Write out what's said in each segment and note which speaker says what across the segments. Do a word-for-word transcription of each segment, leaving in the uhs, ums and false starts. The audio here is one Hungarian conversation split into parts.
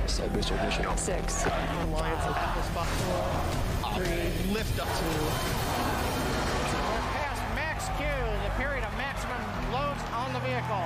Speaker 1: Side booster ignition.
Speaker 2: Six.
Speaker 3: Alliance at the spot four. Three. Lift up two.
Speaker 4: We're past max Q, the period of maximum loads on the vehicle.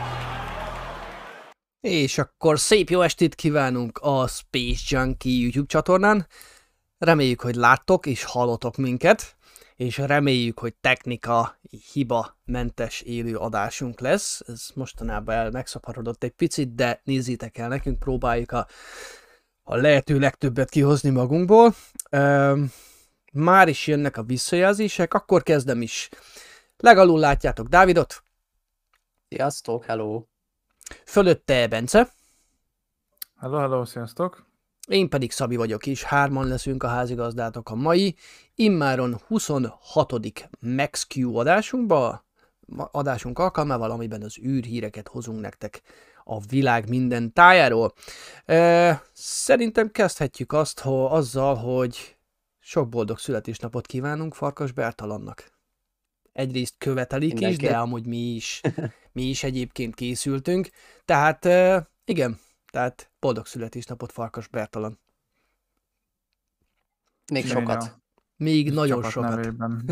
Speaker 5: És akkor szép jó estét kívánunk a Space Junkie YouTube csatornán. Reméljük, hogy láttok és hallotok minket, és reméljük, hogy technika hiba mentes élő adásunk lesz. Ez mostanában el megszaporodott egy picit, de nézzétek el, nekünk próbáljuk a, a lehető legtöbbet kihozni magunkból. Üm, már is jönnek a visszajelzések, akkor kezdem is. Legalul látjátok Dávidot.
Speaker 6: Sziasztok, hello!
Speaker 5: Fölötte Bence.
Speaker 7: Hello, hello, sziasztok!
Speaker 5: Én pedig Szabi vagyok, és hárman leszünk a házigazdátok a mai, immáron huszonhatodik MaxQ adásunkba, adásunk alkalmával, amiben az űrhíreket hozunk nektek a világ minden tájáról. E, szerintem kezdhetjük azt, ho, azzal, hogy sok boldog születésnapot kívánunk Farkas Bertalannak. Egyrészt követelik Mindenki. is, de amúgy mi is, mi is egyébként készültünk. Tehát e, igen, tehát boldog születésnapot Farkas Bertalan.
Speaker 6: Még sokat.
Speaker 5: Még Még nagyon sokat.
Speaker 7: Nevében.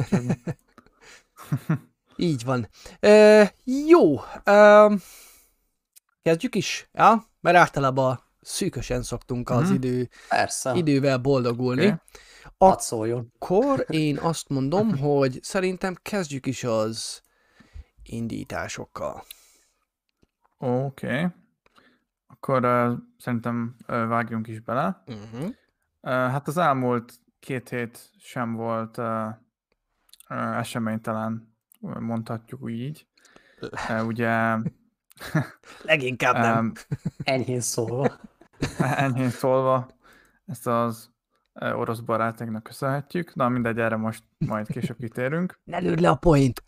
Speaker 5: Így van. E, jó. E, kezdjük is? Ja? Mert általában szűkösen szoktunk az mm-hmm. idő,
Speaker 6: Persze.
Speaker 5: idővel boldogulni.
Speaker 6: Okay. Hadd szóljon.
Speaker 5: Akkor én azt mondom, hogy szerintem kezdjük is az indításokkal.
Speaker 7: Oké. Okay. Akkor uh, szerintem uh, vágjunk is bele.
Speaker 5: Uh-huh.
Speaker 7: Uh, hát az elmúlt két hét sem volt uh, uh, eseménytelen, mondhatjuk így. Uh, ugye...
Speaker 5: Leginkább nem. Um,
Speaker 6: enyhén szólva.
Speaker 7: Enyhén szólva. Ezt az uh, orosz barátainknak köszönhetjük. Na mindegy, erre most majd később kitérünk.
Speaker 5: Ne lőd le a point!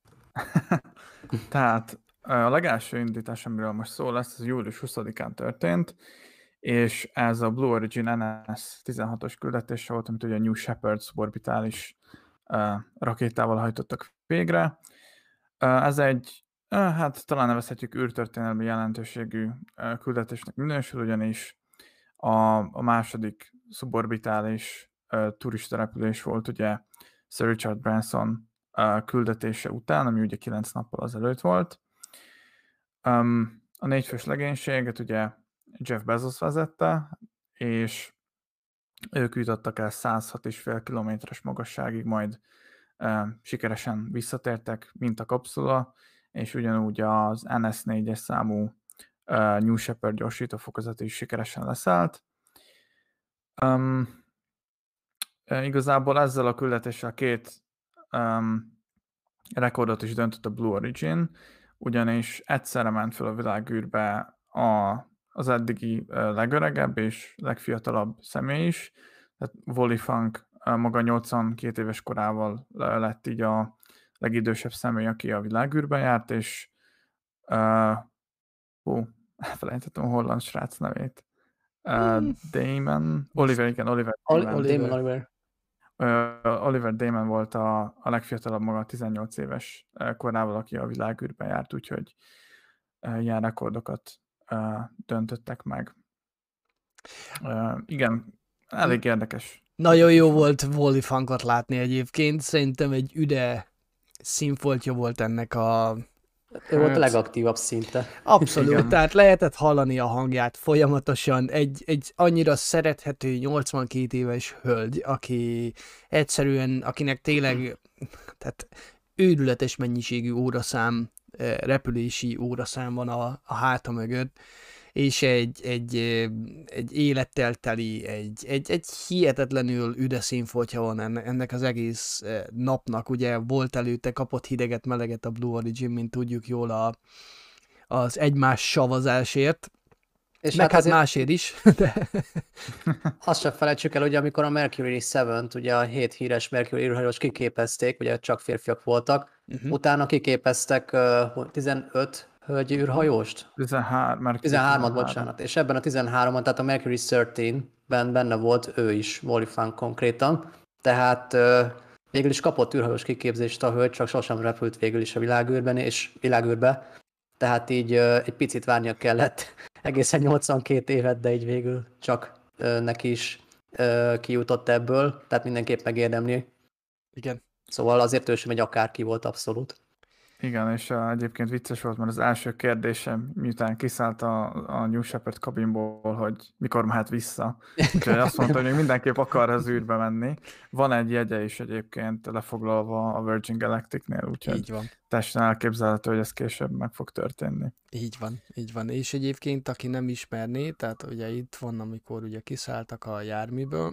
Speaker 7: Tehát a legelső indítás, amiről most szó lesz, az július huszadikán történt, és ez a Blue Origin en es tizenhatos küldetése volt, amit ugye a New Shepard szuborbitális uh, rakétával hajtottak végre. Uh, ez egy, uh, hát talán nevezhetjük űrtörténelmi jelentőségű uh, küldetésnek minősül, ugyanis a, a második szuborbitális uh, turisterepülés volt ugye Sir Richard Branson uh, küldetése után, ami ugye kilenc nappal azelőtt volt. Um, a négyfős legénységet ugye Jeff Bezos vezette, és ők jutottak el száz hat egész öt kilométeres magasságig, majd uh, sikeresen visszatértek, mint a kapszula, és ugyanúgy az en es négyes számú uh, New Shepard gyorsítófokozat is sikeresen leszállt. Um, uh, igazából ezzel a küldetéssel két um, rekordot is döntött a Blue Origin, ugyanis egyszerre ment fel a világűrbe a, az eddigi legöregebb és legfiatalabb személy is. Tehát Wally Funk maga nyolcvankét éves korával lett így a legidősebb személy, aki a világűrben járt, és uh, hú, elfelejtettem a holland srác nevét. Uh, Damon, Oliver, igen, Oliver
Speaker 6: Damon. Oliver. Damon Oliver.
Speaker 7: Uh, Oliver Damon volt a, a legfiatalabb maga tizennyolc éves korával, aki a világűrben járt, úgyhogy uh, ilyen rekordokat uh, döntöttek meg. Uh, igen, elég érdekes.
Speaker 5: Nagyon jó volt Wally Funkot látni egyébként, szerintem egy üde színfoltja volt ennek a...
Speaker 6: Ő volt a legaktívabb szinte.
Speaker 5: Abszolút, igen. Tehát lehetett hallani a hangját folyamatosan, egy, egy annyira szerethető nyolcvankét éves hölgy, aki egyszerűen, akinek tényleg tehát őrületes mennyiségű óraszám, repülési óraszám van a, a háta mögött, és egy, egy, egy élettel teli, egy, egy, egy hihetetlenül üde színfoltja van ennek az egész napnak. Ugye volt előtte, kapott hideget, meleget a Blue Origin, mint tudjuk jól a, az egymás savazásért. És meg hát azért... másért is. De...
Speaker 6: Azt sem felejtsük el, hogy amikor a Mercury hetet, ugye a hét híres Mercury űrhajós kiképezték, ugye csak férfiak voltak, uh-huh. utána kiképeztek uh, tizenöt hölgyi űrhajóst?
Speaker 7: tizenhárom,
Speaker 6: tizenhárom, bocsánat. És ebben a tizenháromban, tehát a Mercury tizenháromban benne volt ő is, Wally Funk konkrétan. Tehát uh, végül is kapott űrhajós kiképzést a hölgy, csak sosem repült végül is a világűrben és világűrbe. Tehát így uh, egy picit várnia kellett egészen nyolcvankét évet, de így végül csak ö, neki is ö, kijutott ebből, tehát mindenképp megérdemli.
Speaker 5: Igen.
Speaker 6: Szóval azért ő sem egy akárki volt abszolút.
Speaker 7: Igen, és uh, egyébként vicces volt, mert az első kérdésem, miután kiszállt a, a New Shepard kabinból, hogy mikor mehet vissza. Úgyhogy azt mondta, hogy még mindenképp akar az űrbe menni. Van egy jegye is egyébként lefoglalva a Virgin Galacticnél, úgyhogy
Speaker 5: Így van.
Speaker 7: teljesen elképzelhető, hogy ez később meg fog történni.
Speaker 5: Így van, így van. És egyébként, aki nem ismerné, tehát ugye itt van, amikor ugye kiszálltak a járműből,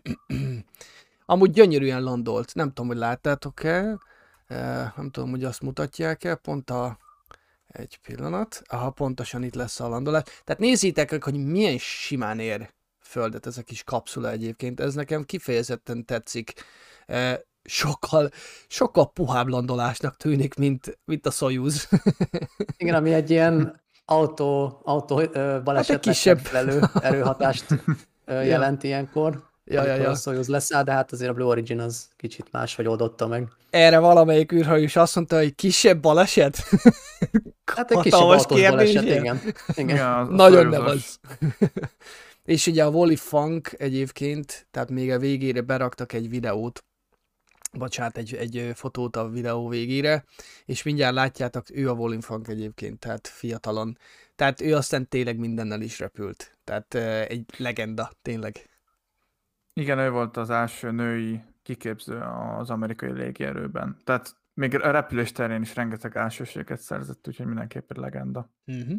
Speaker 5: amúgy gyönyörűen landolt. Nem tudom, hogy láttátok-e, nem tudom, hogy azt mutatják-e, pont a... Egy pillanat. Aha, pontosan itt lesz a landolás. Tehát nézzétek meg, hogy milyen simán ér földet ez a kis kapszula egyébként. Ez nekem kifejezetten tetszik. Sokkal, sokkal puhább landolásnak tűnik, mint, mint a Soyuz.
Speaker 6: Igen, ami egy ilyen autó, autó balesetnek
Speaker 5: hát kisebb
Speaker 6: megfelelő erőhatást ö, jelent ilyenkor.
Speaker 5: Ja, ja, ja.
Speaker 6: A Soyuz leszáll, de hát azért a Blue Origin az kicsit máshogy oldotta meg.
Speaker 5: Erre valamelyik űrhajós azt mondta, hogy kisebb baleset?
Speaker 6: Hát egy kisebb
Speaker 5: Hatalmas
Speaker 6: autós baleset,
Speaker 5: kérdés.
Speaker 6: igen. igen.
Speaker 7: Ja, az- az
Speaker 5: Nagyon nem
Speaker 7: Soyuzos.
Speaker 5: az. És ugye a Wally Funk egyébként, tehát még a végére beraktak egy videót, bocsánat, egy, egy fotót a videó végére, és mindjárt látjátok, ő a Wally Funk egyébként, tehát fiatalon. Tehát ő aztán tényleg mindennel is repült. Tehát uh, egy legenda, tényleg.
Speaker 7: Igen, ő volt az első női kiképző az amerikai légierőben. Tehát még a repülés terén is rengeteg elsőséget szerzett, úgyhogy mindenképpen legenda.
Speaker 5: Uh-huh.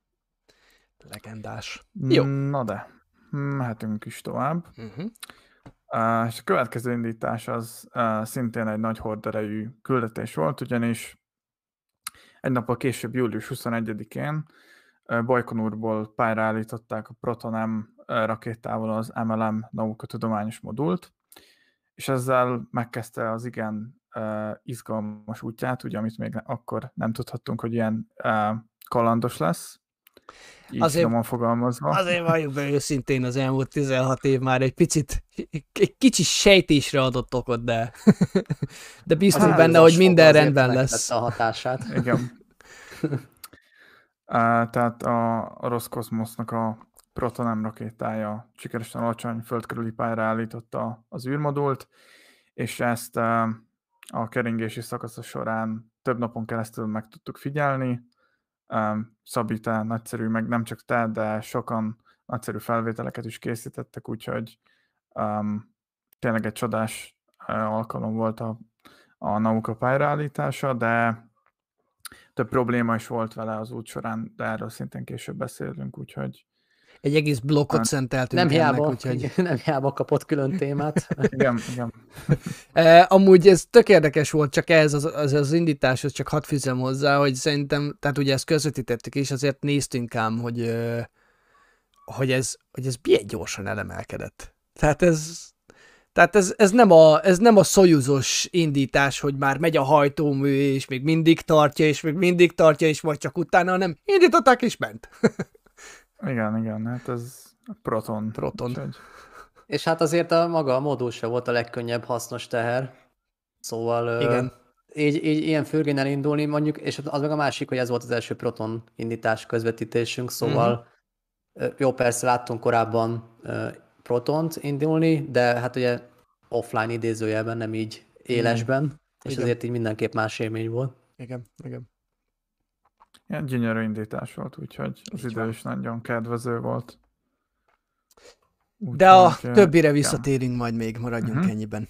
Speaker 5: Legendás. Jó.
Speaker 7: Na de, mehetünk is tovább.
Speaker 5: Uh-huh.
Speaker 7: Uh, és a következő indítás az uh, szintén egy nagy horderejű küldetés volt, ugyanis egy nappal később, július huszonegyedikén uh, Bajkonurból pályára állították a Proton M rakétával az em el em Nauka tudományos modult, és ezzel megkezdte az igen uh, izgalmas útját, ugye, amit még akkor nem tudhattunk, hogy ilyen uh, kalandos lesz. Így
Speaker 5: Azért-
Speaker 7: finoman fogalmazva.
Speaker 5: Azért valljuk be őszintén, az elmúlt tizenhat év már egy picit, egy kicsi sejtésre adott okot, de, de biztos
Speaker 6: Az
Speaker 5: benne,
Speaker 6: űrvasfog
Speaker 5: hogy minden
Speaker 6: azért
Speaker 5: rendben
Speaker 6: megtette
Speaker 5: lesz.
Speaker 6: a hatását.
Speaker 7: Igen. uh, tehát a, a Roszkoszmosznak a Proton M rakétája sikeresen alacsony földkörüli pályára állította az űrmodult, és ezt uh, a keringési szakasza során több napon keresztül meg tudtuk figyelni. Um, Szabi, te nagyszerű, meg nem csak te, de sokan nagyszerű felvételeket is készítettek, úgyhogy um, tényleg egy csodás uh, alkalom volt a, a Nauka pályára, de több probléma is volt vele az út során, de erről szintén később beszélünk, úgyhogy
Speaker 5: Egy egész blokkot
Speaker 7: Hát,
Speaker 5: szenteltünk
Speaker 6: Nem hiába,
Speaker 5: ennek, úgyhogy...
Speaker 6: nem hiába kapott külön témát.
Speaker 7: igen, igen.
Speaker 5: E, amúgy ez tök érdekes volt, csak ez az, az, az indításhoz csak hadd fűzzem hozzá, hogy szerintem, tehát ugye ezt közvetítettük, és azért néztünk ám, hogy, ö, hogy, ez, hogy ez milyen gyorsan elemelkedett. Tehát ez, tehát ez, ez, nem a, ez nem a Soyuzos indítás, hogy már megy a hajtómű, és még mindig tartja, és még mindig tartja, és majd csak utána, hanem indították, és ment.
Speaker 7: Igen, igen, hát ez a Proton.
Speaker 5: Proton.
Speaker 7: Úgyhogy,
Speaker 6: És hát azért a maga a modul se volt a legkönnyebb hasznos teher. Szóval ö,
Speaker 5: Igen.
Speaker 6: így, így ilyen fürgén elindulni mondjuk, és az meg a másik, hogy ez volt az első Proton indítás közvetítésünk, szóval ö, jó, persze láttunk korábban ö, Protont indulni, de hát ugye offline idézőjelben, nem így élesben, és
Speaker 5: Igen.
Speaker 6: azért így mindenképp más élmény volt.
Speaker 5: Igen, igen.
Speaker 7: ilyen gyönyörű indítás volt, úgyhogy az
Speaker 5: Így
Speaker 7: idő
Speaker 5: van.
Speaker 7: is nagyon kedvező volt.
Speaker 5: De a
Speaker 7: Úgyhogy,
Speaker 5: többire
Speaker 7: igen.
Speaker 5: visszatérünk majd még, maradjunk
Speaker 7: Mhm.
Speaker 5: ennyiben.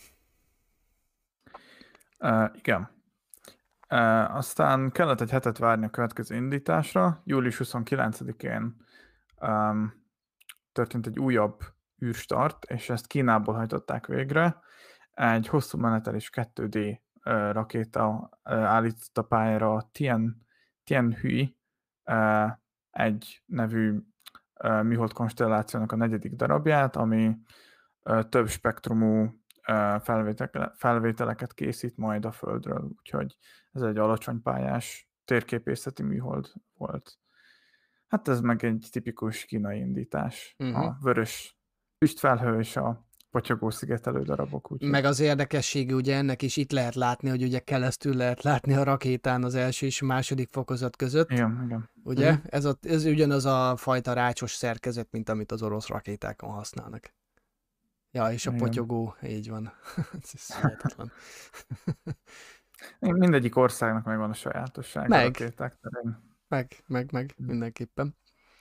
Speaker 7: Uh, igen. Uh, aztán kellett egy hetet várni a következő indításra. július huszonkilencedikén um, történt egy újabb űrstart, és ezt Kínából hajtották végre. Egy hosszú menetelés kettő dé uh, rakéta uh, állította pályára a Tien, Tianhui uh, egy nevű uh, műhold konstellációnak a negyedik darabját, ami uh, több spektrumú Felvétel, felvételeket készít majd a Földről, úgyhogy ez egy alacsony pályás térképészeti műhold volt. Hát ez meg egy tipikus kínai indítás.
Speaker 5: Mhm.
Speaker 7: A vörös füstfelhő és a potyogó szigetelő darabok. Úgyhogy.
Speaker 5: Meg az érdekessége ugye ennek is itt lehet látni, hogy ugye keresztül lehet látni a rakétán az első és második fokozat között.
Speaker 7: Igen, igen.
Speaker 5: Ugye?
Speaker 6: Mhm.
Speaker 5: Ez, a, ez ugyanaz a fajta rácsos szerkezet, mint amit az orosz rakétákon használnak. Ja, és a
Speaker 7: Igen.
Speaker 5: potyogó, így van. Ez hihetetlen.
Speaker 7: Mindegyik országnak megvan a sajátossága
Speaker 5: Meg.
Speaker 7: a rakéták terén.
Speaker 5: Meg, meg, meg, mindenképpen.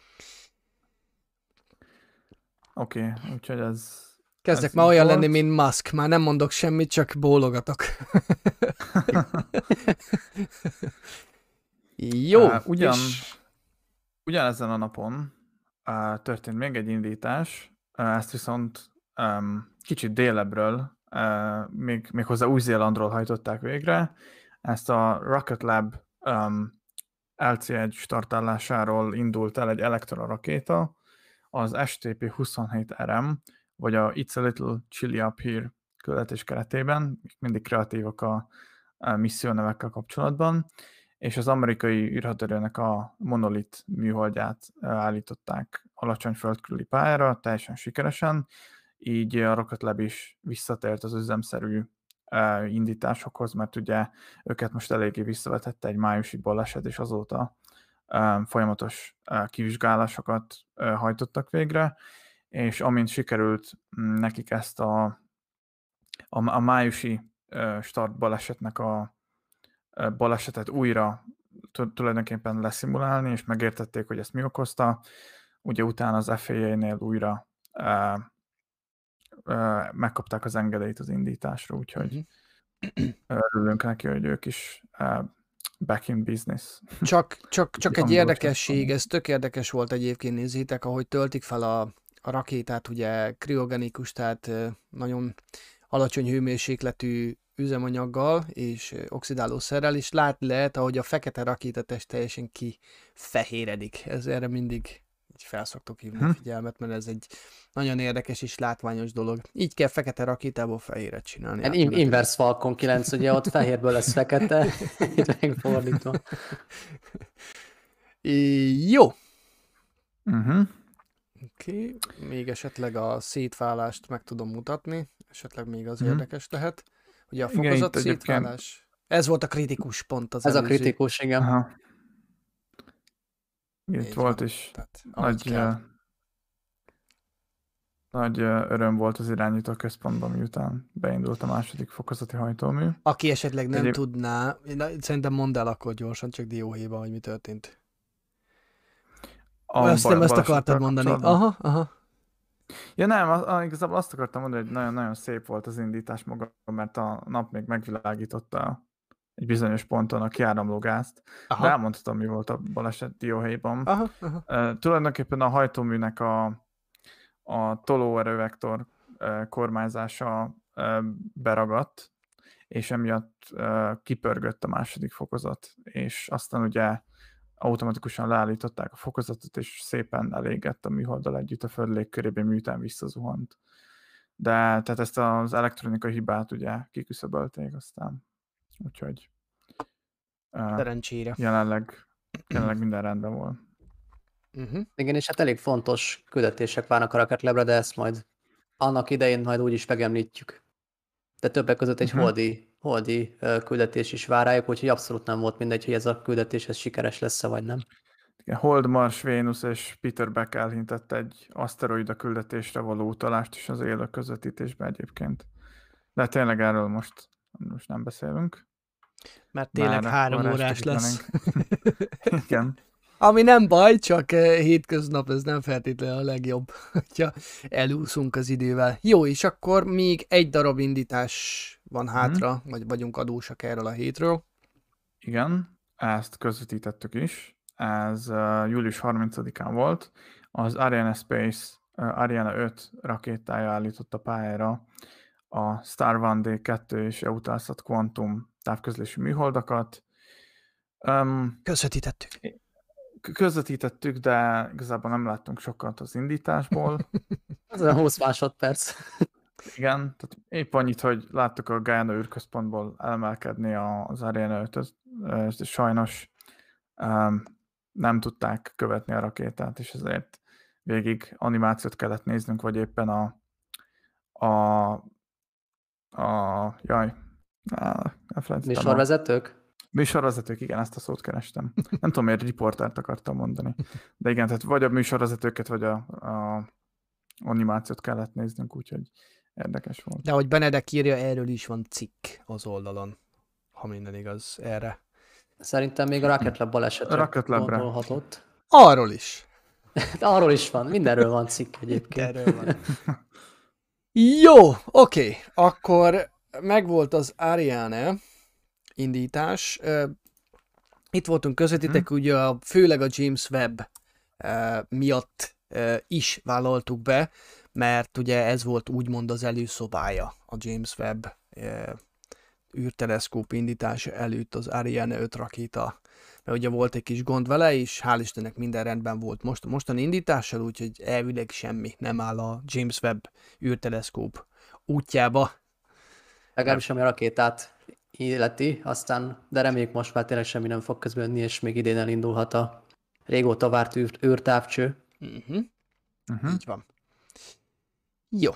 Speaker 7: Oké, okay, úgyhogy ez...
Speaker 5: Kezdek
Speaker 7: ez
Speaker 5: már
Speaker 7: így
Speaker 5: olyan
Speaker 7: volt.
Speaker 5: lenni, mint Musk. Már nem mondok semmit, csak bólogatok. Jó.
Speaker 7: Uh, ugyan,
Speaker 5: és-
Speaker 7: ugyanezen a napon uh, történt még egy indítás, uh, ezt viszont um, kicsit délebbről, uh, még, méghozzá Új-Zélandról hajtották végre. Ezt a Rocket Lab um, el cé egy startállásáról indult el egy Electra rakéta, az es té pé huszonhét er em, vagy a It's a Little Chilly Up Here küldetés keretében, mindig kreatívak a, a missziónevekkel kapcsolatban, és az amerikai űrhaderőnek a Monolith műholdját állították alacsony földkörüli pályára, teljesen sikeresen, így a Rocket Lab is visszatért az üzemszerű uh, indításokhoz, mert ugye őket most eléggé visszavetette egy májusi baleset, és azóta uh, folyamatos uh, kivizsgálásokat uh, hajtottak végre, és amint sikerült m, nekik ezt a, a, a májusi uh, start balesetnek a uh, balesetet újra tulajdonképpen leszimulálni, és megértették, hogy ezt mi okozta, ugye utána az ef á á-nél újra uh, uh, megkapták az engedélyt az indításra, úgyhogy uh-huh. örülünk neki, hogy ők is uh, back in business.
Speaker 5: Csak, csak, csak egy
Speaker 7: Angol
Speaker 5: érdekesség,
Speaker 7: csatlakozó.
Speaker 5: ez tök érdekes volt egyébként, nézzétek, ahogy töltik fel a, a rakétát, ugye kriogenikus, tehát ö, nagyon alacsony hőmérsékletű üzemanyaggal és oxidálószerrel, és látni lehet, ahogy a fekete rakétatest teljesen kifehéredik. Ez erre mindig így felszoktok hívni a
Speaker 7: Hm.
Speaker 5: figyelmet, mert ez egy nagyon érdekes és látványos dolog. Így kell fekete rakétából fehéret csinálni.
Speaker 6: Egy in-
Speaker 5: átmenetileg.
Speaker 6: inverse Falcon kilenc, ugye ott fehérből lesz fekete, itt meg fordítva.
Speaker 5: Í- Jó.
Speaker 7: Uh-huh.
Speaker 5: Oké, okay. Még esetleg a szétválást meg tudom mutatni, esetleg még az
Speaker 7: Mhm.
Speaker 5: érdekes lehet. Ugye a
Speaker 7: Igen,
Speaker 5: fokozat
Speaker 7: itt egyébként-
Speaker 5: szétválás. Ez volt a kritikus pont az
Speaker 6: Ez a
Speaker 5: előző.
Speaker 6: kritikus, igen.
Speaker 7: Aha. Itt
Speaker 5: Így
Speaker 7: volt
Speaker 5: van.
Speaker 7: is
Speaker 5: Tehát, ahogy
Speaker 7: nagy,
Speaker 5: kell.
Speaker 7: uh, nagy uh, öröm volt az irányító központban, miután beindult a második fokozati hajtómű.
Speaker 5: Aki esetleg nem
Speaker 7: Egyéb-
Speaker 5: tudná, na, szerintem mondd el akkor gyorsan, csak dióhéjban, hogy mi történt.
Speaker 7: A
Speaker 5: Azt nem
Speaker 7: bal-
Speaker 5: ezt
Speaker 7: balesettel
Speaker 5: akartad mondani.
Speaker 7: kapcsolatban.
Speaker 5: Aha, aha.
Speaker 7: Ja nem, az, az, igazából azt akartam mondani, hogy nagyon-nagyon szép volt az indítás maga, mert a nap még megvilágította egy bizonyos ponton a kiáramló gázt.
Speaker 5: Aha.
Speaker 7: De elmondhatom, mi volt a baleset dióhéjban.
Speaker 5: Aha, aha.
Speaker 7: Uh, tulajdonképpen a hajtóműnek a, a tolóerővektor uh, kormányzása uh, beragadt, és emiatt uh, kipörgött a második fokozat, és aztán ugye automatikusan leállították a fokozatot, és szépen elégett a műholddal együtt a föld légkörében, miután visszazuhant. De tehát ezt az elektronikai hibát ugye kiküszöbölték aztán. Úgyhogy uh,
Speaker 5: Szerencsére.
Speaker 7: jelenleg, jelenleg minden rendben volt.
Speaker 5: Uh-huh.
Speaker 6: Igen, és hát elég fontos küldetések várnak a Rocket Labra, de ezt majd annak idején majd úgyis megemlítjük. De többek között egy
Speaker 7: Mhm.
Speaker 6: holdi, holdi ö, küldetés is vár rájuk, úgyhogy abszolút nem volt mindegy, hogy ez a küldetés ez sikeres lesz-e vagy nem.
Speaker 7: Igen, Hold, Mars, Vénusz és Peter Beck elhintett egy aszteroida küldetésre való utalást is az élő közvetítésben egyébként. De tényleg erről most, most nem beszélünk.
Speaker 5: Mert tényleg
Speaker 7: Bár
Speaker 5: három
Speaker 7: akkor
Speaker 5: órás
Speaker 7: este
Speaker 5: lesz.
Speaker 7: Igen.
Speaker 5: Ami nem baj, csak eh, hétköznap ez nem feltétlenül a legjobb, hogyha elúszunk az idővel. Jó, és akkor még egy darab indítás van hátra, vagy vagyunk adósak erről a hétről.
Speaker 7: Igen, ezt közvetítettük is. Ez uh, július harmincadikán volt. Az Ariane Space uh, Ariane öt rakétája állította pályára a Star One D kettő és Eutelsat Quantum távközlési műholdakat. Um,
Speaker 5: Közvetítettük.
Speaker 7: közvetítettük, de igazából nem láttunk sokat az indításból.
Speaker 6: Ez olyan húsz másodperc.
Speaker 7: Igen, tehát épp annyit, hogy láttuk a Guyana űrközpontból elemelkedni az Ariane ötöt, sajnos um, nem tudták követni a rakétát, és ezért végig animációt kellett néznünk, vagy éppen a, a, a jaj, á, elfelejtettem.
Speaker 6: Műsorvezetők?
Speaker 7: Műsorvezetők, igen, ezt a szót kerestem. Nem tudom, miért riportert akartam mondani. De igen, tehát vagy a műsorvezetőket, vagy a, a animációt kellett néznünk, úgyhogy érdekes volt.
Speaker 5: De ahogy Benedek írja, erről is van cikk az oldalon, ha minden igaz erre.
Speaker 6: Szerintem még a Rocket Lab balesetre
Speaker 7: Rocket Lab-re.
Speaker 6: gondolhatott.
Speaker 5: Arról is.
Speaker 6: De arról is van, mindenről van cikk egyébként.
Speaker 5: Erről van. Jó, oké, akkor megvolt az Ariane indítás. Itt voltunk közöttitek, hmm. ugye a, főleg a James Webb miatt is vállaltuk be, mert ugye ez volt úgymond az előszobája a James Webb űrteleszkóp indítása előtt az Ariane öt rakéta. Mert ugye volt egy kis gond vele, és hál' Istennek minden rendben volt most, mostani indítással, úgyhogy elvileg semmi nem áll a James Webb űrteleszkóp útjába.
Speaker 6: Legalábbis ami a rakétát illeti, aztán, de reméljük most már tényleg semmi nem fog közben jönni, és még idén elindulhat a régóta várt űr, űrtávcső.
Speaker 5: Uh-huh. Uh-huh. Így van. Jó.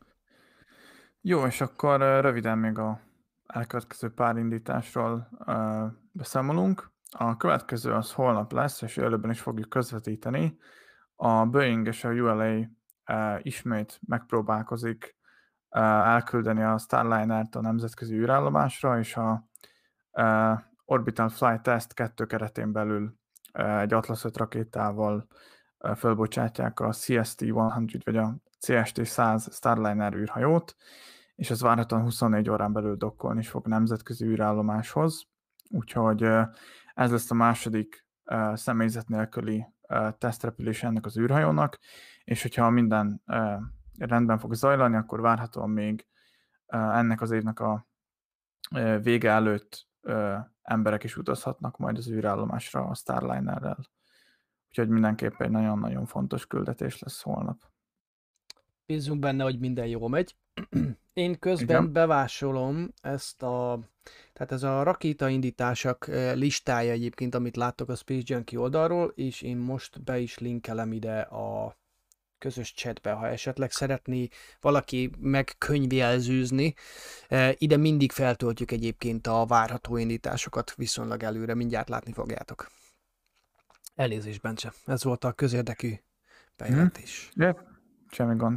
Speaker 7: Jó, és akkor röviden még a elkövetkező pár indításról uh, beszámolunk. A következő az holnap lesz, és előbben is fogjuk közvetíteni. A Boeing és a U L A uh, ismét megpróbálkozik uh, elküldeni a Starliner-t a nemzetközi űrállomásra, és a uh, Orbital Flight Test kettő keretén belül uh, egy Atlas öt rakétával uh, fölbocsátják a C S T száz vagy a C S T száz Starliner űrhajót, és ez várhatóan huszonnégy órán belül dokkolni is fog nemzetközi űrállomáshoz. Úgyhogy ez lesz a második uh, személyzet nélküli uh, tesztrepülés ennek az űrhajónak, és hogyha minden uh, rendben fog zajlani, akkor várhatóan még uh, ennek az évnek a uh, vége előtt uh, emberek is utazhatnak majd az űrállomásra a Starlinerrel. Úgyhogy mindenképp egy nagyon-nagyon fontos küldetés lesz holnap.
Speaker 5: Bízunk benne, hogy minden jól megy. Én közben igen. bevásolom ezt a, tehát ez a rakétaindítások listája egyébként, amit láttok a Space Junkie oldalról, és én most be is linkelem ide a közös chatbe, ha esetleg szeretné valaki megkönyvjelzőzni. Ide mindig feltöltjük egyébként a várható indításokat viszonylag előre, mindjárt látni fogjátok. Elnézést, Bence, ez volt a közérdekű bejelentés.
Speaker 7: Mm. Yeah. Semmi gond.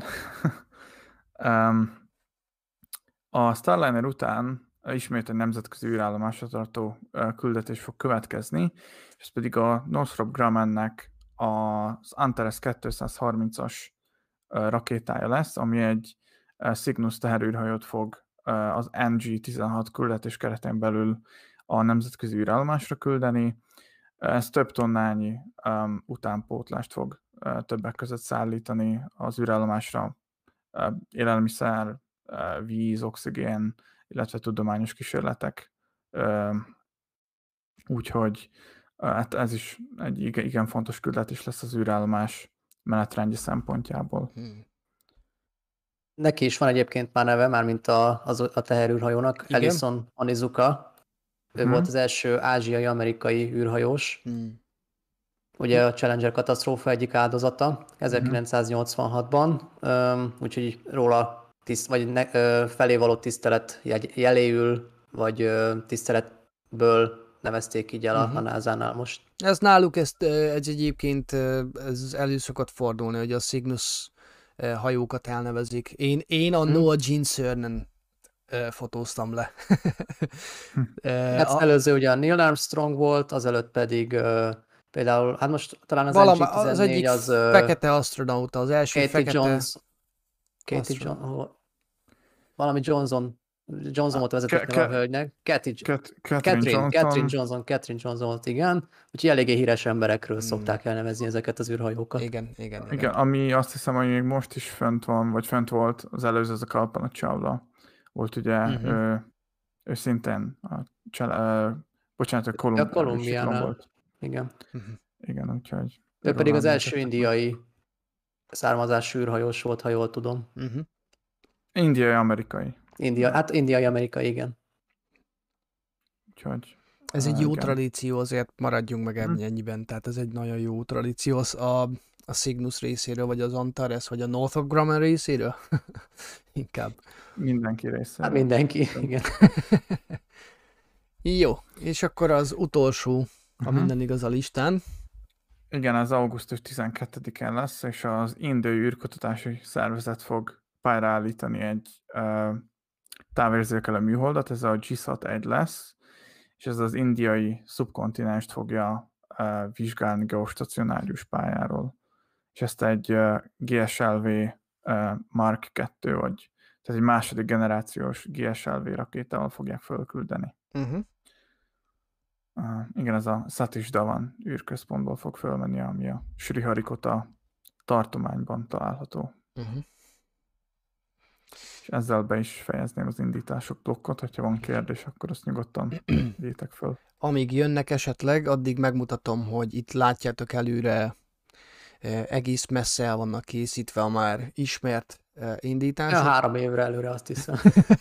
Speaker 7: um, a Starliner után ismét egy nemzetközi űrállomásra tartó uh, küldetés fog következni, és ez pedig a Northrop Grummannek az Antares kétszázharmincas uh, rakétája lesz, ami egy uh, Cygnus teherűrhajót fog uh, az N G tizenhat küldetés keretén belül a nemzetközi űrállomásra küldeni. Ez több tonnányi um, utánpótlást fog uh, többek között szállítani az űrállomásra, uh, élelmiszer, uh, víz, oxigén, illetve tudományos kísérletek. Uh, úgyhogy uh, hát ez is egy igen, igen fontos küldetés lesz az űrállomás menetrendje szempontjából. Hmm.
Speaker 6: Neki is van egyébként már neve, mármint a, az, a teherűrhajónak,
Speaker 5: igen?
Speaker 6: Ellison Onizuka. Ő hmm. volt az első ázsiai-amerikai űrhajós. Hmm. Ugye a Challenger katasztrófa egyik áldozata ezerkilencszáznyolcvanhatban, um, úgyhogy róla tiszt, vagy ne, uh, felé való tisztelet jeléül, vagy uh, tiszteletből nevezték így el uh-huh. a názánál most.
Speaker 5: Ez náluk ezt, ez egyébként ez elő szokott fordulni, hogy a Cygnus hajókat elnevezik. Én, én annó hmm. a Gene Cernan fotóztam le.
Speaker 6: Hát a... előző ugye a Neil Armstrong volt, azelőtt pedig uh, például, hát most talán az
Speaker 5: Valami,
Speaker 6: N G tizennégy
Speaker 5: az egyik
Speaker 6: az... Uh,
Speaker 5: fekete astronauta, az első
Speaker 6: Katie
Speaker 5: fekete...
Speaker 6: Jones, Katie John, oh, valami Johnson, Johnson volt vezetett a hölgynek. Catherine, Catherine, Catherine Johnson, Catherine Johnson volt, igen. Úgyhogy eléggé híres emberekről hmm. szokták elnevezni ezeket az űrhajókat.
Speaker 5: Igen, igen, igen.
Speaker 7: Igen, ami azt hiszem, hogy még most is fönt van, vagy fönt volt az előző, az a Kalpana Chawla. Volt ugye, uh-huh. ő, ő szintén, a csele, uh, bocsánat, a, Kolumb,
Speaker 6: a Kolumbiánál volt. Igen.
Speaker 7: Uh-huh. Igen, úgyhogy...
Speaker 6: Ő pedig az első indiai származású űrhajós volt, ha jól tudom.
Speaker 5: Uh-huh.
Speaker 7: Indiai-amerikai.
Speaker 6: India, hát indiai-amerikai, igen.
Speaker 7: Úgyhogy...
Speaker 5: Ez egy jó igen. tradíció, azért maradjunk meg ennyiben, tehát ez egy nagyon jó tradíció. Az a, a Cygnus részéről, vagy az Antares, vagy a Northrop Grumman részéről? Inkább.
Speaker 7: Mindenki részéről.
Speaker 6: Hát mindenki, igen.
Speaker 5: Jó, és akkor az utolsó, ha
Speaker 7: Mhm.
Speaker 5: minden igaz a listán.
Speaker 7: Igen, az augusztus tizenkettedikén lesz, és az Indiai űrkutatási szervezet fog pályára állítani egy uh, távérzékelő műholdat, ez a GSAT egy lesz, és ez az indiai szubkontinenst fogja uh, vizsgálni geostacionárius pályáról. És ezt egy uh, G S L V uh, Mark kettő, vagy tehát egy második generációs G S L V rakétával fogják fölküldeni.
Speaker 5: Uh-huh.
Speaker 7: Uh, igen, ez a Satish Dhawan űrközpontból fog fölmenni, ami a Sriharikota tartományban található.
Speaker 5: Uh-huh.
Speaker 7: És ezzel be is fejezném az indítások blokkot, hogyha van kérdés, akkor azt nyugodtan vétek föl.
Speaker 5: Amíg jönnek esetleg, addig megmutatom, hogy itt látjátok előre eh, egész messze el vannak készítve a már ismert eh,
Speaker 6: Ja,
Speaker 5: indítások.
Speaker 6: három évre előre azt hiszem.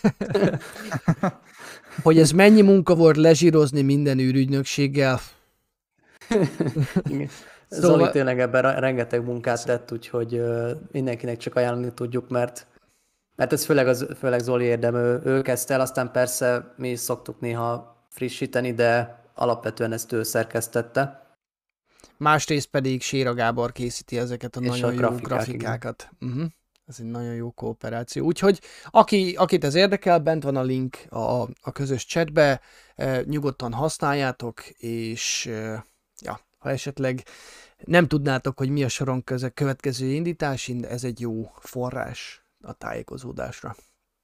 Speaker 5: Hogy ez mennyi munka volt lezsírozni minden űrügynökséggel.
Speaker 6: Igen.
Speaker 5: Szóval-
Speaker 6: Zoli tényleg ebben re- rengeteg munkát tett, úgyhogy ö, mindenkinek csak ajánlani tudjuk, mert mert ez főleg, az, főleg Zoli érdem, ő, ő kezdte el, aztán persze mi is szoktuk néha frissíteni, de alapvetően ezt ő szerkesztette.
Speaker 5: Másrészt pedig Séra Gábor készíti ezeket a
Speaker 6: És
Speaker 5: nagyon
Speaker 6: a
Speaker 5: jó
Speaker 6: grafikák,
Speaker 5: grafikákat. Uh-huh. Ez egy nagyon jó kooperáció. Úgyhogy aki, akit ez érdekel, bent van a link a, a közös chatbe, eh, nyugodtan használjátok, és eh, ja, ha esetleg nem tudnátok, hogy mi a soron köze következő indítás, ez egy jó forrás a tájékozódásra.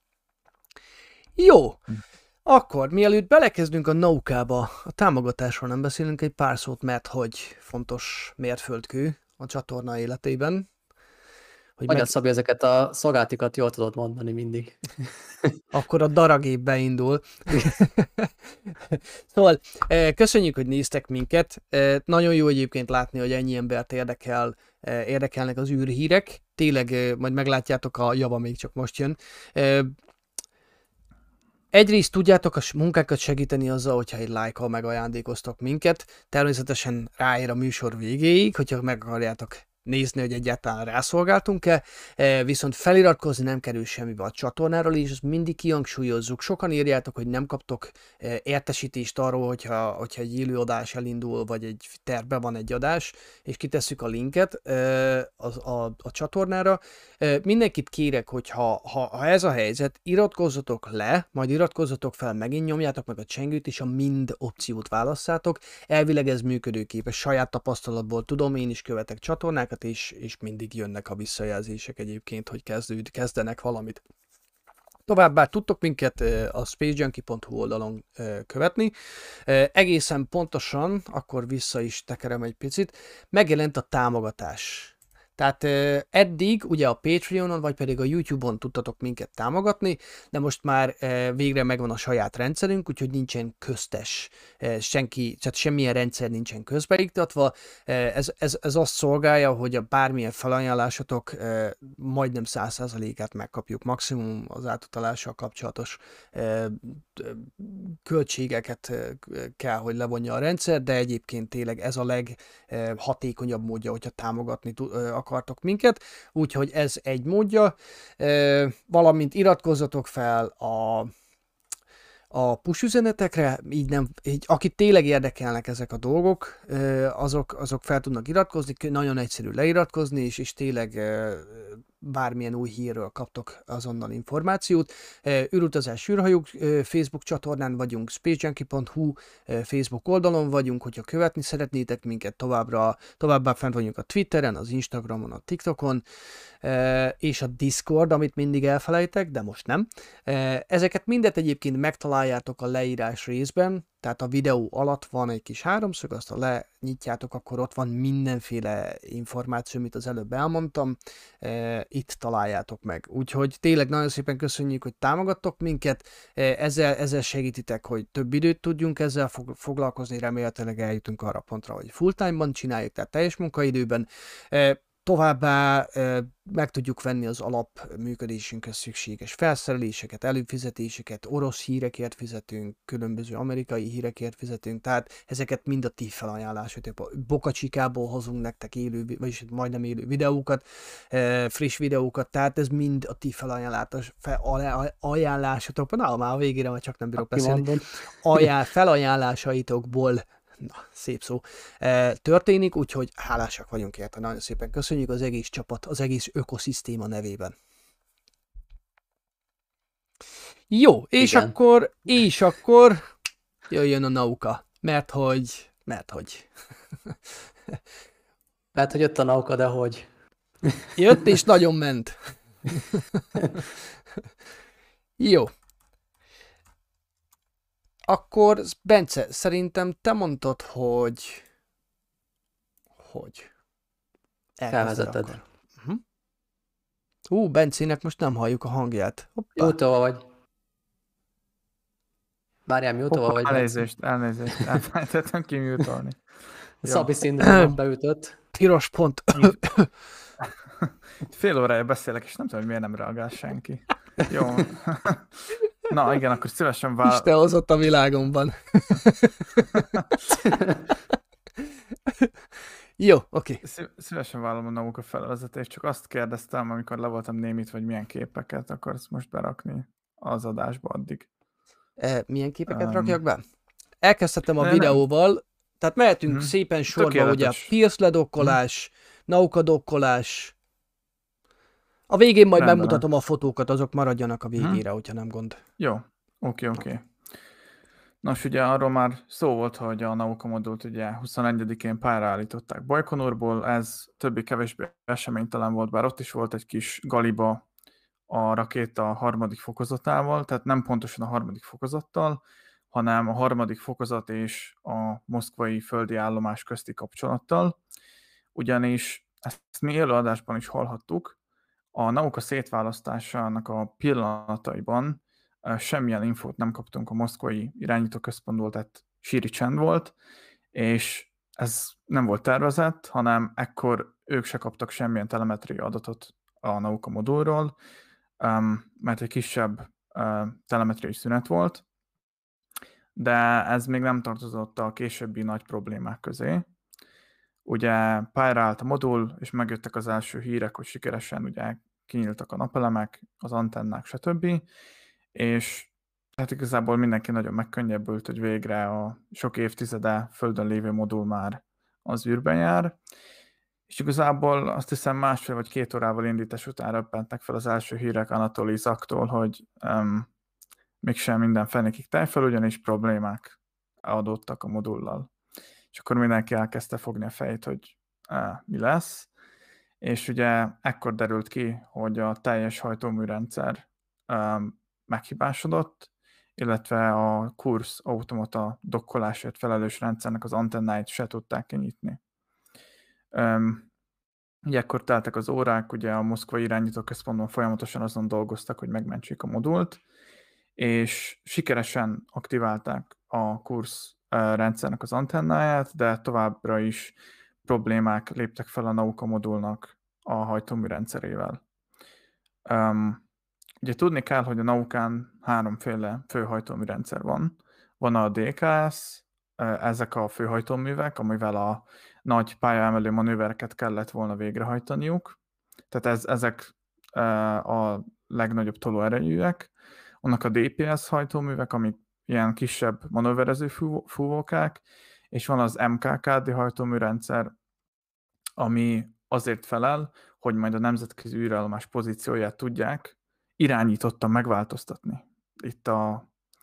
Speaker 5: Jó, akkor mielőtt belekezdünk a naukába, a támogatásról nem beszélünk egy pár szót, mert hogy fontos mérföldkő a csatorna életében. Hogy
Speaker 6: Magyar
Speaker 5: meg,
Speaker 6: Szabi, ezeket a szolgáltikat jól tudod mondani mindig.
Speaker 5: akkor a daragép beindul. Szóval eh, köszönjük, hogy néztek minket. Eh, Nagyon jó egyébként látni, hogy ennyi embert érdekel, eh, érdekelnek az űrhírek. Tényleg eh, majd meglátjátok, a java még csak most jön. Eh, Egyrészt tudjátok a s- munkákat segíteni azzal, hogyha egy lájkkal megajándékoztok minket. Természetesen ráér a műsor végéig, hogyha meg akarjátok nézni, hogy egyáltalán rászolgáltunk-e, e, viszont feliratkozni nem kerül semmibe a csatornáról, és ezt mindig kihangsúlyozzuk. Sokan írjátok, hogy nem kaptok e, értesítést arról, hogyha, hogyha egy élő adás elindul, vagy egy tervben van egy adás, és kitesszük a linket e, az, a, a csatornára. E, mindenkit kérek, hogy ha, ha, ha ez a helyzet, iratkozzatok le, majd iratkozzatok fel, megint nyomjátok meg a csengőt, és a mind opciót válasszátok. Elvileg ez működőképes, saját tapasztalatból tudom, én is követek csatornákat, és, és mindig jönnek a visszajelzések egyébként, hogy kezdőd, kezdenek valamit. Továbbá tudtok minket eh, a spacejunkie pont hu oldalon eh, követni. Eh, Egészen pontosan, akkor vissza is tekerem egy picit, megjelent a támogatás. Tehát eh, eddig ugye a Patreonon, vagy pedig a YouTube-on tudtatok minket támogatni, de most már eh, végre megvan a saját rendszerünk, úgyhogy nincsen köztes, eh, senki, tehát semmilyen rendszer nincsen közbeiktatva. Eh, Ez, ez, ez azt szolgálja, hogy a bármilyen felajánlásotok eh, majdnem száz százalékát megkapjuk, maximum az átutalással kapcsolatos eh, t- költségeket eh, kell, hogy levonja a rendszer, de egyébként tényleg ez a leghatékonyabb módja, hogyha támogatni tud- eh, akartok minket, úgyhogy ez egy módja, eh, valamint iratkozzatok fel a a push üzenetekre, így nem, így, akit tényleg érdekelnek ezek a dolgok, ö, azok, azok fel tudnak iratkozni, kö- nagyon egyszerű leiratkozni, és, és tényleg ö, bármilyen új hírről kaptok azonnal információt. Ö, űrutazás, űrhajók, ö, Facebook csatornán vagyunk, spacejunkie pont hu ö, Facebook oldalon vagyunk, hogyha követni szeretnétek minket továbbra, továbbá fent vagyunk a Twitteren, az Instagramon, a TikTokon, ö, és a Discord, amit mindig elfelejtek, de most nem. Ö, Ezeket mindet egyébként megtaláljátok a leírás részben, tehát a videó alatt van egy kis háromszög, azt ha lenyitjátok, akkor ott van mindenféle információ, amit az előbb elmondtam, e, itt találjátok meg. Úgyhogy tényleg nagyon szépen köszönjük, hogy támogattok minket, e, ezzel, ezzel segítitek, hogy több időt tudjunk ezzel fog, foglalkozni, remélhetőleg eljutunk arra a pontra, hogy full time-ban csináljuk, tehát teljes munkaidőben. E, Továbbá meg tudjuk venni az alap működésünkhez szükséges felszereléseket, előfizetéseket, orosz hírekért fizetünk, különböző amerikai hírekért fizetünk, tehát ezeket mind a ti felajánlásotok. Boca Chicából hozunk nektek élő, vagyis majdnem élő videókat, friss videókat, tehát ez mind a ti felajánlásotok. Na, már a végére már csak nem bírok beszélni. Ajánl, felajánlásaitokból na, szép szó, e, történik, úgyhogy hálásak vagyunk érte. Nagyon szépen köszönjük az egész csapat, az egész ökoszisztéma nevében. Jó, és Igen. akkor, és akkor jöjjön a nauka, mert hogy, mert hogy.
Speaker 6: Mert hogy jött a nauka, de hogy.
Speaker 5: Jött és nagyon ment. Jó. Akkor, Bence, szerintem te mondtad, hogy... Hogy?
Speaker 6: Felvezeted.
Speaker 5: Uh-huh. Ú, Bencének most nem halljuk a hangját. Hoppá.
Speaker 6: Mutova vagy. Várjál, mutova vagy.
Speaker 7: Elnézést, elnézést. Elfelejtettem kimutolni.
Speaker 6: Szabi szindróma beütött.
Speaker 5: Piros pont.
Speaker 7: Fél órája beszélek, és nem tudom, hogy miért nem reagál senki. Jó. Na igen, akkor szívesen vállal...
Speaker 5: Isten hozott a világomban. Jó, oké. Okay.
Speaker 7: Szívesen vállalom a nauka felvezetést, csak azt kérdeztem, amikor le voltam némítva, vagy milyen képeket akarsz most berakni az adásba addig.
Speaker 5: E, milyen képeket um, rakjak be? Elkezdhetem a
Speaker 7: ne,
Speaker 5: videóval,
Speaker 7: nem.
Speaker 5: Tehát mehetünk hmm. szépen sorba, ugye Pierce ledokkolás, hmm. Nauka dokkolás. A végén majd Rendben. bemutatom a fotókat, azok maradjanak a végére, hmm. hogyha nem gond.
Speaker 7: Jó, oké, oké. Nos, ugye arról már szó volt, hogy a Nauka modult ugye huszonegyedikén pályára állították Bajkonurból, ez többé-kevésbé eseménytelen volt, bár ott is volt egy kis galiba a rakéta harmadik fokozatával, tehát nem pontosan a harmadik fokozattal, hanem a harmadik fokozat és a moszkvai földi állomás közti kapcsolattal, ugyanis ezt mi élőadásban is hallhattuk, a Nauka szétválasztásának a pillanataiban semmilyen infót nem kaptunk a moszkvai irányítóközpontból, tehát síri csend volt, és ez nem volt tervezett, hanem ekkor ők se kaptak semmilyen telemetriai adatot a Nauka modulról, mert egy kisebb telemetriai szünet volt, de ez még nem tartozott a későbbi nagy problémák közé. Ugye pályára állt a modul, és megjöttek az első hírek, hogy sikeresen ugye kinyíltak a napelemek, az antennák, stb. És hát igazából mindenki nagyon megkönnyebbült, hogy végre a sok évtizede földön lévő modul már az űrben jár. És igazából azt hiszem másfél vagy két órával indítás után röppentek fel az első hírek Anatoli Zaktól, hogy um, mégsem minden fenékig tejfel, ugyanis problémák adódtak a modullal. És akkor mindenki elkezdte fogni a fejét, hogy uh, mi lesz. És ugye ekkor derült ki, hogy a teljes hajtóműrendszer um, meghibásodott, illetve a Kursz automata dokkolásért felelős rendszernek az antennáit se tudták kinyitni. Um, ugye ekkor teltek az órák, ugye a moszkvai irányítóközpontban folyamatosan azon dolgoztak, hogy megmentsék a modult, és sikeresen aktiválták a Kursz rendszernek az antennáját, de továbbra is problémák léptek fel a Nauka modulnak a hajtómű rendszerével. Um, ugye tudni kell, hogy a Naukán háromféle főhajtómű rendszer van. Van a dé ká es, ezek a főhajtóművek, amivel a nagy pályaemelő manővereket kellett volna végrehajtaniuk. Tehát ez, ezek a legnagyobb tolóerejűek. Vannak a dé pé es hajtóművek, amik ilyen kisebb manőverező fúvókák, és van az em ká ká dé hajtóműrendszer, ami azért felel, hogy majd a nemzetközi űrállomás pozícióját tudják irányítottan megváltoztatni. Itt a,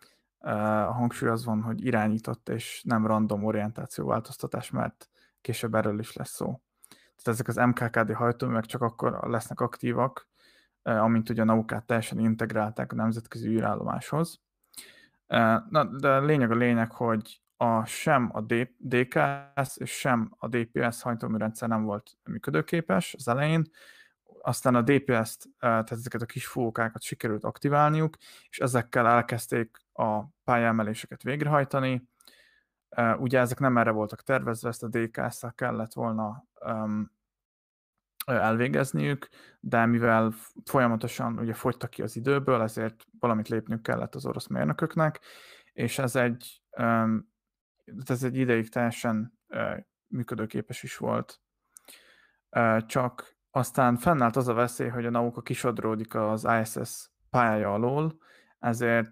Speaker 7: a hangsúly az van, hogy irányított és nem random orientációváltoztatás, mert később erről is lesz szó. Tehát ezek az em ká ká dé hajtóművek csak akkor lesznek aktívak, amint ugye a Naukát teljesen integrálták a nemzetközi űrállomáshoz. Na, de a lényeg a lényeg, hogy a, sem a dé ká es és sem a dé pé es hajtóműrendszer nem volt működőképes az elején, aztán a dé pé es-t, tehát ezeket a kis fúvókákat sikerült aktiválniuk, és ezekkel elkezdték a pályaemeléseket végrehajtani. Ugye ezek nem erre voltak tervezve, ezt a dé ká es-szel kellett volna um, elvégezniük, de mivel folyamatosan ugye fogytak ki az időből, ezért valamit lépniük kellett az orosz mérnököknek, és ez egy, ez egy ideig teljesen működőképes is volt. Csak aztán fennállt az a veszély, hogy a Nauka kisodródik az I S S pályája alól, ezért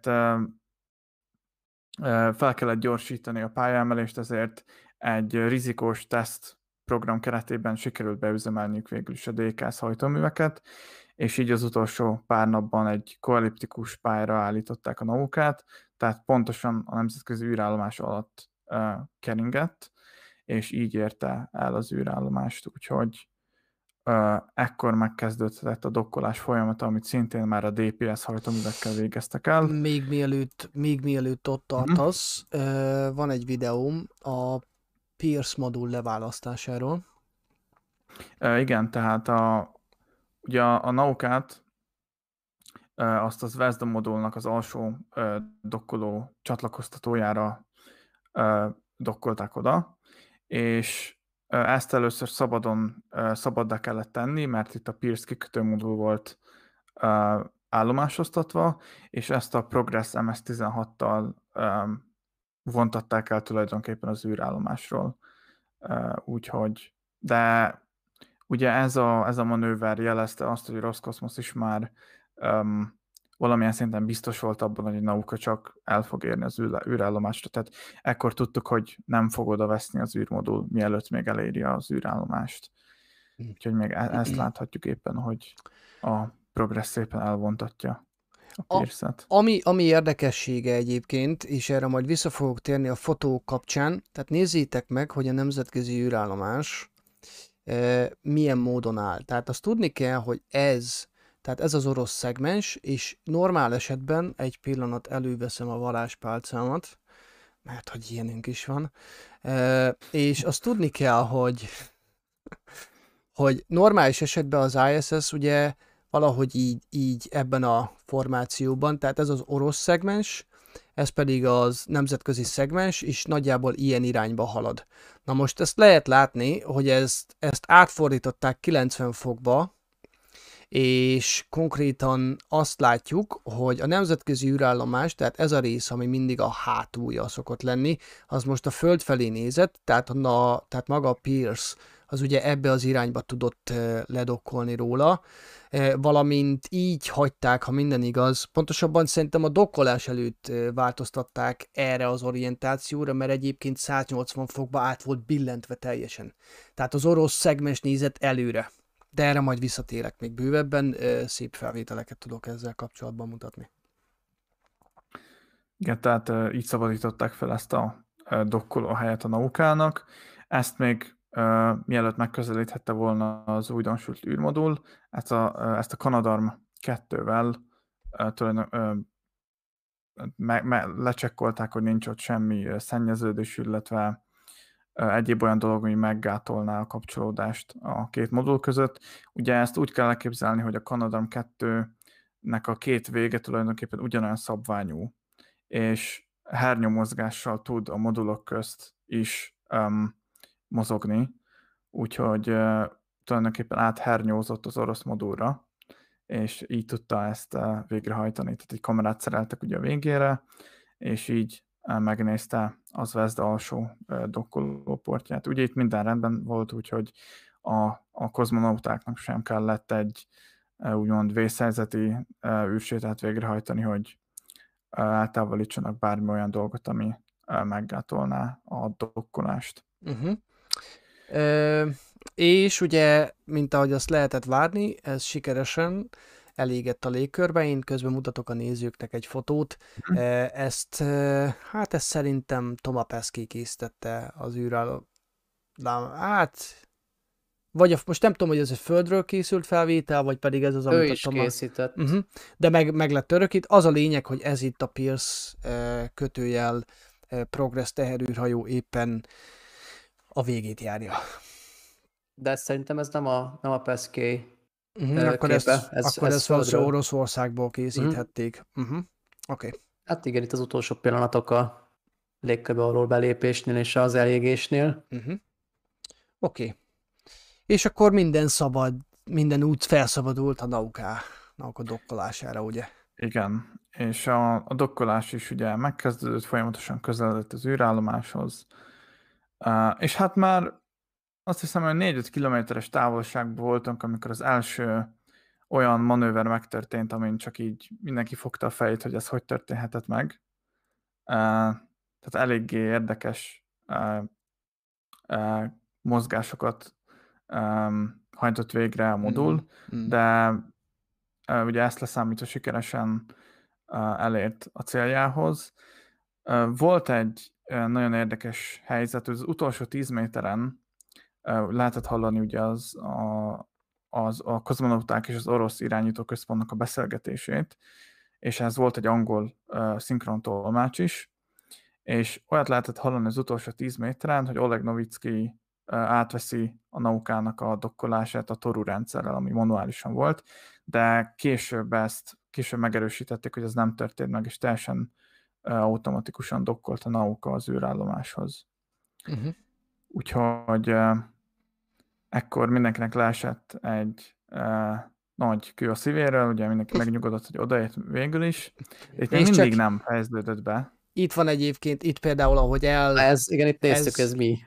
Speaker 7: fel kellett gyorsítani a pályaemelést, ezért egy rizikós teszt program keretében sikerült beüzemelniük végül is a D K S hajtóműveket, és így az utolsó pár napban egy koelliptikus pályára állították a Naukát, tehát pontosan a nemzetközi űrállomás alatt uh, keringett, és így érte el az űrállomást, úgyhogy uh, ekkor megkezdődött a dokkolás folyamata, amit szintén már a D P S hajtóművekkel végeztek el.
Speaker 5: Még mielőtt, még mielőtt ott tartasz, mm. uh, van egy videóm a Pierce modul leválasztásáról.
Speaker 7: Uh, igen, tehát a, ugye a, a Naukát, uh, azt az Zvezda modulnak az alsó uh, dokkoló csatlakoztatójára uh, dokkolták oda, és uh, ezt először szabadon, uh, szabaddá kellett tenni, mert itt a Pierce kikötő modul volt uh, állomásoztatva, és ezt a Progress M S tizenhattal um, vontatták el tulajdonképpen az űrállomásról. Uh, úgyhogy, de ugye ez a, ez a manőver jelezte azt, hogy Roszkoszmosz is már um, valamilyen szinten biztos volt abban, hogy a Nauka csak el fog érni az űrállomásra. Tehát ekkor tudtuk, hogy nem fog oda veszni az űrmodul, mielőtt még eléri az űrállomást. Úgyhogy még e- ezt láthatjuk éppen, hogy a Progress szépen elvontatja a Pierce-et.
Speaker 5: Ami, ami érdekessége egyébként, és erre majd vissza fogok térni a fotók kapcsán, tehát nézzétek meg, hogy a nemzetközi űrállomás e, milyen módon áll. Tehát azt tudni kell, hogy ez, tehát ez az orosz szegmens, és normál esetben egy pillanat előveszem a varázspálcámat, mert hogy ilyenünk is van, e, és azt tudni kell, hogy, hogy normális esetben az I S S ugye valahogy így, így ebben a formációban, tehát ez az orosz szegmens, ez pedig az nemzetközi szegmens, és nagyjából ilyen irányba halad. Na most ezt lehet látni, hogy ezt, ezt átfordították kilencven fokba, és konkrétan azt látjuk, hogy a nemzetközi űrállomás, tehát ez a rész, ami mindig a hátulja szokott lenni, az most a föld felé nézett, tehát, na, tehát maga a Pierce az ugye ebbe az irányba tudott ledokkolni róla, valamint így hagyták, ha minden igaz, pontosabban szerintem a dokkolás előtt változtatták erre az orientációra, mert egyébként száznyolcvan fokba át volt billentve teljesen. Tehát az orosz szegmens nézett előre. De erre majd visszatérek még bővebben, szép felvételeket tudok ezzel kapcsolatban mutatni.
Speaker 7: Igen, tehát így szabadították fel ezt a dokkoló helyet a Naukának. Ezt még Uh, mielőtt megközelíthette volna az újdonsült űrmodul, ezt a, ezt a Canadarm kettővel uh, tulajdon, uh, me, me, lecsekkolták, hogy nincs ott semmi szennyeződés, illetve uh, egyéb olyan dolog, ami meggátolná a kapcsolódást a két modul között. Ugye ezt úgy kell elképzelni, hogy a Canadarm kettőnek a két vége tulajdonképpen ugyanolyan szabványú, és hernyomozgással tud a modulok közt is um, mozogni, úgyhogy uh, tulajdonképpen áthernyózott az orosz modulra, és így tudta ezt uh, végrehajtani. Tehát egy kamerát szereltek ugye a végére, és így uh, megnézte az Zvezda alsó uh, dokkolóportját. Ugye itt minden rendben volt, úgyhogy a, a kozmonautáknak sem kellett egy uh, úgymond vészhelyzeti uh, űrsétát végrehajtani, hogy uh, eltávolítsanak bármi olyan dolgot, ami uh, meggátolná a dokkolást.
Speaker 5: Uh-huh. Ö, és ugye, mint ahogy azt lehetett várni, ez sikeresen elégett a légkörbe. Én közben mutatok a nézőknek egy fotót. Mm. Ezt, hát ezt szerintem Toma Pesquet készítette az űrálló. Hát, vagy a, most nem tudom, hogy ez egy földről készült felvétel, vagy pedig ez az, amit
Speaker 6: ő is
Speaker 5: Toma...
Speaker 6: készített.
Speaker 5: Uh-huh. De meg, meg lett örökít. Az a lényeg, hogy ez itt a Pierce kötőjel Progress teherűrhajó éppen a végét járja.
Speaker 6: De szerintem ez nem a, nem a Pesquet
Speaker 5: uh-huh,
Speaker 6: uh,
Speaker 5: akkor
Speaker 6: képe.
Speaker 5: ezt,
Speaker 6: Ez,
Speaker 5: akkor
Speaker 6: ez
Speaker 5: ezt valószínűleg Oroszországból készíthették. Uh-huh. Uh-huh. Oké. Okay.
Speaker 6: Hát igen, itt az utolsó pillanatok a légkörbe való belépésnél és az elégésnél.
Speaker 5: Uh-huh. Oké. Okay. És akkor minden szabad, minden út felszabadult a Naukának a dokkolására, ugye?
Speaker 7: Igen, és a, a dokkolás is ugye megkezdődött, folyamatosan közeledett az űrállomáshoz. Uh, és hát már azt hiszem, hogy négy-öt kilométeres távolságban voltunk, amikor az első olyan manőver megtörtént, amin csak így mindenki fogta a fejét, hogy ez hogy történhetett meg. Uh, tehát eléggé érdekes uh, uh, mozgásokat um, hajtott végre a modul,
Speaker 5: Mm, mm.
Speaker 7: de uh, ugye ezt leszámítva sikeresen uh, elért a céljához. Uh, volt egy uh, nagyon érdekes helyzet, hogy az utolsó tíz méteren uh, lehetett hallani ugye az a, az a kozmonauták és az orosz irányító központnak a beszélgetését, és ez volt egy angol uh, szinkron tolmács is, és olyat lehetett hallani az utolsó tíz méteren, hogy Oleg Novicki uh, átveszi a Naukának a dokkolását a Toru rendszerrel, ami manuálisan volt, de később ezt, később megerősítették, hogy ez nem történt meg, és teljesen uh, automatikusan dokkolt a Nauka az űrállomáshoz.
Speaker 5: Uh-huh.
Speaker 7: Úgyhogy uh, ekkor mindenkinek leesett egy uh, nagy kő a szívéről, ugye mindenki megnyugodott, hogy odaért végül is. Itt még mindig
Speaker 5: csak...
Speaker 7: nem fejeződött be.
Speaker 5: Itt van egyébként, itt például, ahogy el...
Speaker 6: Ez, igen, itt néztük, ez, ez mi.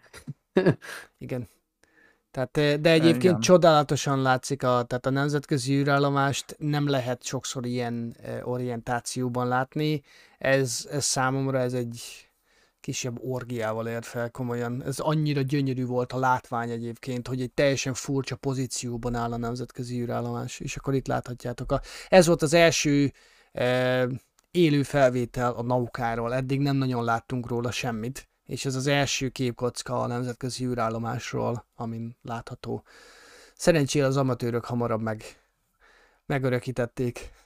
Speaker 5: Igen. Tehát, de egyébként igen. Csodálatosan látszik, a, tehát a nemzetközi űrállomást nem lehet sokszor ilyen orientációban látni. Ez, ez számomra ez egy kisebb orgiával ért fel komolyan. Ez annyira gyönyörű volt a látvány egyébként, hogy egy teljesen furcsa pozícióban áll a nemzetközi űrállomás. És akkor itt láthatjátok. A, ez volt az első e, élő felvétel a Naukáról. Eddig nem nagyon láttunk róla semmit. És ez az első képkocka a nemzetközi űrállomásról, amin látható. Szerencsére az amatőrök hamarabb meg, megörökítették.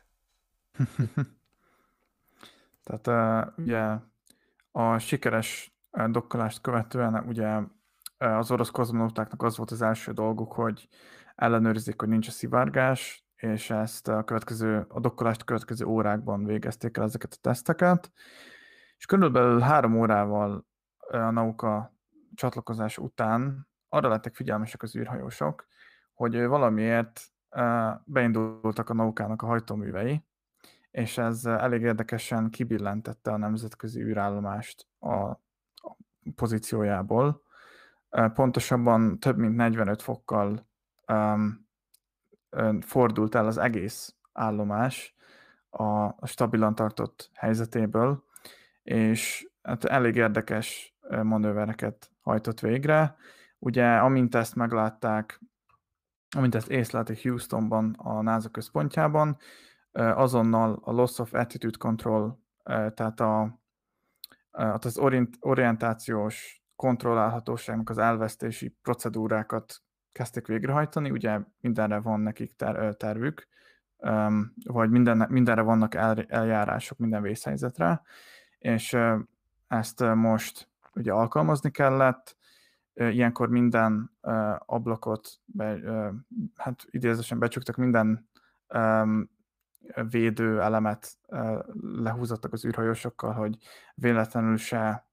Speaker 7: Tehát uh, ugye a sikeres dokkolást követően ugye az orosz kozmonautáknak az volt az első dolguk, hogy ellenőrizik, hogy nincs a szivárgás, és ezt a, következő, a dokkolást a következő órákban végezték el ezeket a teszteket. És körülbelül három órával a Nauka csatlakozás után arra lettek figyelmesek az űrhajósok, hogy valamiért beindultak a Naukának a hajtóművei, és ez elég érdekesen kibillentette a nemzetközi űrállomást a pozíciójából. Pontosabban több mint negyvenöt fokkal um, fordult el az egész állomás a stabilan tartott helyzetéből, és hát elég érdekes manővereket hajtott végre. Ugye, amint ezt meglátták, amint ezt észlelték Houstonban, a NASA központjában, azonnal a Loss of Attitude Control, tehát a, az orientációs kontrollálhatóságnak az elvesztési procedúrákat kezdték végrehajtani. Ugye mindenre van nekik ter- tervük, vagy minden, mindenre vannak el- eljárások minden vészhelyzetre, és ezt most ugye alkalmazni kellett. Ilyenkor minden ablakot, be, hát idézősen becsuktak, minden védő elemet lehúzottak az űrhajósokkal, hogy véletlenül se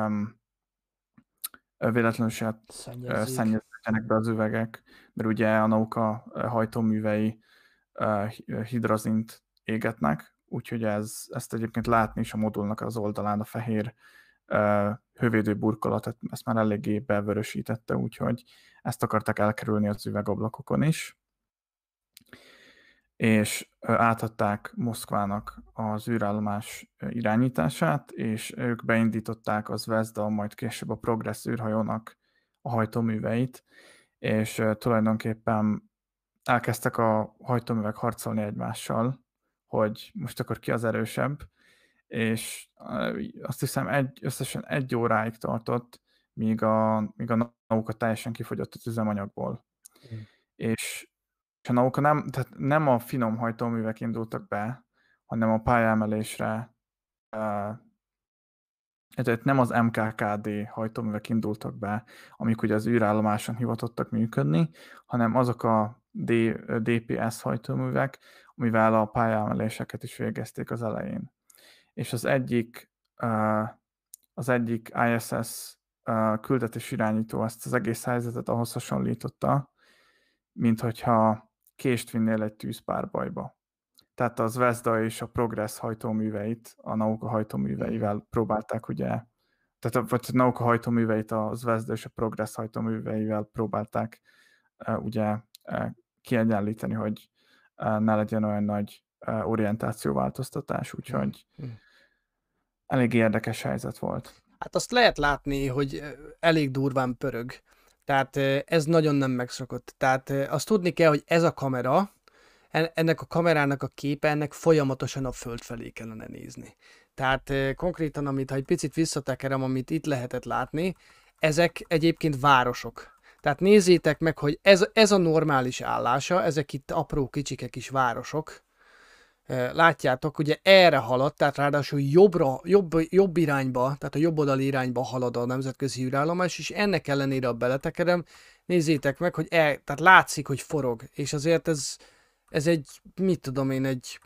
Speaker 7: véletlenül se szennyeződjenek be az üvegek, mert ugye a Nauka hajtóművei hidrazint égetnek, úgyhogy ez, ezt egyébként látni is a modulnak az oldalán a fehér uh, hővédő burkolat, ezt már eléggé bevörösítette, úgyhogy ezt akarták elkerülni az üvegablakokon is. És uh, átadták Moszkvának az űrállomás irányítását, és ők beindították az Zvezda, majd később a Progress űrhajónak a hajtóműveit, és uh, tulajdonképpen elkezdtek a hajtóművek harcolni egymással, hogy most akkor ki az erősebb, és azt hiszem egy, összesen egy óráig tartott, míg a, míg a Nauka teljesen kifogyott az üzemanyagból. Mm. És, és a Nauka nem, tehát nem a finom hajtóművek indultak be, hanem a pályaemelésre, uh, tehát nem az em ká ká dé hajtóművek indultak be, amik ugye az űrállomáson hivatottak működni, hanem azok a dé pé es hajtóművek, amivel a pályaemeléseket is végezték az elején. És az egyik, az egyik i es es küldetés irányító ezt az egész helyzetet ahhoz hasonlította, mint hogyha kést vinnél egy tűzpárbajba. Tehát a Zvezda és a Progress hajtóműveit, a Nauka hajtóműveivel próbálták ugye, tehát a, vagy a Nauka hajtóműveit a Zvezda és a Progress hajtóműveivel próbálták uh, ugye uh, kiegyenlíteni, hogy uh, ne legyen olyan nagy uh, orientációváltoztatás, úgyhogy
Speaker 5: Mm.
Speaker 7: elég érdekes helyzet volt.
Speaker 5: Hát azt lehet látni, hogy elég durván pörög. Tehát ez nagyon nem megszokott. Tehát azt tudni kell, hogy ez a kamera, ennek a kamerának a képe, ennek folyamatosan a föld felé kellene nézni. Tehát konkrétan, amit ha egy picit visszatekerem, amit itt lehetett látni, ezek egyébként városok. Tehát nézzétek meg, hogy ez, ez a normális állása, ezek itt apró kicsike kis városok. Látjátok, ugye erre halad, tehát ráadásul jobbra, jobb, jobb irányba, tehát a jobb oldali irányba halad a nemzetközi űrállomás, és ennek ellenére a beletekerem, nézzétek meg, hogy el, tehát látszik, hogy forog, és azért ez, ez egy, mit tudom én, egy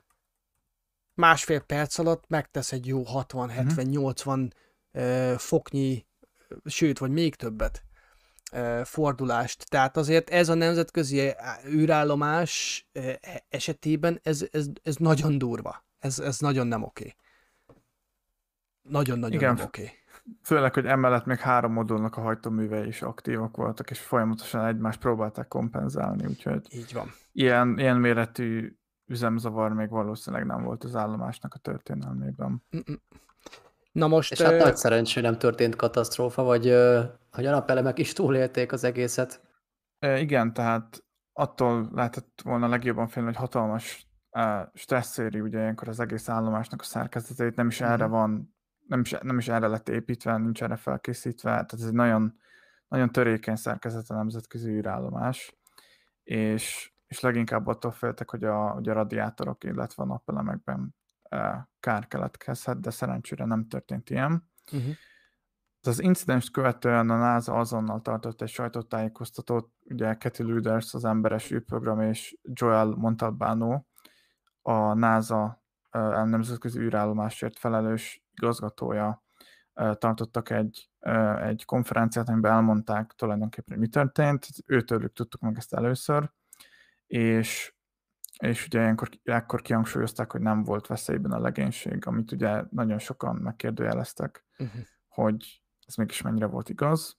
Speaker 5: másfél perc alatt megtesz egy jó hatvan hetven nyolcvan uh, foknyi, sőt, vagy még többet uh, fordulást. Tehát azért ez a nemzetközi űrállomás uh, esetében ez, ez, ez nagyon durva. Ez, ez nagyon nem oké. Nagyon-nagyon
Speaker 7: Igen,
Speaker 5: nem oké.
Speaker 7: főleg, hogy emellett még három modulnak a hajtóművei is aktívak voltak, és folyamatosan egymást próbálták kompenzálni, úgyhogy
Speaker 5: Így van.
Speaker 7: ilyen, ilyen méretű üzemzavar még valószínűleg nem volt az állomásnak a történelmében.
Speaker 5: Mm-mm. Na most...
Speaker 6: És hát
Speaker 5: uh,
Speaker 6: nagy szerencsé nem történt katasztrófa, vagy uh, hogy a napelemek is túlélték az egészet.
Speaker 7: E, igen, tehát attól lehetett volna legjobban félni, hogy hatalmas uh, stresszéri ugye ilyenkor az egész állomásnak a szerkezetét, nem is
Speaker 5: Mhm.
Speaker 7: erre van, nem is, nem is erre lett építve, nincs erre felkészítve, tehát ez egy nagyon, nagyon törékeny szerkezet a nemzetközi űrállomás, és, és leginkább attól féltek, hogy a, hogy a radiátorok, illetve a napelemekben uh, kár keletkezhet, de szerencsére nem történt ilyen.
Speaker 5: uh-huh.
Speaker 7: Az incidens követően a NASA azonnal tartott egy sajtótájékoztatót, ugye Kathy Luders, az emberes űrprogram, és Joel Montalbano, a NASA uh, nemzetközi űrállomásért felelős igazgatója uh, tartottak egy, uh, egy konferenciát, amiben elmondták tulajdonképpen, hogy mi történt. Őtőlük tudtuk meg ezt először, és, és ugye ilyenkor, ilyenkor kihangsúlyozták, hogy nem volt veszélyben a legénység, amit ugye nagyon sokan megkérdőjeleztek,
Speaker 5: Uh-huh.
Speaker 7: hogy ez mégis mennyire volt igaz.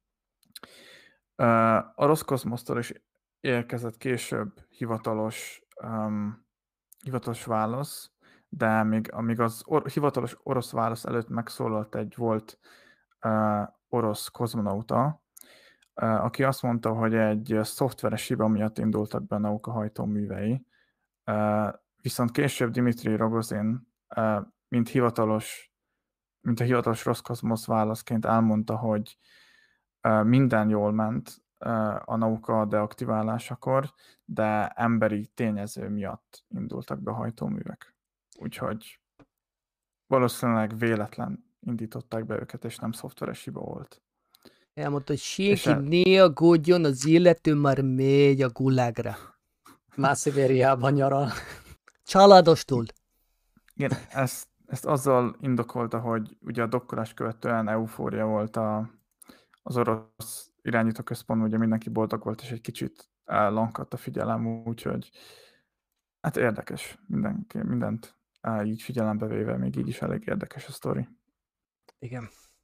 Speaker 7: Uh, a Roszkoszmosztól is érkezett később hivatalos, um, hivatalos válasz, de még, amíg az or- hivatalos orosz válasz előtt megszólalt egy volt uh, orosz kozmonauta, uh, aki azt mondta, hogy egy szoftveres hiba miatt indultak be a Nauka hajtóművei. Uh, viszont később Dmitri Rogozin, uh, mint hivatalos mint a hivatalos Roszkoszmosz válaszként elmondta, hogy uh, minden jól ment uh, a Nauka deaktiválásakor, de emberi tényező miatt indultak be hajtóművek. Úgyhogy valószínűleg véletlen indították be őket, és nem szoftveres hiba volt.
Speaker 5: Elmondta, hogy
Speaker 7: És
Speaker 5: senki
Speaker 7: el-
Speaker 5: ne aggódjon, az illető már megy a gulágra.
Speaker 6: Már Szibériában nyaral.
Speaker 5: Családostól.
Speaker 7: Igen, ezt, ezt azzal indokolta, hogy ugye a dokkolás követően eufória volt a, az orosz irányítóközpontban, ugye mindenki boldog volt, és egy kicsit lankadt a figyelem, úgyhogy hát érdekes, mindenki, mindent á, így figyelembe véve, még így is elég érdekes a sztori.
Speaker 5: Igen.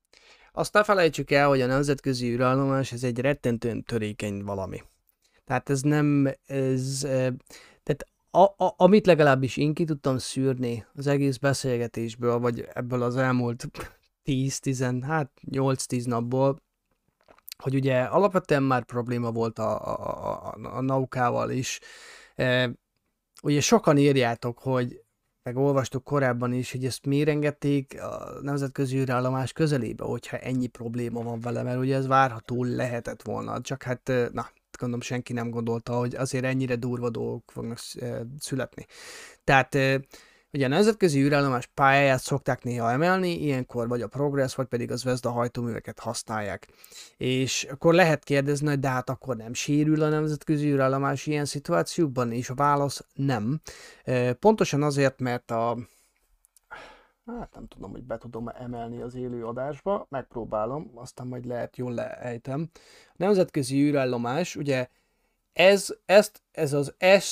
Speaker 5: Azt ne felejtsük el, hogy a nemzetközi űrállomás ez egy rettentően törékeny valami. Tehát ez nem, ez, eh, tehát a, a, amit legalábbis én ki tudtam szűrni az egész beszélgetésből, vagy ebből az elmúlt tíz-tíz, hát nyolc-tíz napból, hogy ugye alapvetően már probléma volt a, a, a, a naukával is. E, ugye sokan írjátok, hogy meg olvastuk korábban is, hogy ezt miért engedték a nemzetközi űrállomás közelébe, hogyha ennyi probléma van vele, mert ugye ez várható lehetett volna, csak hát, na, gondolom senki nem gondolta, hogy azért ennyire durva dolgok fognak születni. Tehát ugye a nemzetközi űrállomás pályáját szokták néha emelni, ilyenkor vagy a Progress, vagy pedig az Zvezda hajtóműveket használják. És akkor lehet kérdezni, hogy de hát akkor nem sérül a nemzetközi űrállomás ilyen szituációkban? És a válasz nem. Pontosan azért, mert a... Hát nem tudom, hogy be tudom emelni az élő adásba, megpróbálom, aztán majd lehet jól leejtem. A nemzetközi űrállomás ugye ez, ezt, ez az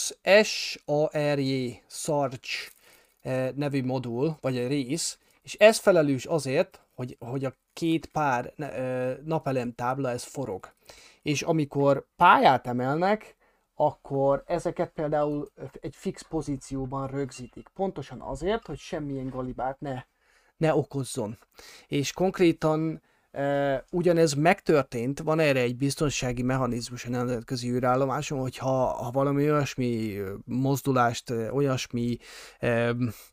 Speaker 5: S A R J Sarge nevű modul, vagy egy rész, és ez felelős azért, hogy, hogy a két pár napelemtábla ez forog. És amikor pályát emelnek, akkor ezeket például egy fix pozícióban rögzítik. Pontosan azért, hogy semmilyen galibát ne, ne okozzon. És konkrétan Uh, ugyanez megtörtént, van erre egy biztonsági mechanizmus a nemzetközi űrállomáson, hogyha ha valami olyasmi mozdulást, olyasmi uh,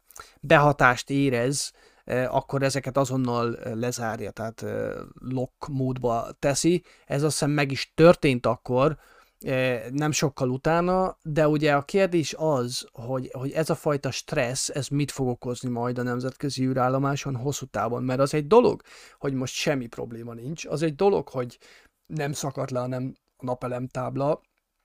Speaker 5: behatást érez, uh, akkor ezeket azonnal lezárja, tehát uh, lock módba teszi. Ez azt hiszem meg is történt akkor, nem sokkal utána, de ugye a kérdés az, hogy, hogy ez a fajta stressz, ez mit fog okozni majd a nemzetközi űrállomáson hosszú távon, mert az egy dolog, hogy most semmi probléma nincs, az egy dolog, hogy nem szakadt le a, nem, a napelemtábla,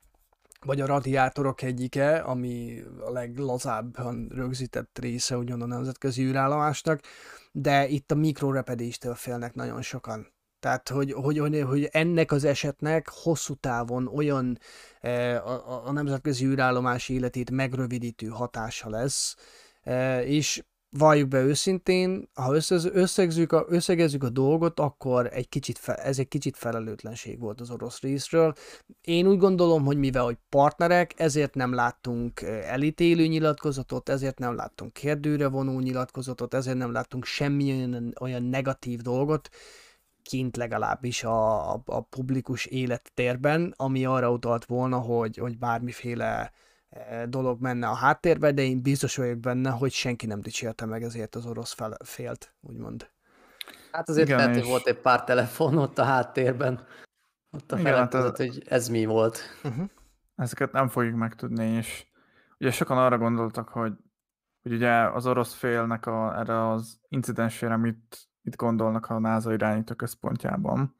Speaker 5: vagy a radiátorok egyike, ami a leglazábban rögzített része ugyan a nemzetközi űrállomásnak, de itt a mikrorepedéstől félnek nagyon sokan. Tehát, hogy, hogy, hogy, hogy ennek az esetnek hosszú távon olyan e, a, a nemzetközi űrállomás életét megrövidítő hatása lesz, e, és valljuk be őszintén, ha összegezzük a, összegezzük a dolgot, akkor egy kicsit fe, ez egy kicsit felelőtlenség volt az orosz részről. Én úgy gondolom, hogy mivel hogy partnerek, ezért nem láttunk elítélő nyilatkozatot, ezért nem láttunk kérdőre vonó nyilatkozatot, ezért nem láttunk semmilyen olyan negatív dolgot, kint legalábbis a, a, a publikus élettérben, ami arra utalt volna, hogy, hogy bármiféle dolog menne a háttérbe, de én biztos vagyok benne, hogy senki nem dicsérte meg ezért az orosz fel, félt, úgymond.
Speaker 6: Hát azért
Speaker 7: Igen,
Speaker 6: lehet, hogy
Speaker 7: és...
Speaker 6: volt egy pár telefon ott a háttérben, ott a felett között, hogy ez mi volt.
Speaker 5: Uh-huh.
Speaker 7: Ezeket nem fogjuk megtudni, és ugye sokan arra gondoltak, hogy, hogy ugye az orosz félnek a, erre az incidensére mit, mit gondolnak a NASA irányító központjában.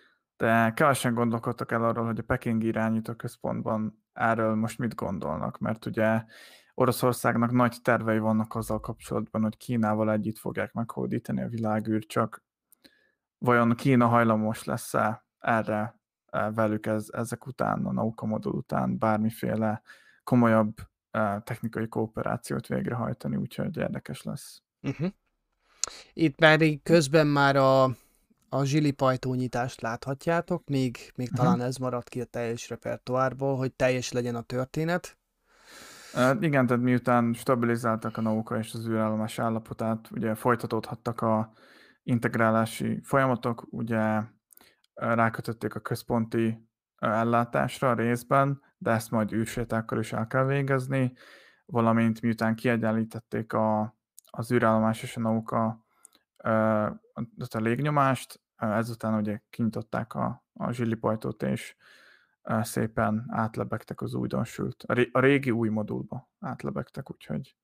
Speaker 7: De kevesen gondolkodtak el arról, hogy a pekingi irányító központban erről most mit gondolnak, mert ugye Oroszországnak nagy tervei vannak azzal kapcsolatban, hogy Kínával együtt fogják meghódítani a világűrt, csak vajon Kína hajlamos lesz-e erre velük ez, ezek után, a Nauka modul után bármiféle komolyabb technikai kooperációt végrehajtani, úgyhogy érdekes lesz.
Speaker 5: Uh-huh. Itt már közben már a, a zsilipajtónyitást láthatjátok, még, még uh-huh. talán ez maradt ki a teljes repertoárból, hogy teljes legyen a történet.
Speaker 7: Uh, igen, tehát miután stabilizáltak a Nauka és az űrállomás állapotát, ugye folytatódhattak a integrálási folyamatok, ugye rákötötték a központi ellátásra részben, de ezt majd űrsétákkal is el kell végezni, valamint miután kiegyenlítették a, az űrállomás és a Nauka a légnyomást, ezután ugye kinyitották a, a zsillipajtót, és szépen átlebegtek az újdonsült, a, ré, a régi új modulba átlebegtek, úgyhogy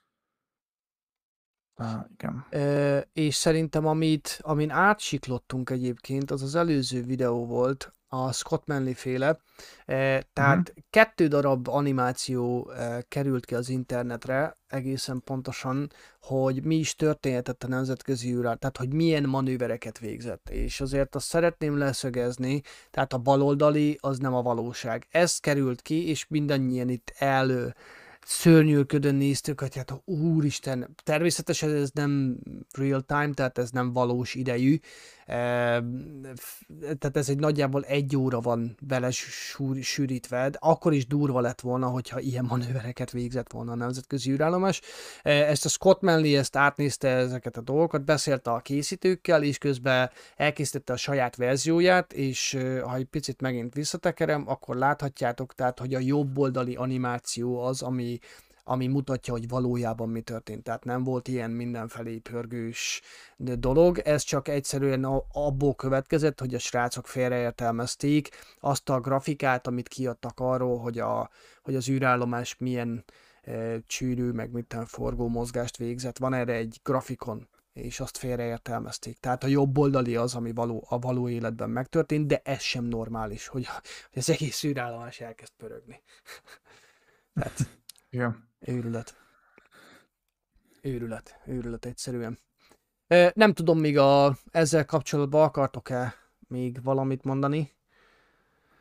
Speaker 7: Uh, igen.
Speaker 5: Ö, és szerintem amit, amin átsiklottunk egyébként, az az előző videó volt, a Scott Manley féle, e, tehát uh-huh. kettő darab animáció e, került ki az internetre, egészen pontosan, hogy mi is történhetett a nemzetközi űrrel, tehát hogy milyen manővereket végzett, és azért azt szeretném leszögezni, tehát a baloldali az nem a valóság. Ez került ki, és mindannyian itt elő szörnyűködön néztük, hogy hát úristen, természetesen ez nem real time, tehát ez nem valós idejű, e, tehát ez egy nagyjából egy óra van vele sűrítve, de akkor is durva lett volna, hogyha ilyen manővereket végzett volna a nemzetközi űrállomás. E, ezt a Scott Manley ezt átnézte ezeket a dolgokat, beszélte a készítőkkel, és közben elkészítette a saját verzióját, és ha egy picit megint visszatekerem, akkor láthatjátok, tehát, hogy a jobb oldali animáció az, ami ami mutatja, hogy valójában mi történt. Tehát nem volt ilyen mindenfelé pörgős dolog, ez csak egyszerűen abból következett, hogy a srácok félreértelmezték azt a grafikát, amit kiadtak arról, hogy, a, hogy az űrállomás milyen e, csűrű, meg minden forgó mozgást végzett. Van erre egy grafikon, és azt félreértelmezték. Tehát a jobb oldali az, ami való, a való életben megtörtént, de ez sem normális, hogy, hogy az egész űrállomás elkezd pörögni. Tehát...
Speaker 7: Igen.
Speaker 5: Őrület. Őrület. Őrület egyszerűen. E, nem tudom, még a, ezzel kapcsolatban akartok-e még valamit mondani?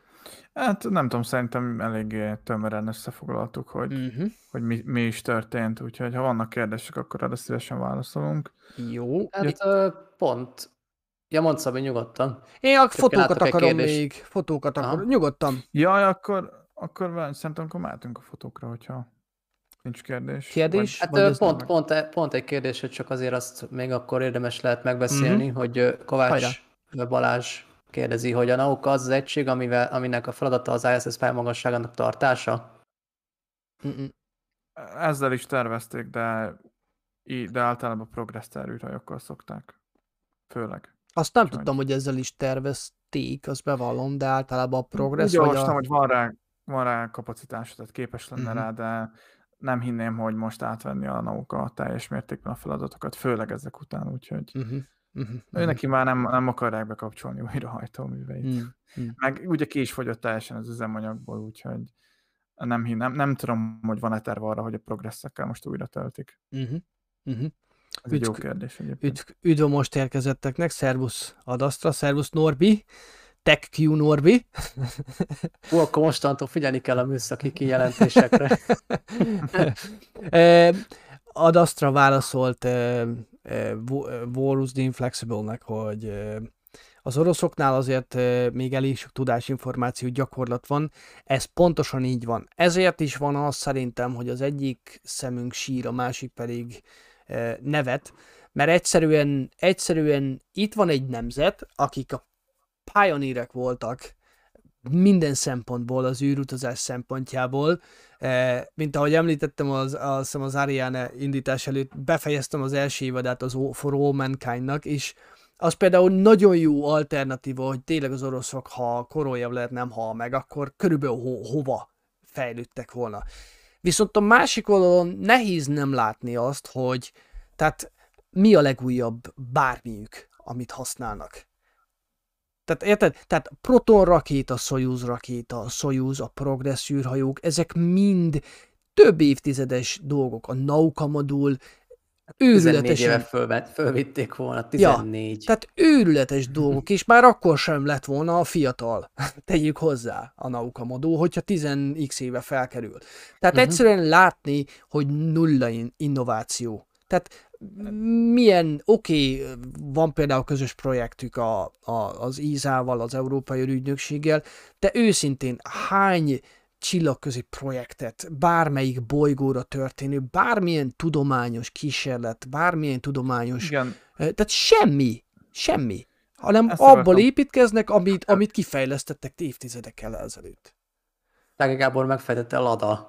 Speaker 7: Hát nem tudom, szerintem eléggé tömören összefoglaltuk, hogy,
Speaker 5: Uh-huh.
Speaker 7: hogy mi, mi is történt, úgyhogy ha vannak kérdések, akkor arra szívesen válaszolunk.
Speaker 5: Jó.
Speaker 6: Hát
Speaker 7: Ja.
Speaker 6: ö, pont. Ja, mondd Szabi, nyugodtan.
Speaker 5: Én a
Speaker 6: Csak
Speaker 5: fotókat
Speaker 6: látok egy
Speaker 5: akarom
Speaker 6: kérdést.
Speaker 5: még. Fotókat
Speaker 6: Aha.
Speaker 5: akarom. Nyugodtan.
Speaker 7: Jaj, akkor, akkor várj, szerintem akkor mehetünk a fotókra, hogyha nincs kérdés.
Speaker 5: Kérdés?
Speaker 7: Vagy...
Speaker 6: Hát
Speaker 5: Vagy
Speaker 6: ö,
Speaker 5: ez
Speaker 6: pont,
Speaker 7: meg-
Speaker 6: pont, e- pont egy kérdés, hogy csak azért azt még akkor érdemes lehet megbeszélni,
Speaker 5: Mhm.
Speaker 6: hogy ö, Kovács
Speaker 5: Hajrá.
Speaker 6: Balázs kérdezi, hogy a nauka az az egység, amivel, aminek a feladata az I S S pályamagasságának tartása.
Speaker 5: Uh-uh.
Speaker 7: Ezzel is tervezték, de, í- de általában progresszter űrhajókkal szokták. Főleg.
Speaker 5: Azt nem
Speaker 7: Úgyhogy-
Speaker 5: tudtam, hogy ezzel is tervezték, azt bevallom, de általában a progress
Speaker 7: Úgy
Speaker 5: vagy
Speaker 7: olvastam,
Speaker 5: a...
Speaker 7: hogy van rá, van rá kapacitás, tehát képes lenne
Speaker 5: Mhm.
Speaker 7: rá, de nem hinném, hogy most átvenni a nauka teljes mértékben a feladatokat, főleg ezek után, úgyhogy
Speaker 5: Uh-huh. Uh-huh.
Speaker 7: ő neki már nem, nem akarják bekapcsolni újra a hajtóműveit.
Speaker 5: Uh-huh. Uh-huh.
Speaker 7: Meg ugye ki is fogyott teljesen az üzemanyagból, úgyhogy nem, hin- nem, nem tudom, hogy van-e terve arra, hogy a progresszekkel most újra töltik.
Speaker 5: Uh-huh. Uh-huh.
Speaker 7: Ez egy jó
Speaker 5: Üdv-
Speaker 7: kérdés egyébként.
Speaker 5: Üdv, üdv a most érkezetteknek, szervusz Adasztra, szervusz Norbi, TechQ Norbi.
Speaker 6: Hú, akkor mostantól figyelni kell a műszaki kijelentésekre.
Speaker 5: Eh, Adasztra válaszolt eh, eh, Wo- Warus the Inflexible-nek, hogy eh, az oroszoknál azért eh, még elég sok tudásinformáció gyakorlat van, ez pontosan így van. Ezért is van az szerintem, hogy az egyik szemünk sír, a másik pedig eh, nevet, mert egyszerűen, egyszerűen itt van egy nemzet, akik a pioneerek voltak minden szempontból, az űrutazás szempontjából. Eh, mint ahogy említettem az, azt hiszem az Ariane indítás előtt, befejeztem az első évadát az O- For All Mankind-nak, és az például nagyon jó alternatíva, hogy tényleg az oroszok, ha Korolyev lehet nem hal meg, akkor körülbelül ho- hova fejlődtek volna. Viszont a másik oldalon nehéz nem látni azt, hogy tehát mi a legújabb bármiük, amit használnak. Tehát érted? Tehát Proton rakéta, Soyuz rakéta, Soyuz, a Progress űrhajók, ezek mind több évtizedes dolgok. A Nauka modul
Speaker 6: tizennégy éve
Speaker 5: őrületesen...
Speaker 6: fölvett, fölvitték volna, tizennégy.
Speaker 5: Tehát őrületes dolgok, és már akkor sem lett volna a fiatal, tegyük hozzá a Nauka modul, hogyha tíz x éve felkerül. Tehát
Speaker 6: Mhm.
Speaker 5: egyszerűen látni, hogy nulla in- innováció. Tehát milyen, oké, okay, van például közös projektük a, a, az í es á-val, az Európai Ürügynökséggel, de őszintén hány csillagközi projektet, bármelyik bolygóra történő, bármilyen tudományos kísérlet, bármilyen tudományos...
Speaker 7: Igen,
Speaker 5: Tehát semmi, semmi. Hanem
Speaker 7: Ezt
Speaker 5: abból
Speaker 7: akartam.
Speaker 5: építkeznek, amit, amit kifejlesztettek évtizedekkel ezelőtt.
Speaker 6: Tági Gábor megfejtette a Lada.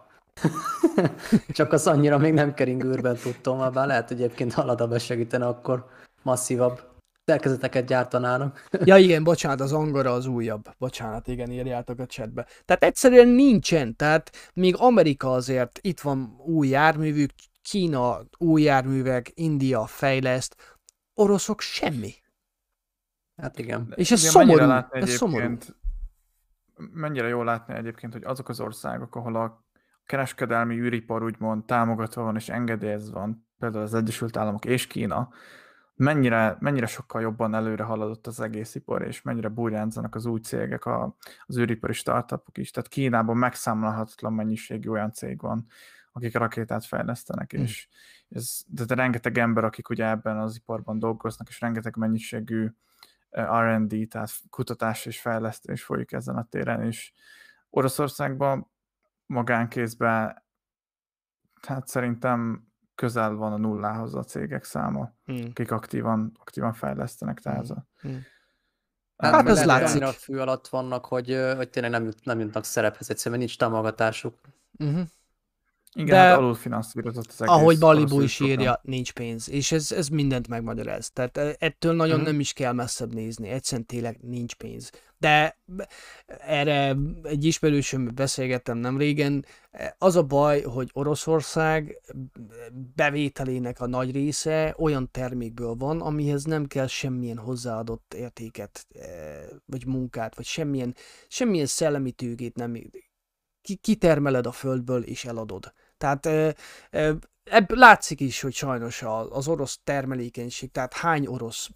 Speaker 6: Csak az annyira még nem kering űrben tudtom, bár lehet, hogy egyébként a Lada besegítene, akkor masszívabb szerkezeteket gyártanának.
Speaker 5: Ja igen, bocsánat, az Angara az újabb. Bocsánat, igen, írjátok a chatbe. Tehát egyszerűen nincsen, tehát még Amerika azért, itt van új járművük, Kína új járművek, India fejleszt, oroszok semmi.
Speaker 6: Hát igen.
Speaker 5: És ez
Speaker 7: ugye
Speaker 5: szomorú,
Speaker 7: mennyire látni
Speaker 5: ez szomorú.
Speaker 7: egyébként- Mennyire jól látni egyébként, hogy azok az országok, ahol a kereskedelmi űripar úgymond támogatva van és engedélyezve van, például az Egyesült Államok és Kína, mennyire, mennyire sokkal jobban előre haladott az egész ipar, és mennyire burjánzanak az új cégek, a, az űripari startupok is. Tehát Kínában megszámolhatatlan mennyiségű olyan cég van, akik rakétát fejlesztenek,
Speaker 5: Mm.
Speaker 7: és ez, de, de rengeteg ember, akik ugye ebben az iparban dolgoznak, és rengeteg mennyiségű er and dé, tehát kutatás és fejlesztés folyik ezen a téren, és Oroszországban magánkézben hát szerintem közel van a nullához a cégek száma,
Speaker 5: Hmm.
Speaker 7: akik aktívan, aktívan fejlesztenek, tehát
Speaker 5: Mm.
Speaker 7: ez a...
Speaker 5: Mm.
Speaker 6: Hát,
Speaker 5: Hát ez
Speaker 6: lehet,
Speaker 5: látszik.
Speaker 6: annyira a fű alatt vannak, hogy, hogy tényleg nem, jut, nem jutnak szerephez, egyszerűen nincs támogatásuk.
Speaker 5: Uh-huh.
Speaker 7: Igen,
Speaker 5: De-
Speaker 7: hát alulfinanszírozott az egész.
Speaker 5: Ahogy Balibu
Speaker 7: orosz
Speaker 5: is
Speaker 7: űrprogram.
Speaker 5: írja, nincs pénz. És ez, ez mindent megmagyaráz. Tehát eh, ettől nagyon
Speaker 6: Mhm.
Speaker 5: nem is kell messzebb nézni. Egyszerűen tényleg nincs pénz. De b- erre egy ismerősöm beszélgettem nem régen. Az a baj, hogy Oroszország bevételének a nagy része olyan termékből van, amihez nem kell semmilyen hozzáadott értéket, eh, vagy munkát, vagy semmilyen, semmilyen szellemi tőkét nem ki- kitermeled a földből és eladod. Tehát e, e, ebből látszik is, hogy sajnos a- az orosz termelékenység, tehát hány orosz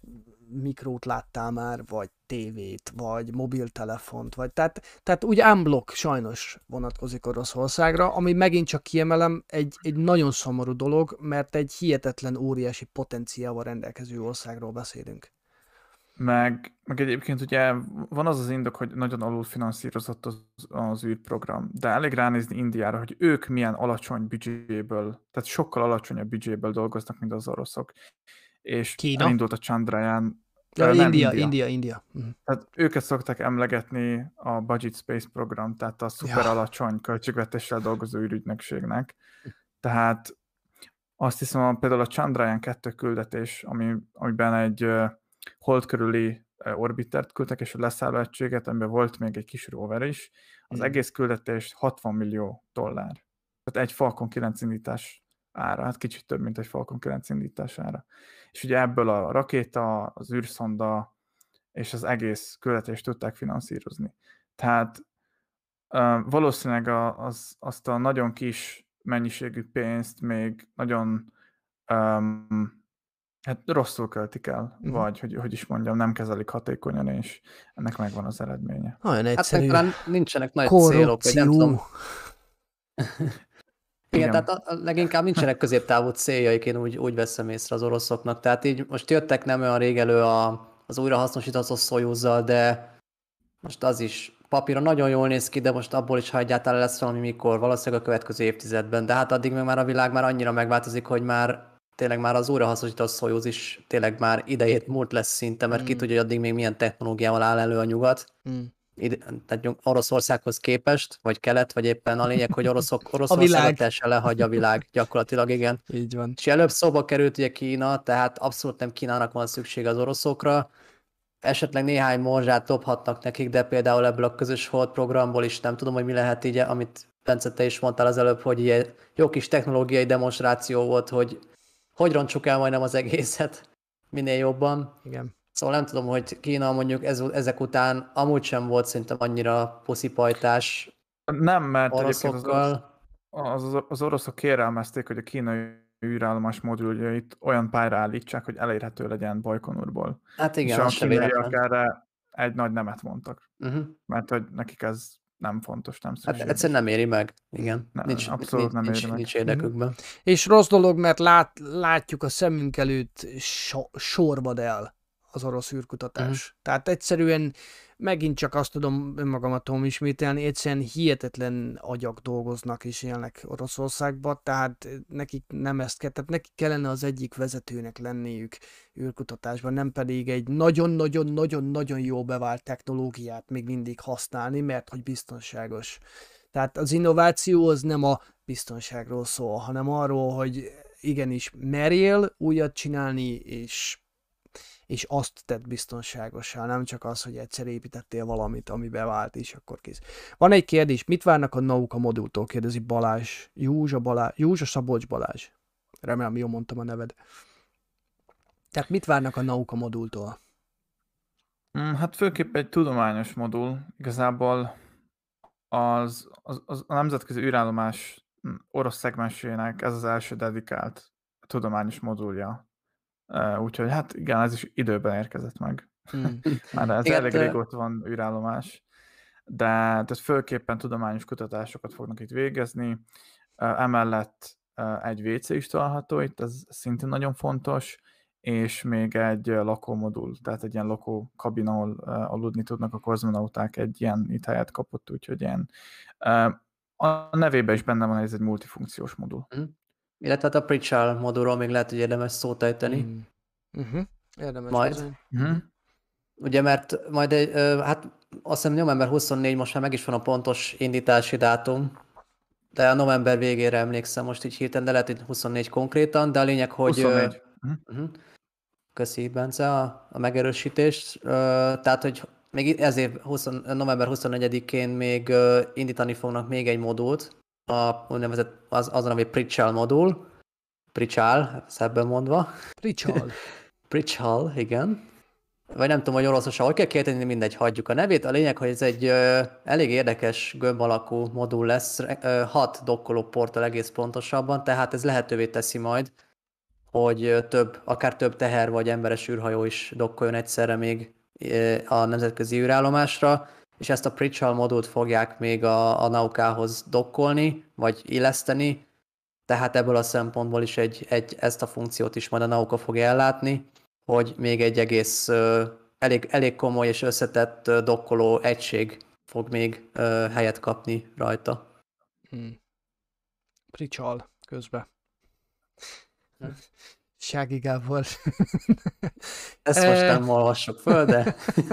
Speaker 5: mikrót láttál már, vagy tévét, vagy mobiltelefont, vagy tehát, tehát úgy unblock sajnos vonatkozik Oroszországra, ami megint csak kiemelem, egy, egy nagyon szomorú dolog, mert egy hihetetlen óriási potenciával rendelkező országról beszélünk.
Speaker 7: Meg, meg egyébként ugye van az az indok, hogy nagyon alul finanszírozott az, az űrprogram, de elég ránézni Indiára, hogy ők milyen alacsony büdzséből, tehát sokkal alacsonyabb büdzséből dolgoznak, mint az oroszok. És
Speaker 5: Kína?
Speaker 7: elindult a Chandrayaan.
Speaker 5: Ja,
Speaker 7: nem,
Speaker 5: India, India, India. India. Uh-huh.
Speaker 7: Tehát őket szokták emlegetni a Budget Space program, tehát a szuper
Speaker 5: Ja.
Speaker 7: alacsony költségvetéssel dolgozó űrügynökségnek. Tehát azt hiszem, például a Chandrayaan kettő küldetés, ami, amiben egy uh, hold körüli uh, orbitert küldtek, és a leszálló egységet, amiben volt még egy kis rover is, az mm. egész küldetés hatvan millió dollár. Tehát egy Falcon kilenc indítás ára, hát kicsit több, mint egy Falcon kilenc indítás ára. És ugye ebből a rakéta, az űrszonda és az egész küldetést tudták finanszírozni. Tehát uh, valószínűleg a, az, azt a nagyon kis mennyiségű pénzt még nagyon um, hát rosszul költik el, uh-huh. vagy hogy, hogy is mondjam, nem kezelik hatékonyan, és ennek megvan az eredménye.
Speaker 5: Olyan egyszerű.
Speaker 6: Hát nincsenek nagy
Speaker 5: korrupció.
Speaker 6: célok, vagy nem tudom. Igen,
Speaker 7: Igen.
Speaker 6: tehát a, a, leginkább nincsenek középtávú céljaik, én úgy, úgy veszem észre az oroszoknak. Tehát így most jöttek nem olyan rég elő a, az újrahasznosítható Szojúzzal, de most az is papíron nagyon jól néz ki, de most abból is, ha egyáltalán lesz valami mikor, valószínűleg a következő évtizedben. De hát addig meg már a világ már annyira megváltozik, hogy már tényleg már az újrahasznosítható Szojúz is tényleg már idejét múlt lesz szinte, mert mm. ki tudja, hogy addig még milyen technológiával áll elő a nyugat. Mm. Ide, tehát Oroszországhoz képest, vagy kelet, vagy éppen a lényeg, hogy oroszok, Oroszországot teljesen lehagyja a világ, gyakorlatilag igen.
Speaker 5: Így van.
Speaker 6: És előbb szóba került ugye Kína, tehát abszolút nem Kínának van szüksége az oroszokra. Esetleg néhány morzsát dobhatnak nekik, de például ebből a közös hold programból is nem tudom, hogy mi lehet így, amit Bence, te is mondtál az előbb, hogy ilyen jó kis technológiai demonstráció volt, hogy hogy roncsuk el majdnem az egészet minél jobban.
Speaker 5: Igen.
Speaker 6: Szóval nem tudom, hogy Kína mondjuk ez, ezek után amúgy sem volt szerintem annyira puszipajtás
Speaker 7: Nem, mert
Speaker 6: oroszokkal.
Speaker 7: Az, az, az oroszok kérelmezték, hogy a kínai űrállomás moduljait olyan pályára állítsák, hogy elérhető legyen Bajkonurból.
Speaker 6: Hát igen,
Speaker 7: és
Speaker 6: az
Speaker 7: a
Speaker 6: sem
Speaker 7: kínaiak
Speaker 6: véletlen.
Speaker 7: erre egy nagy nemet mondtak.
Speaker 6: Uh-huh.
Speaker 7: Mert hogy nekik ez nem fontos, nem szükséges.
Speaker 6: Hát egyszerűen nem éri meg. Igen.
Speaker 7: Ne,
Speaker 6: nincs,
Speaker 7: abszolút nem
Speaker 6: nincs,
Speaker 7: éri meg.
Speaker 6: nincs érdekükben.
Speaker 5: Mm. És rossz dolog, mert lát, látjuk a szemünk előtt so, sorvad el az orosz űrkutatás. Uh-huh. Tehát egyszerűen megint csak azt tudom önmagamat tudom ismételni, egyszerűen hihetetlen agyak dolgoznak és élnek Oroszországban, tehát nekik nem ezt kell, tehát nekik kellene az egyik vezetőnek lenniük űrkutatásban, nem pedig egy nagyon-nagyon-nagyon-nagyon jó bevált technológiát még mindig használni, mert hogy biztonságos. Tehát az innováció az nem a biztonságról szól, hanem arról, hogy igenis merjél újat csinálni, és és azt tett biztonságossá, nem csak az, hogy egyszer építettél valamit, ami bevált, és akkor kész. Van egy kérdés, mit várnak a Nauka modultól, kérdezi Balázs. Józsa Balázs, Józsa Szabolcs Balázs. Remélem, jól mondtam a neved. Tehát mit várnak a Nauka modultól?
Speaker 7: Hát főképp egy tudományos modul. Igazából az, az, az a nemzetközi űrállomás orosz szegmensének ez az első dedikált tudományos modulja. Uh, úgyhogy hát igen, ez is időben érkezett meg. Mm. Már ez elég régóta van űrállomás, de tehát főképpen tudományos kutatásokat fognak itt végezni. Uh, emellett uh, egy vé cé is található itt, ez szintén nagyon fontos, és még egy lakómodul, tehát egy ilyen lakó kabin, ahol uh, aludni tudnak a kozmonauták, egy ilyen itt helyet kapott, úgyhogy ilyen. Uh, a nevében is benne van, hogy ez egy multifunkciós modul.
Speaker 6: Mm. Illetve a Pritchard modulról még lehet, hogy érdemes szót ejteni.
Speaker 5: Mm. Uh-huh. Érdemes
Speaker 6: majd.
Speaker 7: Uh-huh.
Speaker 6: Ugye, mert majd egy, hát azt hiszem november huszonnégy, most már meg is van a pontos indítási dátum, de a november végére emlékszem most így hirtelen, de lehet, hogy huszonnégy konkrétan, de a lényeg, hogy...
Speaker 7: huszonnégy.
Speaker 6: Uh-huh. Köszi, Bence, a, a megerősítést. Uh, tehát, hogy még ez év húsz, november huszonnegyedikén még uh, indítani fognak még egy modult, a úgynevezett az, azon, ami Pritchard modul. Pritchard, szebben mondva.
Speaker 5: Pritchard.
Speaker 6: Pritchard, igen. Vagy nem tudom, hogy oroszosan, hogy kell kérteni, mindegy, hagyjuk a nevét. A lényeg, hogy ez egy ö, elég érdekes gömb alakú modul lesz, ö, hat dokkoló porttal egész pontosabban, tehát ez lehetővé teszi majd, hogy több, akár több teher vagy emberes űrhajó is dokkoljon egyszerre még a nemzetközi űrállomásra, és ezt a Pritchard modult fogják még a, a Naukához dokkolni, vagy illeszteni, tehát ebből a szempontból is egy, egy, ezt a funkciót is majd a Nauka fogja ellátni, hogy még egy egész elég, elég komoly és összetett dokkoló egység fog még helyet kapni rajta.
Speaker 5: Hmm. Pricsal közben. Sági Gábor.
Speaker 6: Ezt most nem olvassuk föl, de...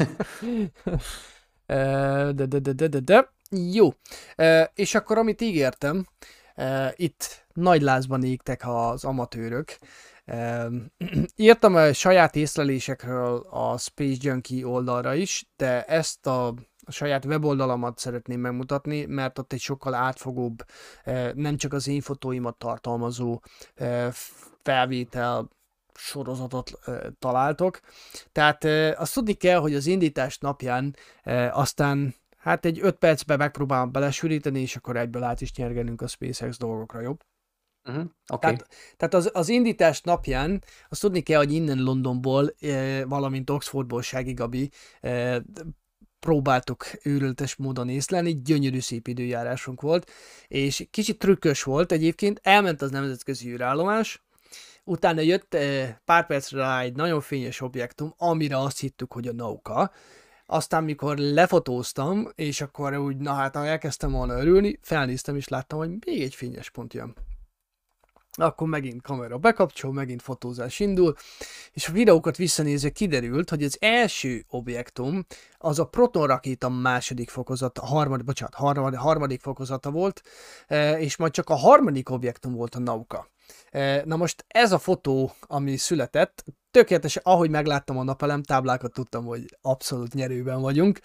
Speaker 5: de, de, de, de, de, de. Jó. És akkor, amit ígértem, itt nagy lázban égtek az amatőrök. Írtam a saját észlelésekről a Space Junkie oldalra is, de ezt a a saját weboldalamat szeretném megmutatni, mert ott egy sokkal átfogóbb, nem csak az én fotóimat tartalmazó felvétel sorozatot találtok. Tehát azt tudni kell, hogy az indítás napján aztán hát egy öt percben megpróbálom belesűríteni, és akkor egyből át is nyergenünk a SpaceX dolgokra, jobb?
Speaker 6: Uh-huh. Okay.
Speaker 5: Tehát, tehát az, az indítás napján azt tudni kell, hogy innen Londonból, valamint Oxfordból Sági Gabi próbáltuk őrültes módon észlelni, gyönyörű szép időjárásunk volt, és kicsit trükkös volt egyébként, elment az nemzetközi űrállomás, utána jött pár percre rá egy nagyon fényes objektum, amire azt hittük, hogy a Nauka, aztán mikor lefotóztam, és akkor úgy, na hát elkezdtem volna örülni, felnéztem és láttam, hogy még egy fényes pont jön. Akkor megint kamera bekapcsol, megint fotózás indul, és a videókat visszanézve kiderült, hogy az első objektum az a Proton rakéta második fokozata, harmadik, bocsánat, harmadik, harmadik fokozata volt, és majd csak a harmadik objektum volt a Nauka. Na most ez a fotó, ami született, tökéletes, ahogy megláttam a napelem táblákat, tudtam, hogy abszolút nyerőben vagyunk.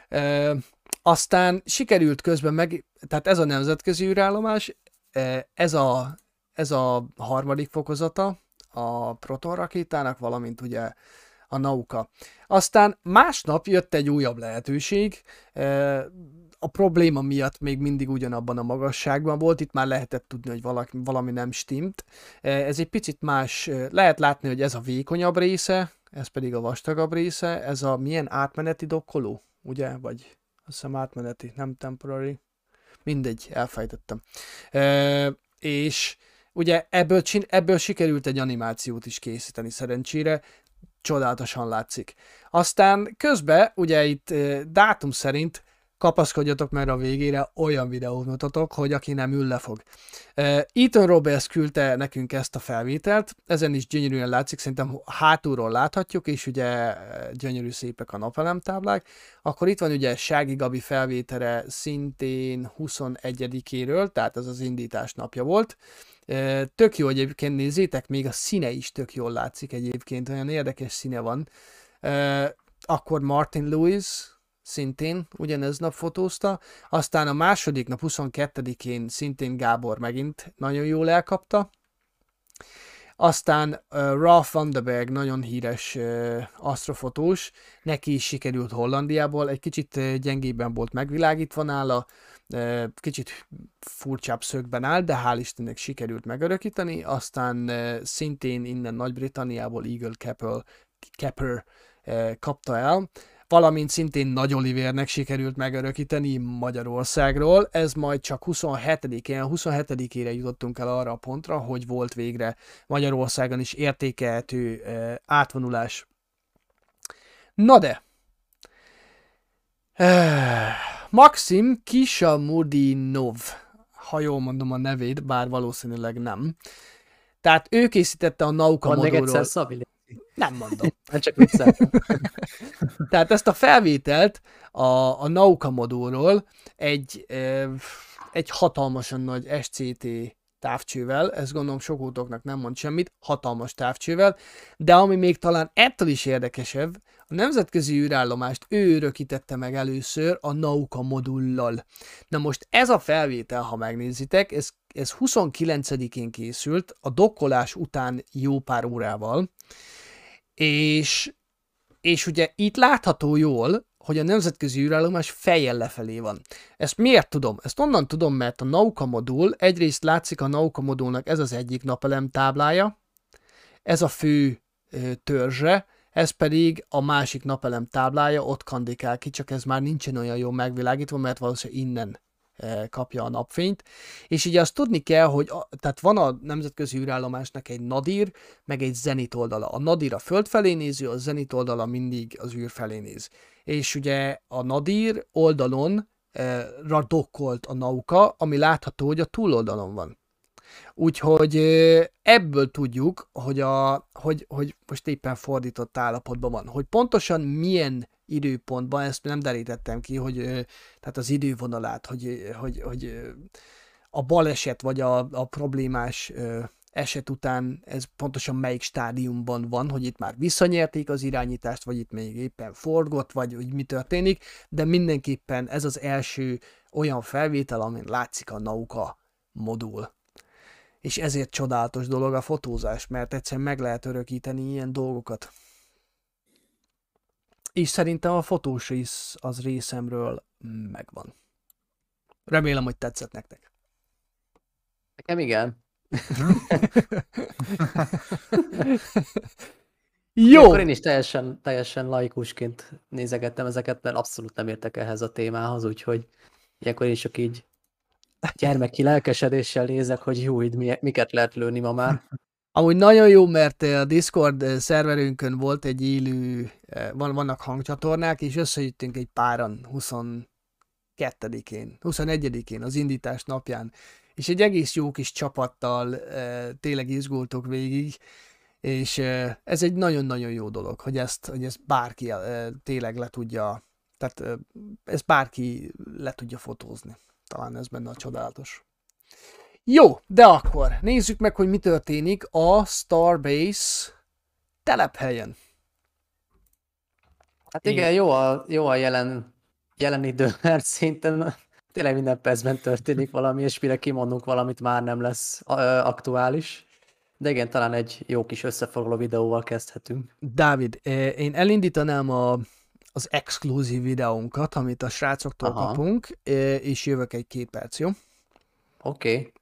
Speaker 5: Aztán sikerült közben meg, tehát ez a nemzetközi űrállomás, ez a Ez a harmadik fokozata a Proton rakétának, valamint ugye a Nauka. Aztán másnap jött egy újabb lehetőség, a probléma miatt még mindig ugyanabban a magasságban volt, itt már lehetett tudni, hogy valaki, valami nem stimmt. Ez egy picit más, lehet látni, hogy ez a vékonyabb része, ez pedig a vastagabb része, ez a milyen átmeneti dokkoló, ugye? Vagy azt hiszem átmeneti, nem temporary. Mindegy, elfejtettem. És ugye ebből, ebből sikerült egy animációt is készíteni szerencsére, csodálatosan látszik. Aztán közben, ugye itt e, dátum szerint kapaszkodjatok már a végére, olyan videót mutatok, hogy aki nem ül, lefog. E, Ethan Roberts küldte nekünk ezt a felvételt, ezen is gyönyörűen látszik, szerintem hátulról láthatjuk, és ugye gyönyörű szépek a napelemtáblák. Akkor itt van ugye Sági Gabi felvétele szintén huszonegyedikéről, tehát ez az indítás napja volt. Tök jó egyébként, nézzétek, még a színe is tök jól látszik egyébként, olyan érdekes színe van. Akkor Martin Lewis szintén ugyanez nap fotózta, aztán a második nap huszonkettedikén szintén Gábor megint nagyon jól elkapta. Aztán uh, Ralph Vandenberg, nagyon híres uh, asztrofotós, neki is sikerült Hollandiából, egy kicsit uh, gyengébben volt megvilágítva nála, uh, kicsit furcsább szögben áll, de hál' Istennek sikerült megörökíteni, aztán uh, szintén innen Nagy-Britanniából Eagle Capel, Capper uh, kapta el, valamint szintén Nagy Olivernek sikerült megörökíteni Magyarországról. Ez majd csak huszonhetedikén, huszonhetedikére jutottunk el arra a pontra, hogy volt végre Magyarországon is értékelhető eh, átvonulás. Na de, eh, Maxim Kishamudinov, ha jól mondom a nevét, bár valószínűleg nem. Tehát ő készítette a Nauka
Speaker 6: modulról.
Speaker 5: modulról.
Speaker 6: Még egyszer, Szabi?
Speaker 5: Nem mondom.
Speaker 6: Nem csak vicceltem.
Speaker 5: Tehát ezt a felvételt a, a Nauka modulról egy, egy hatalmasan nagy es cé té távcsővel, ezt gondolom sokótoknak nem mond semmit, hatalmas távcsővel, de ami még talán ettől is érdekesebb, a nemzetközi űrállomást ő örökítette meg először a Nauka modullal. Na most ez a felvétel, ha megnézitek, ez, ez huszonkilencedikén készült, a dokkolás után jó pár órával, és, és ugye itt látható jól, hogy a nemzetközi űrállomás fejjel lefelé van. Ezt miért tudom? Ezt onnan tudom, mert a Nauka modul, egyrészt látszik a Nauka modulnak ez az egyik napelem táblája, ez a fő ö, törzse, ez pedig a másik napelem táblája, ott kandikál ki, csak ez már nincsen olyan jól megvilágítva, mert valószínűleg innen ö, kapja a napfényt. És ugye azt tudni kell, hogy a, tehát van a nemzetközi űrállomásnak egy nadír, meg egy zenit oldala. A nadír a föld felé néző, a zenit oldala mindig az űr felé néz. És ugye a nadír oldalon ra dokkolt a Nauka, ami látható, hogy a túloldalon van. Úgyhogy ebből tudjuk, hogy, a, hogy, hogy most éppen fordított állapotban van. Hogy pontosan milyen időpontban, ezt nem derítettem ki, hogy tehát az idővonalát, hogy, hogy, hogy a baleset vagy a, a problémás eset után ez pontosan melyik stádiumban van, hogy itt már visszanyerték az irányítást, vagy itt még éppen forgott, vagy hogy mi történik, de mindenképpen ez az első olyan felvétel, amin látszik a Nauka modul. És ezért csodálatos dolog a fotózás, mert egyszerűen meg lehet örökíteni ilyen dolgokat. És szerintem a fotós rész az részemről megvan. Remélem, hogy tetszett nektek.
Speaker 6: Nekem igen.
Speaker 5: Jó!
Speaker 6: Akkor én is teljesen, teljesen laikusként nézegettem ezeket, mert abszolút nem értek ehhez a témához, úgyhogy ilyenkor én is csak így gyermeki lelkesedéssel nézek, hogy jó, így miket lehet lőni ma már.
Speaker 5: Amúgy nagyon jó, mert a Discord szerverünkön volt egy élő, van, vannak hangcsatornák, és összejöttünk egy páran huszonkettedikén, huszonegyedikén az indítás napján, és egy egész jó kis csapattal tényleg izgultok végig, és ez egy nagyon-nagyon jó dolog, hogy ezt, hogy ezt bárki tényleg le tudja, tehát ezt bárki le tudja fotózni. Talán ez benne a csodálatos. Jó, de akkor nézzük meg, hogy mi történik a Starbase telephelyen.
Speaker 6: Hát igen, jó a, jó a jelen, jelen idő, mert szinte tényleg minden percben történik valami, és mire kimondunk valamit, már nem lesz aktuális. De igen, talán egy jó kis összefoglaló videóval kezdhetünk.
Speaker 5: Dávid, én elindítanám a, az exkluzív videónkat, amit a srácoktól Aha. kapunk, és jövök egy két perc, jó?
Speaker 6: Oké. Okay.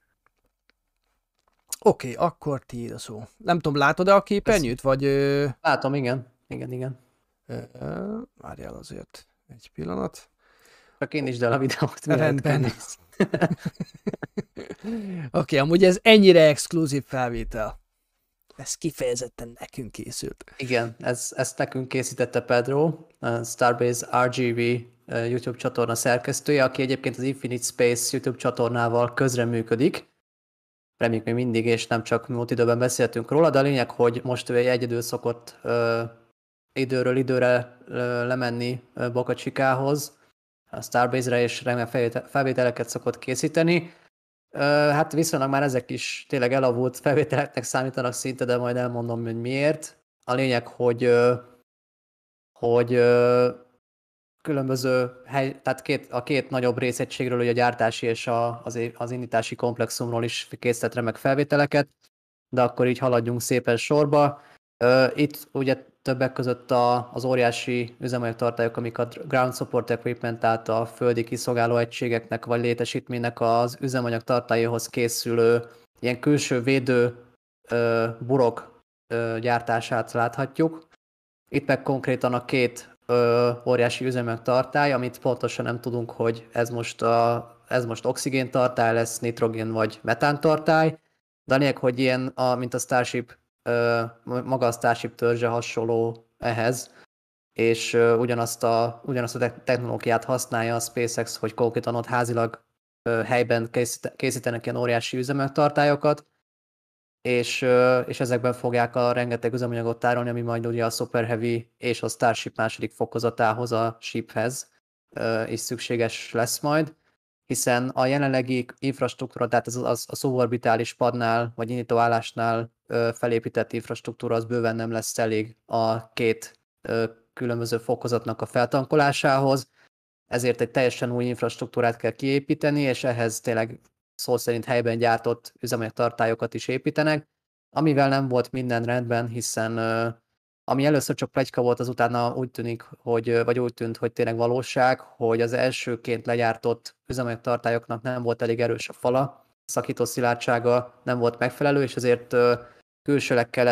Speaker 5: Oké, okay, akkor tiéd a szó. Nem tudom, látod-e a képernyőt, vagy...
Speaker 6: Látom, igen. Igen, igen.
Speaker 5: Várjál azért egy pillanat.
Speaker 6: Csak én is el a videót.
Speaker 5: Rendben. Oké, okay, amúgy ez ennyire exkluzív felvétel. Ez kifejezetten nekünk készült.
Speaker 6: Igen, ez, ezt nekünk készítette Pedro, a Starbase er gé vé YouTube csatorna szerkesztője, aki egyébként az Infinite Space YouTube csatornával közreműködik. Reméljük még mindig, és nem csak múlt időben beszéltünk róla, de a lényeg, hogy most ő egy egyedül szokott ö, időről időre ö, lemenni ö, Boca Chicához, a Starbase-re, és remélem felvételeket szokott készíteni. Ö, hát viszonylag már ezek is tényleg elavult felvételeknek számítanak szinte, de majd elmondom, hogy miért. A lényeg, hogy, ö, hogy ö, különböző hely, tehát két, a két nagyobb részegységről, ugye a gyártási és a, az, az indítási komplexumról is készített remek felvételeket, de akkor így haladjunk szépen sorba. Itt ugye többek között a, az óriási üzemanyagtartályok, amik a Ground Support Equipment, tehát a földi kiszolgáló egységeknek vagy létesítménynek az üzemanyagtartályhoz készülő ilyen külső védő burok gyártását láthatjuk. Itt meg konkrétan a két Ö, óriási üzemanyagtartály, amit pontosan nem tudunk, hogy ez most, a, ez most oxigéntartály lesz, nitrogén vagy metántartály, de a lényeg, hogy ilyen, a, mint a Starship, ö, maga a Starship törzse hasonló ehhez, és ö, ugyanazt, a, ugyanazt a technológiát használja a SpaceX, hogy konkrétan ott házilag ö, helyben készít, készítenek ilyen óriási üzemanyagtartályokat, És, és ezekben fogják a rengeteg üzemanyagot tárolni, ami majd ugye a Super Heavy és a Starship második fokozatához, a Shiphez is szükséges lesz majd, hiszen a jelenlegi infrastruktúra, tehát az, az a szuborbitális padnál vagy indítóállásnál felépített infrastruktúra az bőven nem lesz elég a két különböző fokozatnak a feltankolásához, ezért egy teljesen új infrastruktúrát kell kiépíteni, és ehhez tényleg szó szerint helyben gyártott üzemanyagtartályokat is építenek, amivel nem volt minden rendben, hiszen uh, ami először csak pletyka volt, az utána úgy tűnik, hogy, vagy úgy tűnt, hogy tényleg valóság, hogy az elsőként legyártott üzemanyagtartályoknak nem volt elég erős a fala, a szakító szilárdsága nem volt megfelelő, és ezért uh, külsőleg kellett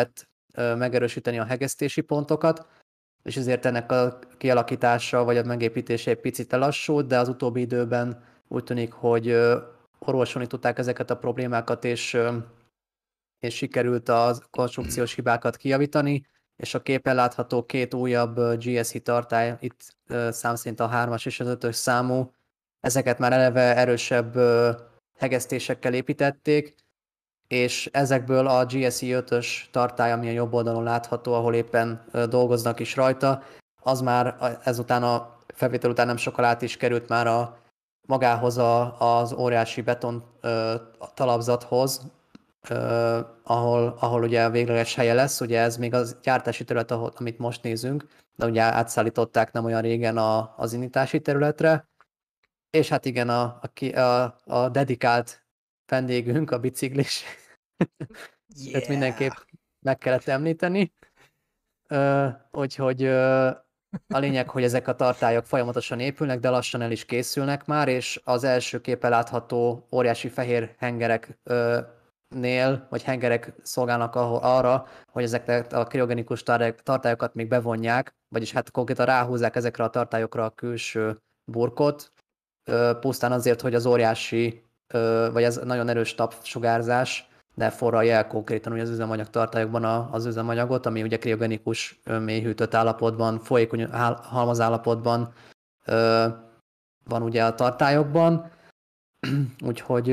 Speaker 6: megerősíteni a hegesztési pontokat, és ezért ennek a kialakítása vagy a megépítése egy picit lelassult, de az utóbbi időben úgy tűnik, hogy orvosolni tudták ezeket a problémákat, és, és sikerült a konstrukciós hibákat kijavítani, és a képen látható két újabb gé es i tartály, itt szám szerint a hármas és az ötös számú, ezeket már eleve erősebb hegesztésekkel építették, és ezekből a gé es i ötös tartály, ami a jobb oldalon látható, ahol éppen dolgoznak is rajta, az már ezután a felvétel után nem sokkal át is került már a magához a, az óriási beton ö, talapzathoz, ö, ahol, ahol ugye a végleges helye lesz, ugye ez még az gyártási terület, ahol, amit most nézünk, de ugye átszállították nem olyan régen a, az indítási területre, és hát igen, a, a, a, a dedikált vendégünk, a biciklis, yeah. Ezt mindenképp meg kellett említeni, ö, úgyhogy ö, a lényeg, hogy ezek a tartályok folyamatosan épülnek, de lassan el is készülnek már, és az első képen látható óriási fehér hengereknél, vagy hengerek szolgálnak arra, hogy ezeket a kriogenikus tartályokat még bevonják, vagyis hát konkrétan ráhúzzák ezekre a tartályokra a külső burkot, pusztán azért, hogy az óriási, vagy ez nagyon erős napsugárzás ne forralja el konkrétan ugye az üzemanyag tartályokban az üzemanyagot, ami ugye kriogenikus mélyhűtött állapotban, folyékony halmaz állapotban van ugye a tartályokban. Úgyhogy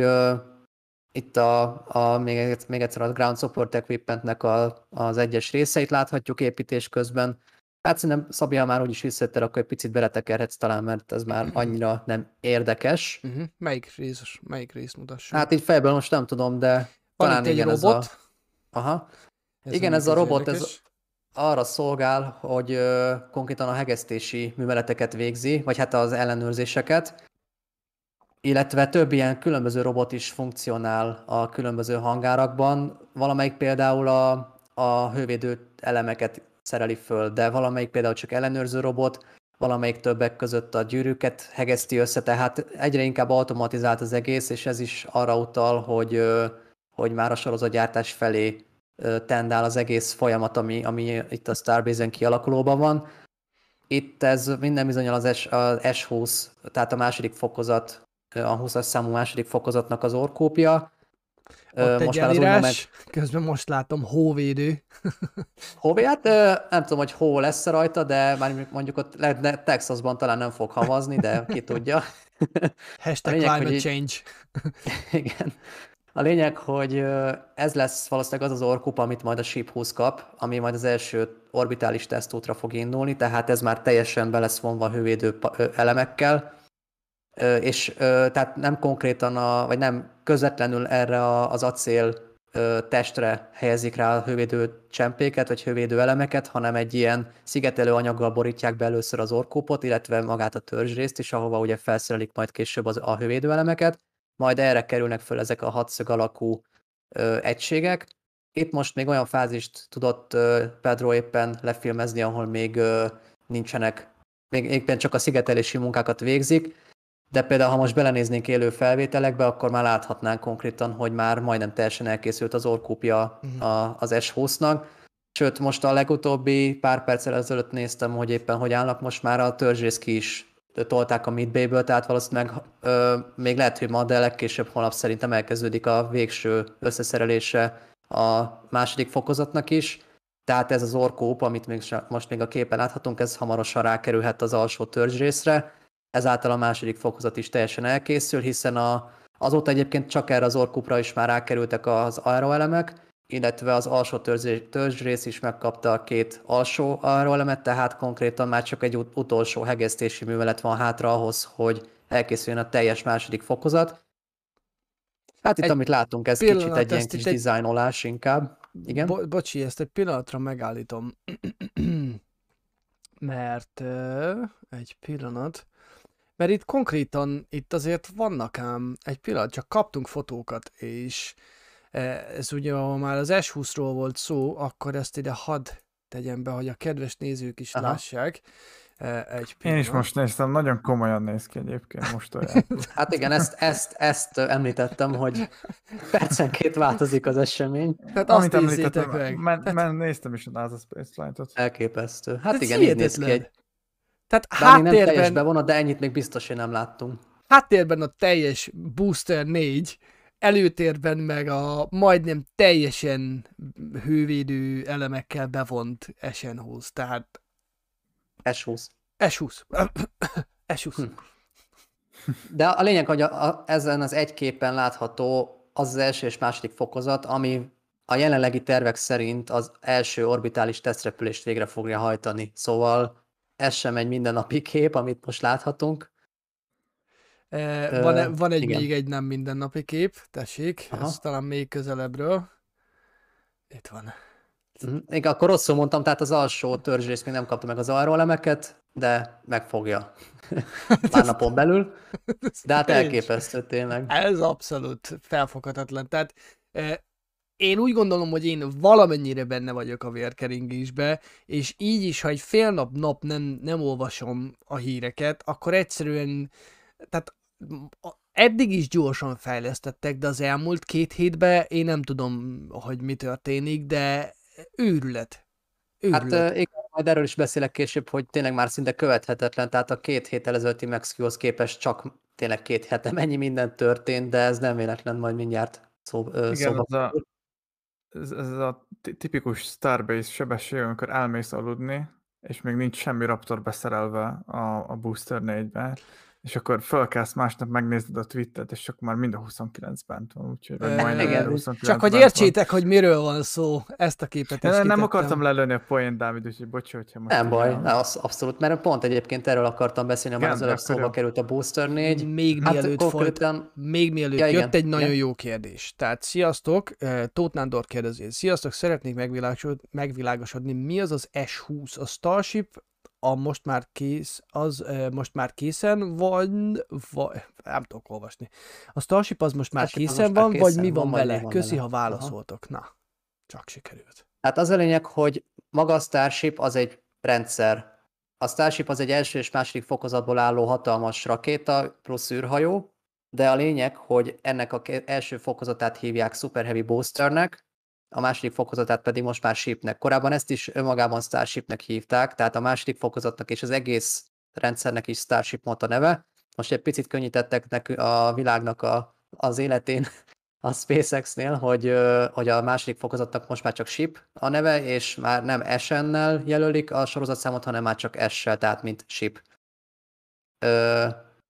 Speaker 6: itt a, a még, még egyszer a Ground Support Equipmentnek a, az egyes részeit láthatjuk építés közben. Hát szerintem Szabi, ha már úgyis visszajöttél, akkor egy picit beletekerhetsz talán, mert ez már annyira nem érdekes.
Speaker 5: Uh-huh. Melyik rész, melyik rész mutassuk?
Speaker 6: Hát így fejből most nem tudom, de
Speaker 5: van
Speaker 6: talán
Speaker 5: itt egy
Speaker 6: igen,
Speaker 5: robot.
Speaker 6: Ez a... Aha.
Speaker 5: Ez
Speaker 6: igen, ez a robot
Speaker 5: érdekes.
Speaker 6: ez arra szolgál, hogy ö, konkrétan a hegesztési műveleteket végzi, vagy hát az ellenőrzéseket, illetve több ilyen különböző robot is funkcionál a különböző hangárakban. Valamelyik például a, a hővédő elemeket szereli föl, de valamelyik például csak ellenőrző robot, valamelyik többek között a gyűrűket hegeszti össze, tehát egyre inkább automatizált az egész, és ez is arra utal, hogy, hogy már a sorozatgyártás felé tendál az egész folyamat, ami, ami itt a Starbase-en kialakulóban van. Itt ez minden bizonnyal az, S, az es húsz, tehát a második fokozat, a húszas számú második fokozatnak az orkópia.
Speaker 5: Ott most egy elírás, meg... közben most látom hóvédő.
Speaker 6: Hóvé, hát nem tudom, hogy hó lesz rajta, de már mondjuk ott Texasban talán nem fog havazni, de ki tudja.
Speaker 5: Hashtag lényeg, climate így... change.
Speaker 6: Igen. A lényeg, hogy ez lesz valószínűleg az az orkup, amit majd a Ship húsz kap, ami majd az első orbitális tesztútra fog indulni, tehát ez már teljesen be lesz vonva hővédő elemekkel, és tehát nem konkrétan, a, vagy nem közvetlenül erre az acél testre helyezik rá a hővédő csempéket, vagy hővédő elemeket, hanem egy ilyen szigetelő anyaggal borítják be először az orkópot, illetve magát a törzsrészt is, ahova ugye felszerelik majd később az, a hővédő elemeket, majd erre kerülnek föl ezek a hatszög alakú ö, egységek. Itt most még olyan fázist tudott ö, Pedro éppen lefilmezni, ahol még ö, nincsenek, még éppen csak a szigetelési munkákat végzik, de például, ha most belenéznénk élő felvételekbe, akkor már láthatnánk konkrétan, hogy már majdnem teljesen elkészült az orkúpja uh-huh. az es húsznak. Sőt, most a legutóbbi pár perccel ezelőtt néztem, hogy éppen hogy állnak, most már a törzsész ki is tolták a Midbay-ből, tehát valószínűleg ö, még lehet, hogy ma, de legkésőbb holnap szerintem elkezdődik a végső összeszerelése a második fokozatnak is. Tehát ez az orkúp, amit még, most még a képen láthatunk, ez hamarosan rákerülhet az alsó törzsrészre. Ezáltal a második fokozat is teljesen elkészül, hiszen a, azóta egyébként csak erre az orkúpra is már rákerültek az aeroelemek, illetve az alsó törzsrész is megkapta a két alsó aeroelemet, tehát konkrétan már csak egy ut- utolsó hegesztési művelet van hátra ahhoz, hogy elkészüljön a teljes második fokozat. Hát itt, egy amit látunk, ez pillanat, kicsit egy ilyen kis egy... dizájnolás inkább. Igen?
Speaker 5: Bo- bocsi, ezt egy pillanatra megállítom. Mert uh, egy pillanat... Mert itt konkrétan, itt azért vannak ám, egy pillanat, csak kaptunk fotókat, és ez ugye, ha már az es húszról volt szó, akkor ezt ide hadd tegyem be, hogy a kedves nézők is Aha. lássák. egy
Speaker 7: Én is
Speaker 5: pillanat.
Speaker 7: most néztem, nagyon komolyan néz ki egyébként, most olyan.
Speaker 6: Hát igen, ezt, ezt, ezt említettem, hogy percenként változik az esemény.
Speaker 5: Tehát
Speaker 7: Amit
Speaker 5: azt nézzétek
Speaker 7: említettem,
Speaker 5: meg.
Speaker 7: men,
Speaker 5: Tehát,
Speaker 7: men, néztem is a NASA Spaceflight-ot.
Speaker 6: Elképesztő. Hát
Speaker 5: tehát
Speaker 6: igen, így néz ki
Speaker 5: hihetetlen.
Speaker 6: egy...
Speaker 5: Tehát
Speaker 6: Bár még nem teljes
Speaker 5: háttérben,
Speaker 6: bevonat, de ennyit még biztos, hogy nem láttunk.
Speaker 5: háttérben a teljes Booster négy, előtérben meg a majdnem teljesen hővédő elemekkel bevont es en húsz, tehát
Speaker 6: es húsz.
Speaker 5: es húsz. es húsz.
Speaker 6: Hm. De a lényeg, hogy a, a, ezen az egy képen látható az az első és második fokozat, ami a jelenlegi tervek szerint az első orbitális tesztrepülést végre fogja hajtani. Szóval ez sem egy mindennapi kép, amit most láthatunk.
Speaker 5: Eh, van, e- van egy
Speaker 6: igen.
Speaker 5: még egy nem mindennapi kép, tessék,
Speaker 6: Aha.
Speaker 5: ez talán még közelebbről. Itt van.
Speaker 6: Mhm. Igen, akkor rosszul mondtam, tehát az alsó törzsrész még nem kapta meg az alrólemeket, de megfogja pár napon belül. De hát elképesztő tényleg.
Speaker 5: Ez abszolút felfoghatatlan. Tehát eh, én úgy gondolom, hogy én valamennyire benne vagyok a vérkeringésbe, és így is, ha egy fél nap nap nem, nem olvasom a híreket, akkor egyszerűen, tehát eddig is gyorsan fejlesztettek, de az elmúlt két hétben én nem tudom, hogy mi történik, de őrület. Őrület.
Speaker 6: Hát igen, majd erről is beszélek később, hogy tényleg már szinte követhetetlen, tehát a két héttel ezelőtti Max-Q-hoz képest csak tényleg két hete mennyi minden történt, de ez nem véletlen, majd mindjárt szó, ö,
Speaker 7: Igen,
Speaker 6: szóba.
Speaker 7: az a, ez, ez a tipikus Starbase sebesség, amikor elmész aludni, és még nincs semmi Raptor beszerelve a, a Booster négybe, és akkor fölkelsz másnap, megnézed a Twittert, és akkor már mind a huszonkilenc bent van, úgyhogy
Speaker 5: Ö,
Speaker 7: majdnem
Speaker 6: igen,
Speaker 7: mind a huszonkilenc
Speaker 5: Csak hogy
Speaker 7: bent van.
Speaker 5: értsétek, hogy miről van szó, ezt a képet is
Speaker 7: Nem, nem
Speaker 5: kitettem.
Speaker 7: akartam lelőni a poént, Dávid, úgyhogy bocs, hogyha most...
Speaker 6: Nem baj,
Speaker 7: ilyen-
Speaker 6: na, az abszolút, mert pont egyébként erről akartam beszélni, már
Speaker 7: Igen,
Speaker 6: az előbb
Speaker 7: akkor
Speaker 6: szóba
Speaker 7: jó.
Speaker 6: került a Booster négy.
Speaker 5: Még
Speaker 6: Hát
Speaker 5: mielőtt,
Speaker 6: konkrétan-
Speaker 5: folyt, még mielőtt
Speaker 6: Ja,
Speaker 5: jött
Speaker 6: igen,
Speaker 5: egy nagyon
Speaker 6: igen.
Speaker 5: jó kérdés. Tehát sziasztok, eh, Tóth Nándor kérdezi, sziasztok, szeretnék megvilágosod, megvilágosodni, mi az az es húsz? A Starship a most már kész, az eh, most már készen van, vagy nem tudok olvasni. A Starship az most már
Speaker 6: Starship az
Speaker 5: készen
Speaker 6: most már
Speaker 5: van, vagy
Speaker 6: készen
Speaker 5: mi
Speaker 6: van,
Speaker 5: van
Speaker 6: vagy mi
Speaker 5: vele?
Speaker 6: van
Speaker 5: Köszi,
Speaker 6: vele.
Speaker 5: ha
Speaker 6: Aha.
Speaker 5: válaszoltok. Na, csak sikerült.
Speaker 6: Hát az a lényeg, hogy maga a Starship az egy rendszer. A Starship az egy első és második fokozatból álló hatalmas rakéta plusz űrhajó, de a lényeg, hogy ennek a ké- első fokozatát hívják Super Heavy Boosternek, a második fokozatát pedig most már Shipnek. Korábban ezt is önmagában Starshipnek hívták, tehát a második fokozatnak és az egész rendszernek is Starship volt a neve. Most egy picit könnyítettek nekünk a világnak a, az életén a SpaceX-nél, hogy, ö, hogy a második fokozatnak most már csak Ship a neve, és már nem S N-nel jelölik a sorozatszámot, hanem már csak S-sel, tehát mint Ship. Ö,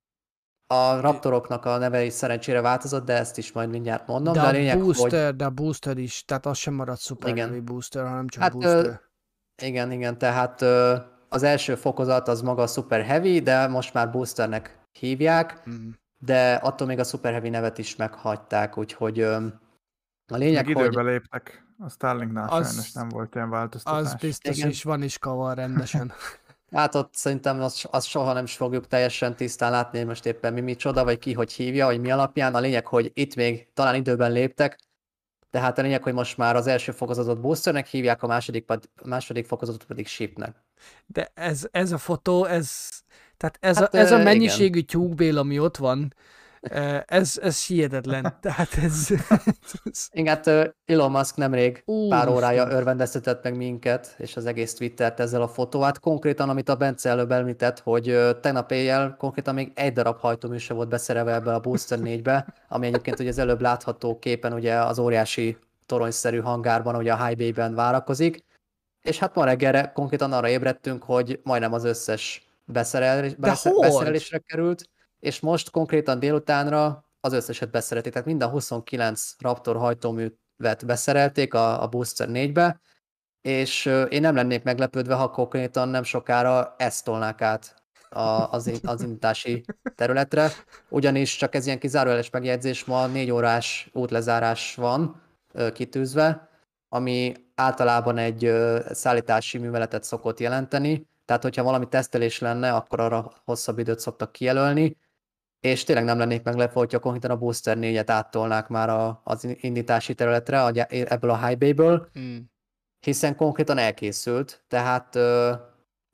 Speaker 6: a Raptoroknak a neve is szerencsére változott, de ezt is majd mindjárt mondom.
Speaker 5: De
Speaker 6: De,
Speaker 5: a,
Speaker 6: a lényeg,
Speaker 5: booster,
Speaker 6: hogy
Speaker 5: de a booster is, tehát az sem maradt Super
Speaker 6: Igen.
Speaker 5: Heavy Booster, hanem csak
Speaker 6: Hát,
Speaker 5: booster.
Speaker 6: ö, igen, igen, tehát ö, az első fokozat az maga a Super Heavy, de most már Boosternek hívják,
Speaker 5: Mm.
Speaker 6: de attól még a Super Heavy nevet is meghagyták, úgyhogy ö, a lényeg,
Speaker 7: Meg
Speaker 6: hogy...
Speaker 7: időbe léptek. A Starlinknál
Speaker 5: Az-
Speaker 7: sajnos nem volt ilyen változtatás.
Speaker 5: Az biztos
Speaker 6: Igen.
Speaker 5: is van is kavar rendesen.
Speaker 6: Hát ott szerintem azt, azt soha nem is fogjuk teljesen tisztán látni, hogy most éppen mi micsoda, vagy ki hogy hívja, vagy mi alapján. A lényeg, hogy itt még talán időben léptek, tehát a lényeg, hogy most már az első fokozatot Boosternek hívják, a második, pad- a második fokozatot pedig Shipnek.
Speaker 5: De ez, ez a fotó, ez, tehát ez,
Speaker 6: Hát,
Speaker 5: a, ez
Speaker 6: ö,
Speaker 5: a
Speaker 6: igen.
Speaker 5: mennyiségű tyúkbél, ami ott van, eh, ez, ez hihetetlen. Tehát ez... ez
Speaker 6: Igen, hát ö, Elon Musk nemrég
Speaker 5: Ú,
Speaker 6: pár órája
Speaker 5: Isten.
Speaker 6: örvendeztetett meg minket, és az egész Twittert ezzel a fotóval. Konkrétan, amit a Bence előbb említett, hogy ö, tegnap éjjel konkrétan még egy darab hajtómű se volt beszerelve ebbe a Booster négybe, ami egyébként ugye az előbb látható képen ugye az óriási toronyszerű hangárban, ugye a High Bay-ben várakozik. És hát ma reggelre konkrétan arra ébredtünk, hogy majdnem az összes beszerelés, besze-
Speaker 5: hogy?
Speaker 6: beszerelésre került, és most konkrétan délutánra az összeset beszerelték, tehát mind a huszonkilenc Raptor hajtóművet beszerelték a, a Booster négybe, és ö, én nem lennék meglepődve, ha konkrétan nem sokára ezt tolnák át a, az, in- az indítási területre, ugyanis csak ez ilyen kizárójeles megjegyzés, ma négy órás útlezárás van ö, kitűzve, ami általában egy ö, szállítási műveletet szokott jelenteni, tehát hogyha valami tesztelés lenne, akkor arra hosszabb időt szoktak kijelölni, és tényleg nem lennék meglepve, hogyha konkrétan a Booster négyet áttolnák már a, az indítási területre, a gyá- ebből a High Bay-ből,
Speaker 5: Mm.
Speaker 6: hiszen konkrétan elkészült, tehát ö,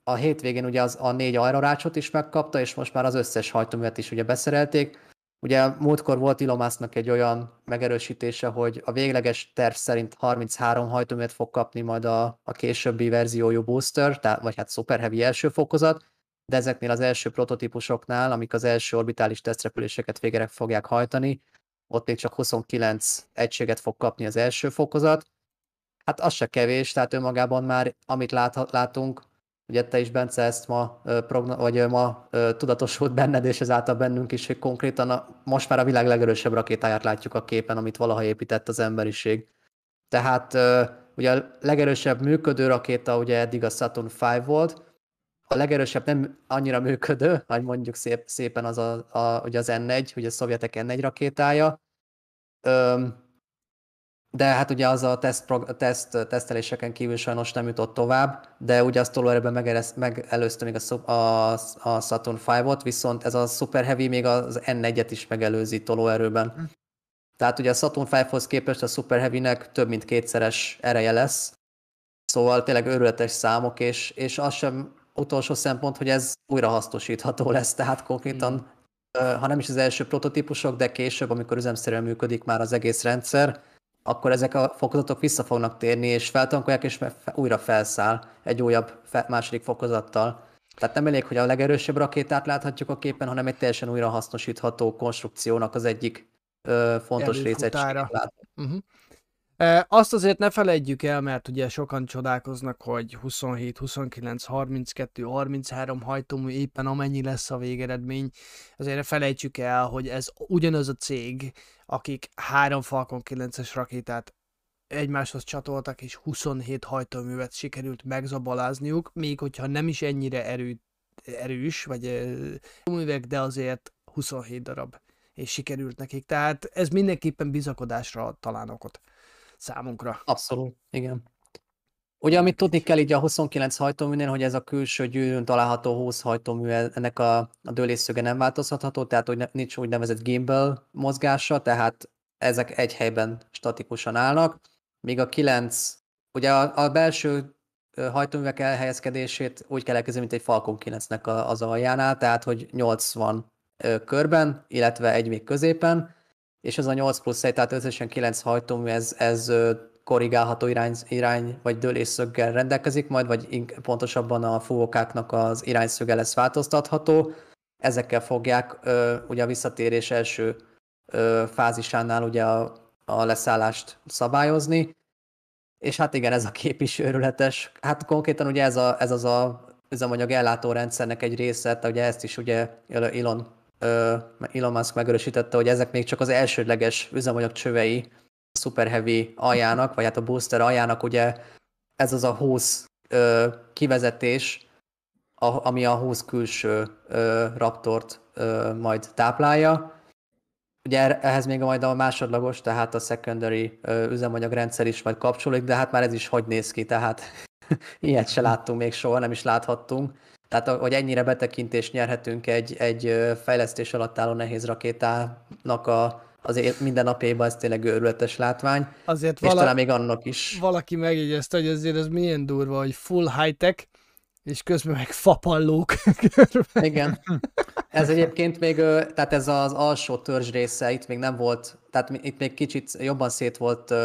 Speaker 6: a hétvégén ugye az, a négy aerorácsot is megkapta, és most már az összes hajtóművet is ugye beszerelték. Ugye múltkor volt Elon Musknak egy olyan megerősítése, hogy a végleges terv szerint harminchárom hajtóművet fog kapni majd a, a későbbi verziójú booster, tehát, vagy hát Super Heavy első fokozat, de ezeknél az első prototípusoknál, amik az első orbitális tesztrepüléseket végre fogják hajtani, ott még csak huszonkilenc egységet fog kapni az első fokozat. Hát az se kevés, tehát önmagában már, amit lát, látunk, ugye te is, Bence, ezt ma, progno- vagy ma tudatosult benned, és ezáltal bennünk is, hogy konkrétan a, most már a világ legerősebb rakétáját látjuk a képen, amit valaha épített az emberiség. Tehát ugye a legerősebb működő rakéta ugye eddig a Saturn öt volt, a legerősebb nem annyira működő, hogy mondjuk szép, szépen az a, a, ugye az en négy, ugye a szovjetek en négy rakétája, Öm, de hát ugye az a teszt, teszt, teszteléseken kívül sajnos nem jutott tovább, de ugye azt tolóerőben megelőzte még a, a, a Saturn ötöt, viszont ez a Super Heavy még az en négyet is megelőzi tolóerőben. Hm. Tehát ugye a Saturn öthez képest a Super Heavynek több mint kétszeres ereje lesz, szóval tényleg őrületes számok, és, és az sem utolsó szempont, hogy ez újrahasznosítható lesz, tehát konkrétan, hm. ha nem is az első prototípusok, de később, amikor üzemszerűen működik már az egész rendszer, akkor ezek a fokozatok vissza fognak térni, és feltankolják, és újra felszáll egy újabb második fokozattal. Tehát nem elég, hogy a legerősebb rakétát láthatjuk a képen, hanem egy teljesen újra hasznosítható konstrukciónak az egyik ö, fontos részegységét láthatjuk.
Speaker 5: Uh-huh. E, azt azért ne felejtjük el, mert ugye sokan csodálkoznak, hogy huszonhét, huszonkilenc, harminckettő, harminchárom hajtómű éppen amennyi lesz a végeredmény. Azért ne felejtsük el, hogy ez ugyanaz a cég, akik három Falcon kilences rakétát egymáshoz csatoltak, és huszonhét hajtóművet sikerült megzabalázniuk, még hogyha nem is ennyire erő, erős, vagy művek, de azért huszonhét darab, és sikerült nekik. Tehát ez mindenképpen bizakodásra talán okot számunkra.
Speaker 6: Abszolút, igen. Ugye, amit tudni kell így a huszonkilenc hajtóműnél, hogy ez a külső gyűrűn található húsz hajtómű, ennek a, a dőlésszöge nem változhatható, tehát hogy nincs úgynevezett gimbal mozgása, tehát ezek egy helyben statikusan állnak, míg a kilenc, ugye a, a belső hajtóművek elhelyezkedését úgy kell elkezdeni, mint egy Falcon kilencnek az aljánál, tehát hogy nyolc van körben, illetve egy még középen, és ez a nyolc plusz egy, tehát összesen kilenc hajtómű, ez, ez korrigálható irány, irány vagy dőlésszöggel rendelkezik majd, vagy pontosabban a fúvókáknak az irányszöge lesz változtatható. Ezekkel fogják ugye a visszatérés első fázisánál ugye a, a leszállást szabályozni. És hát igen, ez a kép is őrületes. Hát konkrétan ugye ez, a, ez az a üzemanyag ellátórendszernek egy része, tehát ugye ezt is ugye Elon, Elon Musk megerősítette, hogy ezek még csak az elsődleges üzemanyag csövei a Super Heavy aljának, vagy hát a booster aljának, ugye ez az a húsz ö, kivezetés, a, ami a húsz külső ö, Raptort ö, majd táplálja. Ugye ehhez még majd a másodlagos, tehát a secondary ö, üzemanyagrendszer is majd kapcsolódik, de hát már ez is hogy néz ki, tehát ilyet se láttunk még soha, nem is láthattunk. Tehát, hogy ennyire betekintést nyerhetünk egy, egy fejlesztés alatt álló nehéz rakétának a, az mindennapjaiban, ez tényleg őrületes látvány.
Speaker 5: Azért
Speaker 6: és
Speaker 5: vala...
Speaker 6: talán még annak is.
Speaker 5: Valaki megjegyezte, hogy azért ez milyen durva, hogy full high-tech, és közben meg fapallók.
Speaker 6: Igen. Ez egyébként még, tehát ez az alsó törzs része, itt még nem volt, tehát itt még kicsit jobban szét volt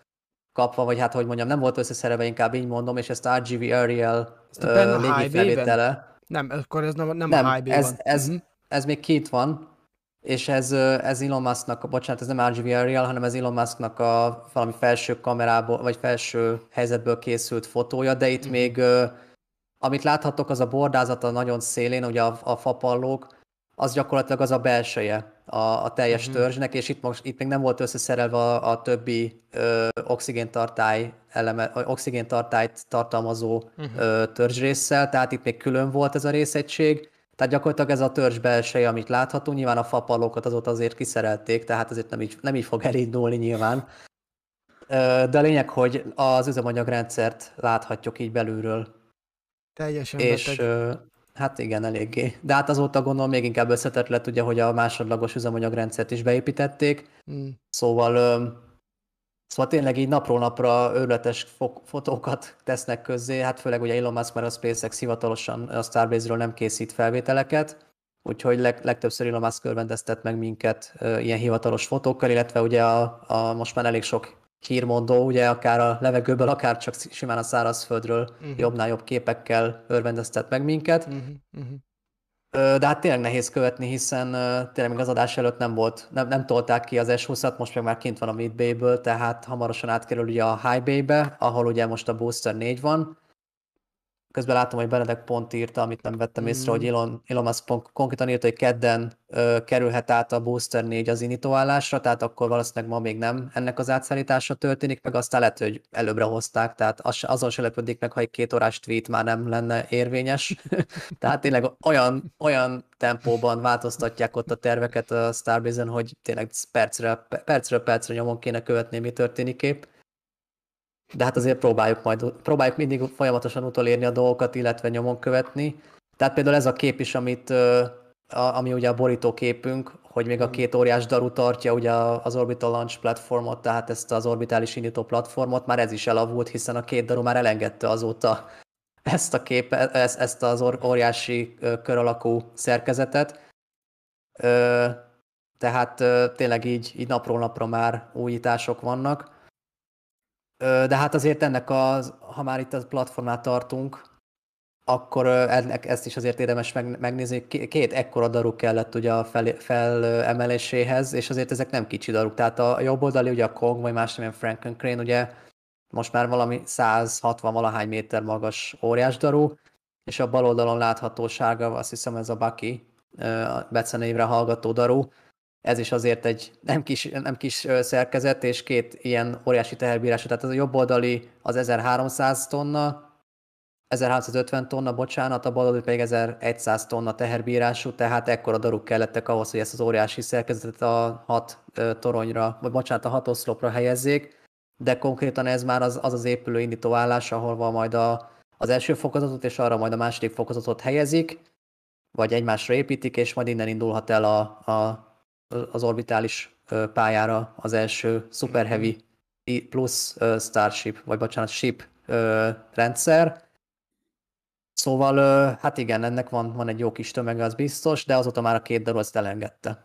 Speaker 6: kapva, vagy hát hogy mondjam, nem volt összeszerelve, inkább így mondom, és ezt a er gé vé Ariel légi felvétele.
Speaker 5: Nem, akkor ez nem, nem,
Speaker 6: nem
Speaker 5: a high bay-ban.
Speaker 6: Ez, ez, uh-huh. ez még kint van, és ez, ez Elon Musknak, bocsánat, ez nem er gé vé Ariel, hanem ez Elon Musknak a valami felső kamerából, vagy felső helyzetből készült fotója, de itt uh-huh. még, amit láthatok, az a bordázata nagyon szélén, ugye a, a fapallók, az gyakorlatilag az a belseje a, a teljes uh-huh. törzsnek, és itt, most, itt még nem volt összeszerelve a, a többi ö, oxigéntartály eleme, oxigéntartályt tartalmazó uh-huh. ö, törzsrésszel, tehát itt még külön volt ez a részegység, tehát gyakorlatilag ez a törzs belseje, amit láthatunk, nyilván a fapallókat azóta azért kiszerelték, tehát azért nem így, nem így fog elindulni nyilván. Ö, de a lényeg, hogy az üzemanyagrendszert láthatjuk így belülről.
Speaker 5: Teljesen
Speaker 6: és,
Speaker 5: beteg.
Speaker 6: Ö, Hát igen, eléggé. De hát azóta gondolom még inkább összetett lett, ugye, hogy a másodlagos üzemanyagrendszert is beépítették. Mm. Szóval Szóval tényleg így napról napra őrületes fo- fotókat tesznek közzé, hát főleg ugye Elon Musk, mert a SpaceX hivatalosan a Starbase-ről nem készít felvételeket, úgyhogy leg, legtöbbször Elon Musk örvendeztet meg minket uh, ilyen hivatalos fotókkal, illetve ugye a, a most már elég sok hírmondó, ugye akár a levegőből, akár csak simán a szárazföldről uh-huh. jobbnál jobb képekkel örvendeztet meg minket. Uh-huh. Uh-huh. De hát tényleg nehéz követni, hiszen tényleg még az adás előtt nem volt, nem, nem tolták ki az es húszat, most meg már kint van a Mid Bay-ből, tehát hamarosan átkerül ugye a High Bay-be, ahol ugye most a Booster négy van. Közben látom, hogy Benedek pont írta, amit nem vettem észre, mm. hogy Elon, Elon Musk konkrétan írta, hogy kedden ö, kerülhet át a Booster négy az indítóállásra, tehát akkor valószínűleg ma még nem ennek az átszállítása történik, meg aztán lehet, hogy előbbre hozták, tehát az, azon se lepődik meg, ha egy két órás tweet már nem lenne érvényes. Tehát tényleg olyan, olyan tempóban változtatják ott a terveket a Starbase-en, hogy tényleg percről, percről percre nyomon kéne követni, mi történik épp. De hát azért próbáljuk majd, próbáljuk mindig folyamatosan utolérni a dolgokat, illetve nyomon követni. Tehát például ez a kép is, amit, ami ugye a borítóképünk, hogy még a két óriás daru tartja ugye az Orbital Launch platformot, tehát ezt az orbitális indító platformot, már ez is elavult, hiszen a két daru már elengedte azóta ezt a kép, ezt az óriási kör alakú szerkezetet. Tehát tényleg így, így napról napra már újítások vannak. De hát azért ennek, az, ha már itt a platformnál tartunk, akkor ennek, ezt is azért érdemes megnézni, két ekkora daruk kellett ugye a fel, felemeléséhez, és azért ezek nem kicsi daruk. Tehát a jobb oldali, ugye a Kong, vagy más nem Franken Crane, ugye most már valami száz hatvan valahány méter magas óriás daru, és a bal oldalon látható sárga, azt hiszem ez a Bucky, a becenévre hallgató daru. Ez is azért egy nem kis, nem kis szerkezet, és két ilyen óriási teherbírású. Tehát az a jobb oldali az ezerháromszáz tonna, ezerháromszázötven tonna, bocsánat, a bal oldali pedig ezerszáz tonna teherbírású, tehát ekkora daruk kellettek ahhoz, hogy ezt az óriási szerkezetet a hat toronyra, vagy bocsánat, a hat oszlopra helyezzék, de konkrétan ez már az az, az épülő indítóállás, ahol van majd a, az első fokozatot, és arra majd a második fokozatot helyezik, vagy egymásra építik, és majd innen indulhat el a, a az orbitális pályára az első Super Heavy plusz Starship, vagy bocsánat, Ship rendszer. Szóval, hát igen, ennek van, van egy jó kis tömege, az biztos, de azóta már a két darú azt elengedte.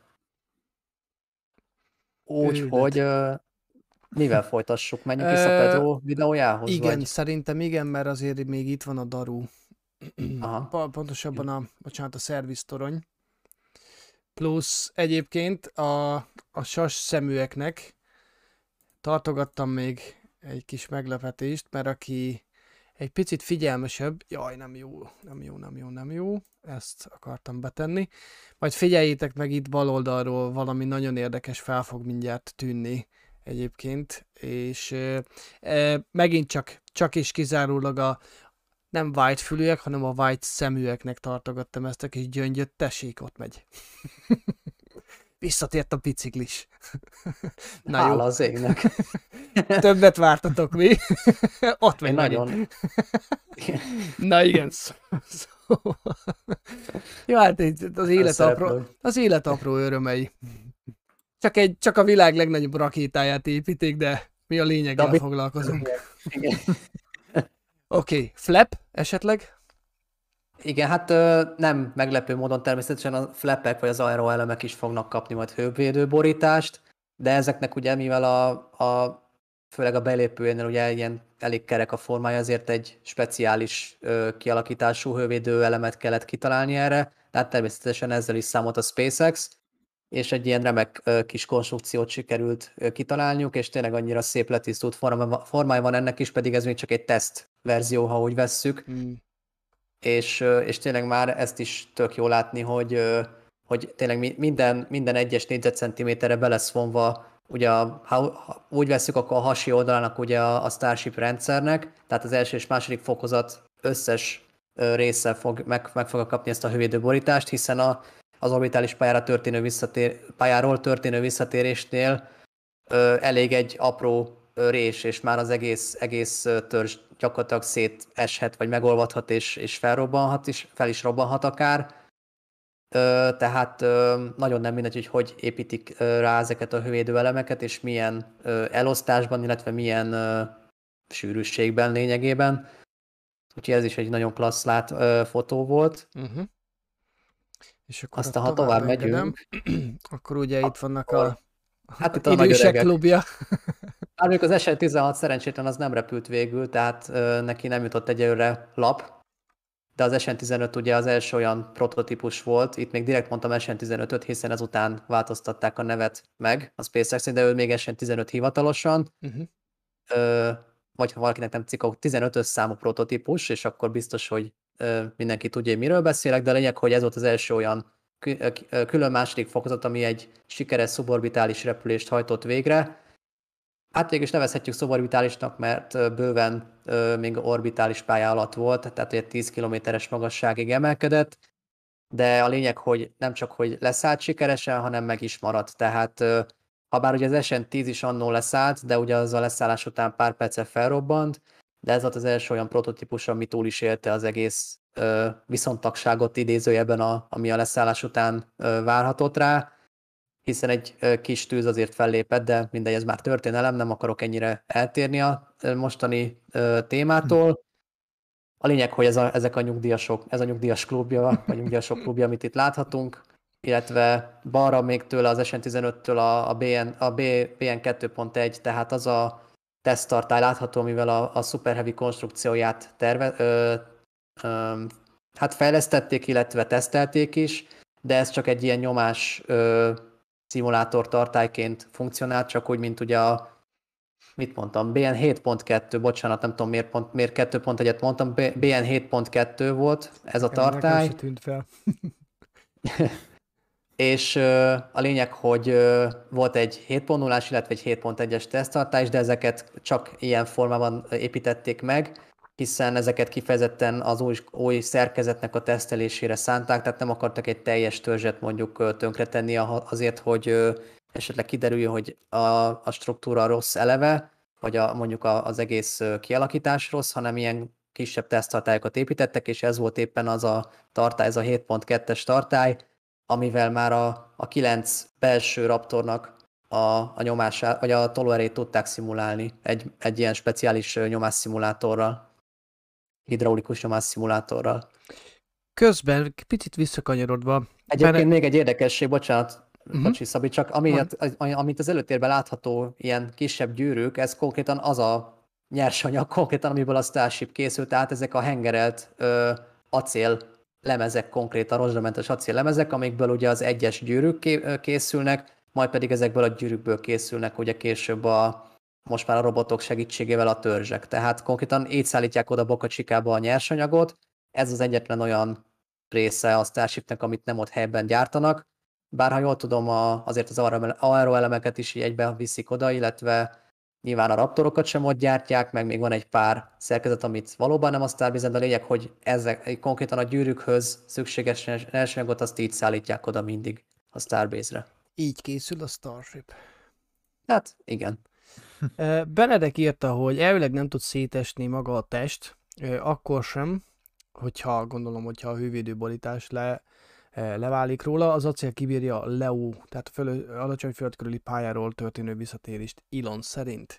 Speaker 6: Úgyhogy mivel folytassuk? Menjünk vissza Pedro videójához?
Speaker 5: Igen,
Speaker 6: vagy?
Speaker 5: Szerintem igen, mert azért még itt van a daru.
Speaker 6: Aha.
Speaker 5: Pontosabban a, bocsánat, a szerviztorony. Plusz egyébként a, a sas szeműeknek tartogattam még egy kis meglepetést, mert aki egy picit figyelmesebb, jaj, nem jó, nem jó, nem jó, nem jó, ezt akartam betenni. Majd figyeljétek meg, itt bal oldalról valami nagyon érdekes fel fog mindjárt tűnni egyébként, és e, e, megint csak, csak és kizárólag a nem white fülűek, hanem a white szeműeknek tartogattam ezt a kis gyöngyöt, tessék, ott megy. Visszatért a biciklis.
Speaker 6: Na Hála jó. Az égnek.
Speaker 5: Többet vártatok, mi? Ott megy.
Speaker 6: Nagyon.
Speaker 5: Na igen. Szóval... Jó, hát az élet, apró, az élet apró örömei. Csak, egy, csak a világ legnagyobb rakétáját építik, de mi a lényeggel David... foglalkozunk.
Speaker 6: Igen.
Speaker 5: Oké, okay. Flap esetleg?
Speaker 6: Igen, hát nem meglepő módon természetesen a flapek vagy az aeroelemek is fognak kapni majd hővédő borítást, de ezeknek ugye, mivel a, a főleg a belépőjénél ugye ilyen elég kerek a formája, ezért egy speciális ö, kialakítású hővédő elemet kellett kitalálni erre, tehát természetesen ezzel is számolt a SpaceX, és egy ilyen remek ö, kis konstrukciót sikerült ö, kitalálniuk, és tényleg annyira szép letisztult formája van ennek is, pedig ez még csak egy teszt verzió, ha úgy vesszük. Mm. És, és tényleg már ezt is tök jó látni, hogy, hogy tényleg minden, minden egyes négyzetcentiméterre be lesz vonva, ugye a, ha úgy vesszük, akkor a hasi oldalának ugye a, a Starship rendszernek, tehát az első és második fokozat összes része fog, meg, meg fogja kapni ezt a hővédőborítást, hiszen a, az orbitális pályára történő visszatér, pályáról történő visszatérésnél ö, elég egy apró rés, és már az egész, egész törzs gyakorlatilag széteshet, vagy megolvadhat, és, és felrobbanhat, és fel is robbanhat akár. tehát nagyon nem mindegy, hogy hogy építik rá ezeket a hővédő elemeket, és milyen elosztásban, illetve milyen sűrűségben lényegében. Úgyhogy ez is egy nagyon klassz lát fotó volt.
Speaker 5: Uh-huh. És akkor
Speaker 6: aztán, ha tovább, tovább megyünk...
Speaker 5: akkor ugye itt vannak a,
Speaker 6: hát itt
Speaker 5: a,
Speaker 6: a nagy
Speaker 5: idősek
Speaker 6: öregek.
Speaker 5: klubja.
Speaker 6: Hát mondjuk az es en tizenhat szerencsétlen az nem repült végül, tehát ö, neki nem jutott egyelőre lap, de az es en tizenöt ugye az első olyan prototípus volt, itt még direkt mondtam es en tizenötöt, hiszen ezután változtatták a nevet meg a SpaceX, de ő még es en tizenöt hivatalosan, uh-huh. ö, vagy ha valakinek nem cikk, akkor tizenötös számú prototípus, és akkor biztos, hogy ö, mindenki tudja, hogy miről beszélek, de a lényeg, hogy ez volt az első olyan külön második fokozat, ami egy sikeres szuborbitális repülést hajtott végre. Hát végül is nevezhetjük szuborbitálisnak, mert bőven ö, még orbitális pálya alatt volt, tehát egy tíz kilométeres magasságig emelkedett, de a lényeg, hogy nem csak, hogy leszállt sikeresen, hanem meg is maradt. Tehát ö, ha bár ugye az es en tíz is annól leszállt, de ugye az a leszállás után pár perccel felrobbant, de ez volt az első olyan prototípus, ami túl is élte az egész ö, viszontagságot idézőjeben, a, ami a leszállás után ö, várhatott rá, hiszen egy ö, kis tűz azért fellépett, de mindegy, ez már történelem, nem akarok ennyire eltérni a ö, mostani ö, témától. A lényeg, hogy ez a, ezek a nyugdíjasok, ez a nyugdíjas klubja, vagy nyugdíjasok klubja, amit itt láthatunk, illetve balra még tőle az es en tizenöttől a, a, bé en, a bé en kettő pont egy, tehát az a teszttartály látható, mivel a, a Super Heavy konstrukcióját terve, ö, ö, hát fejlesztették, illetve tesztelték is, de ez csak egy ilyen nyomás ö, szimulátor tartályként funkcionált, csak úgy, mint ugye a, mit mondtam, bé en hét pont kettő, bocsánat, nem tudom miért, pont, miért kettő pont egyet mondtam, bé en hét pont kettő volt ez a tartály.
Speaker 5: Nekem se tűnt fel.
Speaker 6: És ö, a lényeg, hogy ö, volt egy hét pont nullás, illetve egy hét pont egyes teszttartály, de ezeket csak ilyen formában építették meg, hiszen ezeket kifejezetten az új, új szerkezetnek a tesztelésére szánták, tehát nem akartak egy teljes törzset mondjuk tönkretenni azért, hogy esetleg kiderüljön, hogy a, a struktúra rossz eleve, vagy a, mondjuk a, az egész kialakítás rossz, hanem ilyen kisebb teszttartályokat építettek, és ez volt éppen az a tartály, ez a hét pont kettes tartály, amivel már a, a kilenc belső Raptornak a, a nyomását, vagy a tolóerejét tudták szimulálni egy, egy ilyen speciális nyomásszimulátorral, hidraulikus nyomásszimulátorral.
Speaker 5: Közben picit visszakanyarodva.
Speaker 6: Egyébként benne... még egy érdekesség, bocsánat, uh-huh. bocsi Szabi, csak ami, amit az előtérben látható ilyen kisebb gyűrűk, ez konkrétan az a nyersanyag, konkrétan amiből a Starship készült, tehát ezek a hengerelt ö, acél lemezek, konkrétan rozsdamentes acél lemezek, amikből ugye az egyes gyűrűk készülnek, majd pedig ezekből a gyűrűkből készülnek ugye később a, most már a robotok segítségével a törzsek. Tehát konkrétan így szállítják oda Boca Chicago a nyersanyagot, ez az egyetlen olyan része a Starshipnek, amit nem ott helyben gyártanak, bár ha jól tudom, a, azért az aeroelemeket is így egybe viszik oda, illetve nyilván a Raptorokat sem ott gyártják, meg még van egy pár szerkezet, amit valóban nem a Starbase-en, de a lényeg, hogy ezek konkrétan a gyűrűkhöz szükséges nyersanyagot azt így szállítják oda mindig a Starbase-re.
Speaker 5: Így készül a Starship.
Speaker 6: Hát, igen.
Speaker 5: Benedek írta, hogy elvileg nem tud szétesni maga a test, akkor sem, hogyha gondolom, hogyha a hővédőborítás le, leválik róla, az acél kibírja a Leo, tehát a föl, alacsony föld körüli pályáról történő visszatérést Elon szerint.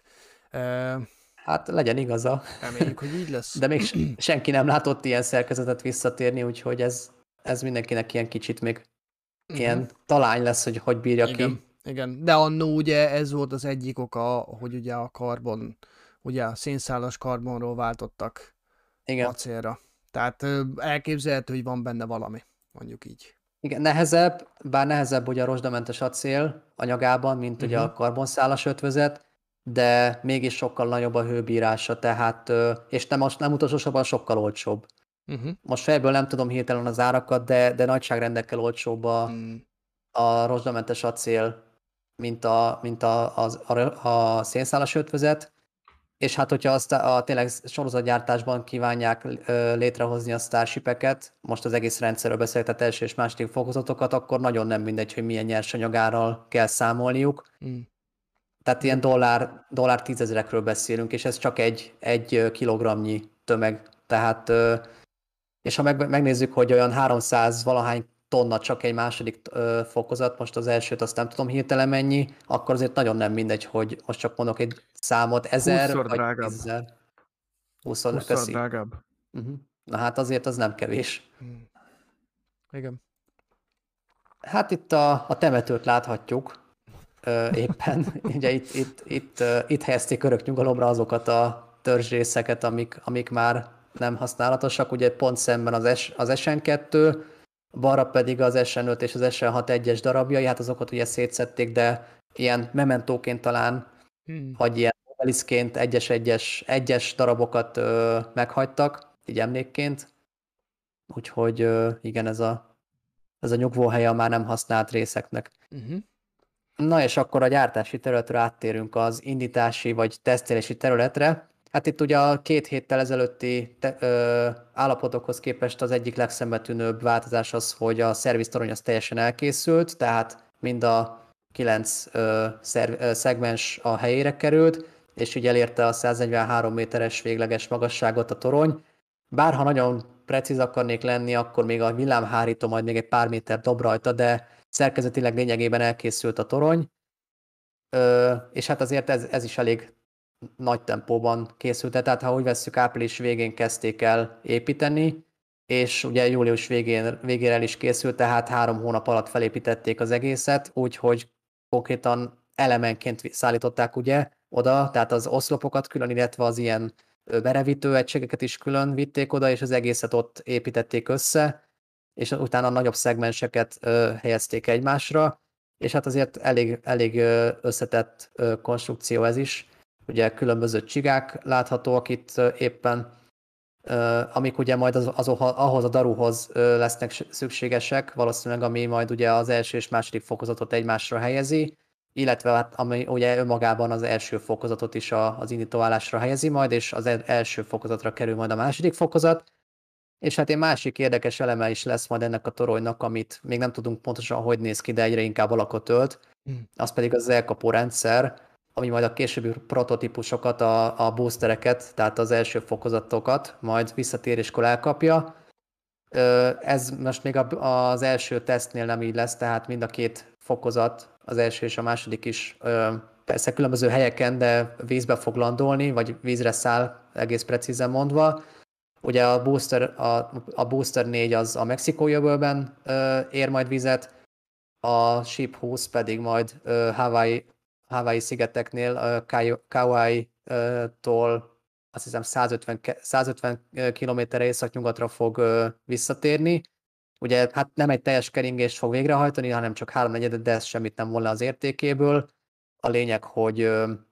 Speaker 6: Hát legyen igaza.
Speaker 5: Reméljük, hogy így lesz.
Speaker 6: De még senki nem látott ilyen szerkezetet visszatérni, úgyhogy ez, ez mindenkinek ilyen kicsit még uh-huh. ilyen talány lesz, hogy hogy bírja
Speaker 5: igen,
Speaker 6: ki.
Speaker 5: Igen, de annó ugye ez volt az egyik oka, hogy ugye a karbon, ugye a szénszálas karbonról váltottak igen. acélra. Tehát elképzelhető, hogy van benne valami, mondjuk így.
Speaker 6: Igen, nehezebb, bár nehezebb ugye a rozsdamentes acél anyagában, mint uh-huh. ugye a karbonszálas ötvözet, de mégis sokkal nagyobb a hőbírása, tehát, és nem, nem utolsósorban sokkal olcsóbb. Uh-huh. Most fejből nem tudom hirtelen az árakat, de, de nagyságrendekkel olcsóbb a, uh-huh. a rozsdamentes acél, mint a, mint a, a, a, a szénszálas ötvözet, és hát hogyha azt a, a tényleg sorozatgyártásban kívánják ö, létrehozni a Starship-eket, most az egész rendszerről beszélek, tehát első és második fokozatokat, akkor nagyon nem mindegy, hogy milyen nyersanyagárral kell számolniuk. Mm. Tehát ilyen dollár, dollár tízezerekről beszélünk, és ez csak egy, egy kilogramnyi tömeg. Tehát, ö, és ha meg, megnézzük, hogy olyan háromszáz valahány tonna csak egy második ö, fokozat, most az elsőt azt nem tudom hirtelen mennyi, akkor azért nagyon nem mindegy, hogy most csak mondok egy számot, ezer
Speaker 7: húszszor
Speaker 6: vagy
Speaker 7: drágább.
Speaker 6: tízezer.
Speaker 7: húszszor
Speaker 6: húszszor
Speaker 7: drágább.
Speaker 6: Uh-huh. Na hát azért az nem kevés.
Speaker 5: Hmm. Igen.
Speaker 6: Hát itt a, a temetőt láthatjuk ö, éppen. Ugye itt, itt, itt, ö, itt helyezték örök nyugalomra azokat a törzsrészeket, amik, amik már nem használatosak. Ugye pont szemben az, S, az es en kettő, balra pedig az es en öt és az es en hat egyes darabjai, hát azokat ugye szétszették, de ilyen mementóként talán,
Speaker 5: Hmm.
Speaker 6: vagy ilyen obeliszként egyes-egyes egyes darabokat ö, meghagytak, így emlékként. Úgyhogy ö, igen, ez a ez a nyugvóhelye a már nem használt részeknek.
Speaker 5: Uh-huh.
Speaker 6: Na és akkor a gyártási területre áttérünk az indítási vagy tesztelési területre. Hát itt ugye a két héttel ezelőtti te, ö, állapotokhoz képest az egyik legszembetűnőbb változás az, hogy a szerviztorony az teljesen elkészült, tehát mind a kilenc ö, szerv, ö, szegmens a helyére került, és így elérte a száznegyvenhárom méteres végleges magasságot a torony. Bár ha nagyon precíz akarnék lenni, akkor még a villámhárító majd még egy pár méter dob rajta, de szerkezetileg lényegében elkészült a torony, Ö, és hát azért ez, ez is elég nagy tempóban készült, tehát ha úgy vesszük, április végén kezdték el építeni, és ugye július végén, végére el is készült, tehát három hónap alatt felépítették az egészet, úgyhogy konkrétan elemenként szállították ugye oda, tehát az oszlopokat külön, illetve az ilyen merevítő egységeket is külön vitték oda, és az egészet ott építették össze, és utána nagyobb szegmenseket ö, helyezték egymásra, és hát azért elég, elég összetett ö, konstrukció ez is. Ugye különböző csigák láthatóak itt ö, éppen, ö, amik ugye majd az, az, ahhoz a daruhoz ö, lesznek szükségesek, valószínűleg ami majd ugye az első és második fokozatot egymásra helyezi, illetve hát, ami ugye önmagában az első fokozatot is a, az indítóállásra helyezi majd, és az első fokozatra kerül majd a második fokozat. És hát egy másik érdekes eleme is lesz majd ennek a toronynak, amit még nem tudunk pontosan, hogy néz ki, de egyre inkább alakot ölt, az pedig az elkapó rendszer, ami majd a későbbi prototípusokat, a, a boostereket, tehát az első fokozatokat majd visszatéréskor elkapja. Ez most még az első tesztnél nem így lesz, tehát mind a két fokozat, az első és a második is persze különböző helyeken, de vízbe fog landolni, vagy vízre száll, egész precízen mondva. Ugye a Booster, a, a Booster négy az a Mexikói öbölben ér majd vizet, a Ship húsz pedig majd Hawaii, Hawaii szigeteknél, Kauai-tól azt hiszem száz ötven kilométerre északnyugatra fog visszatérni. Ugye hát nem egy teljes keringést fog végrehajtani, hanem csak háromnegyedet, de ez semmit nem von le az értékéből. A lényeg, hogy,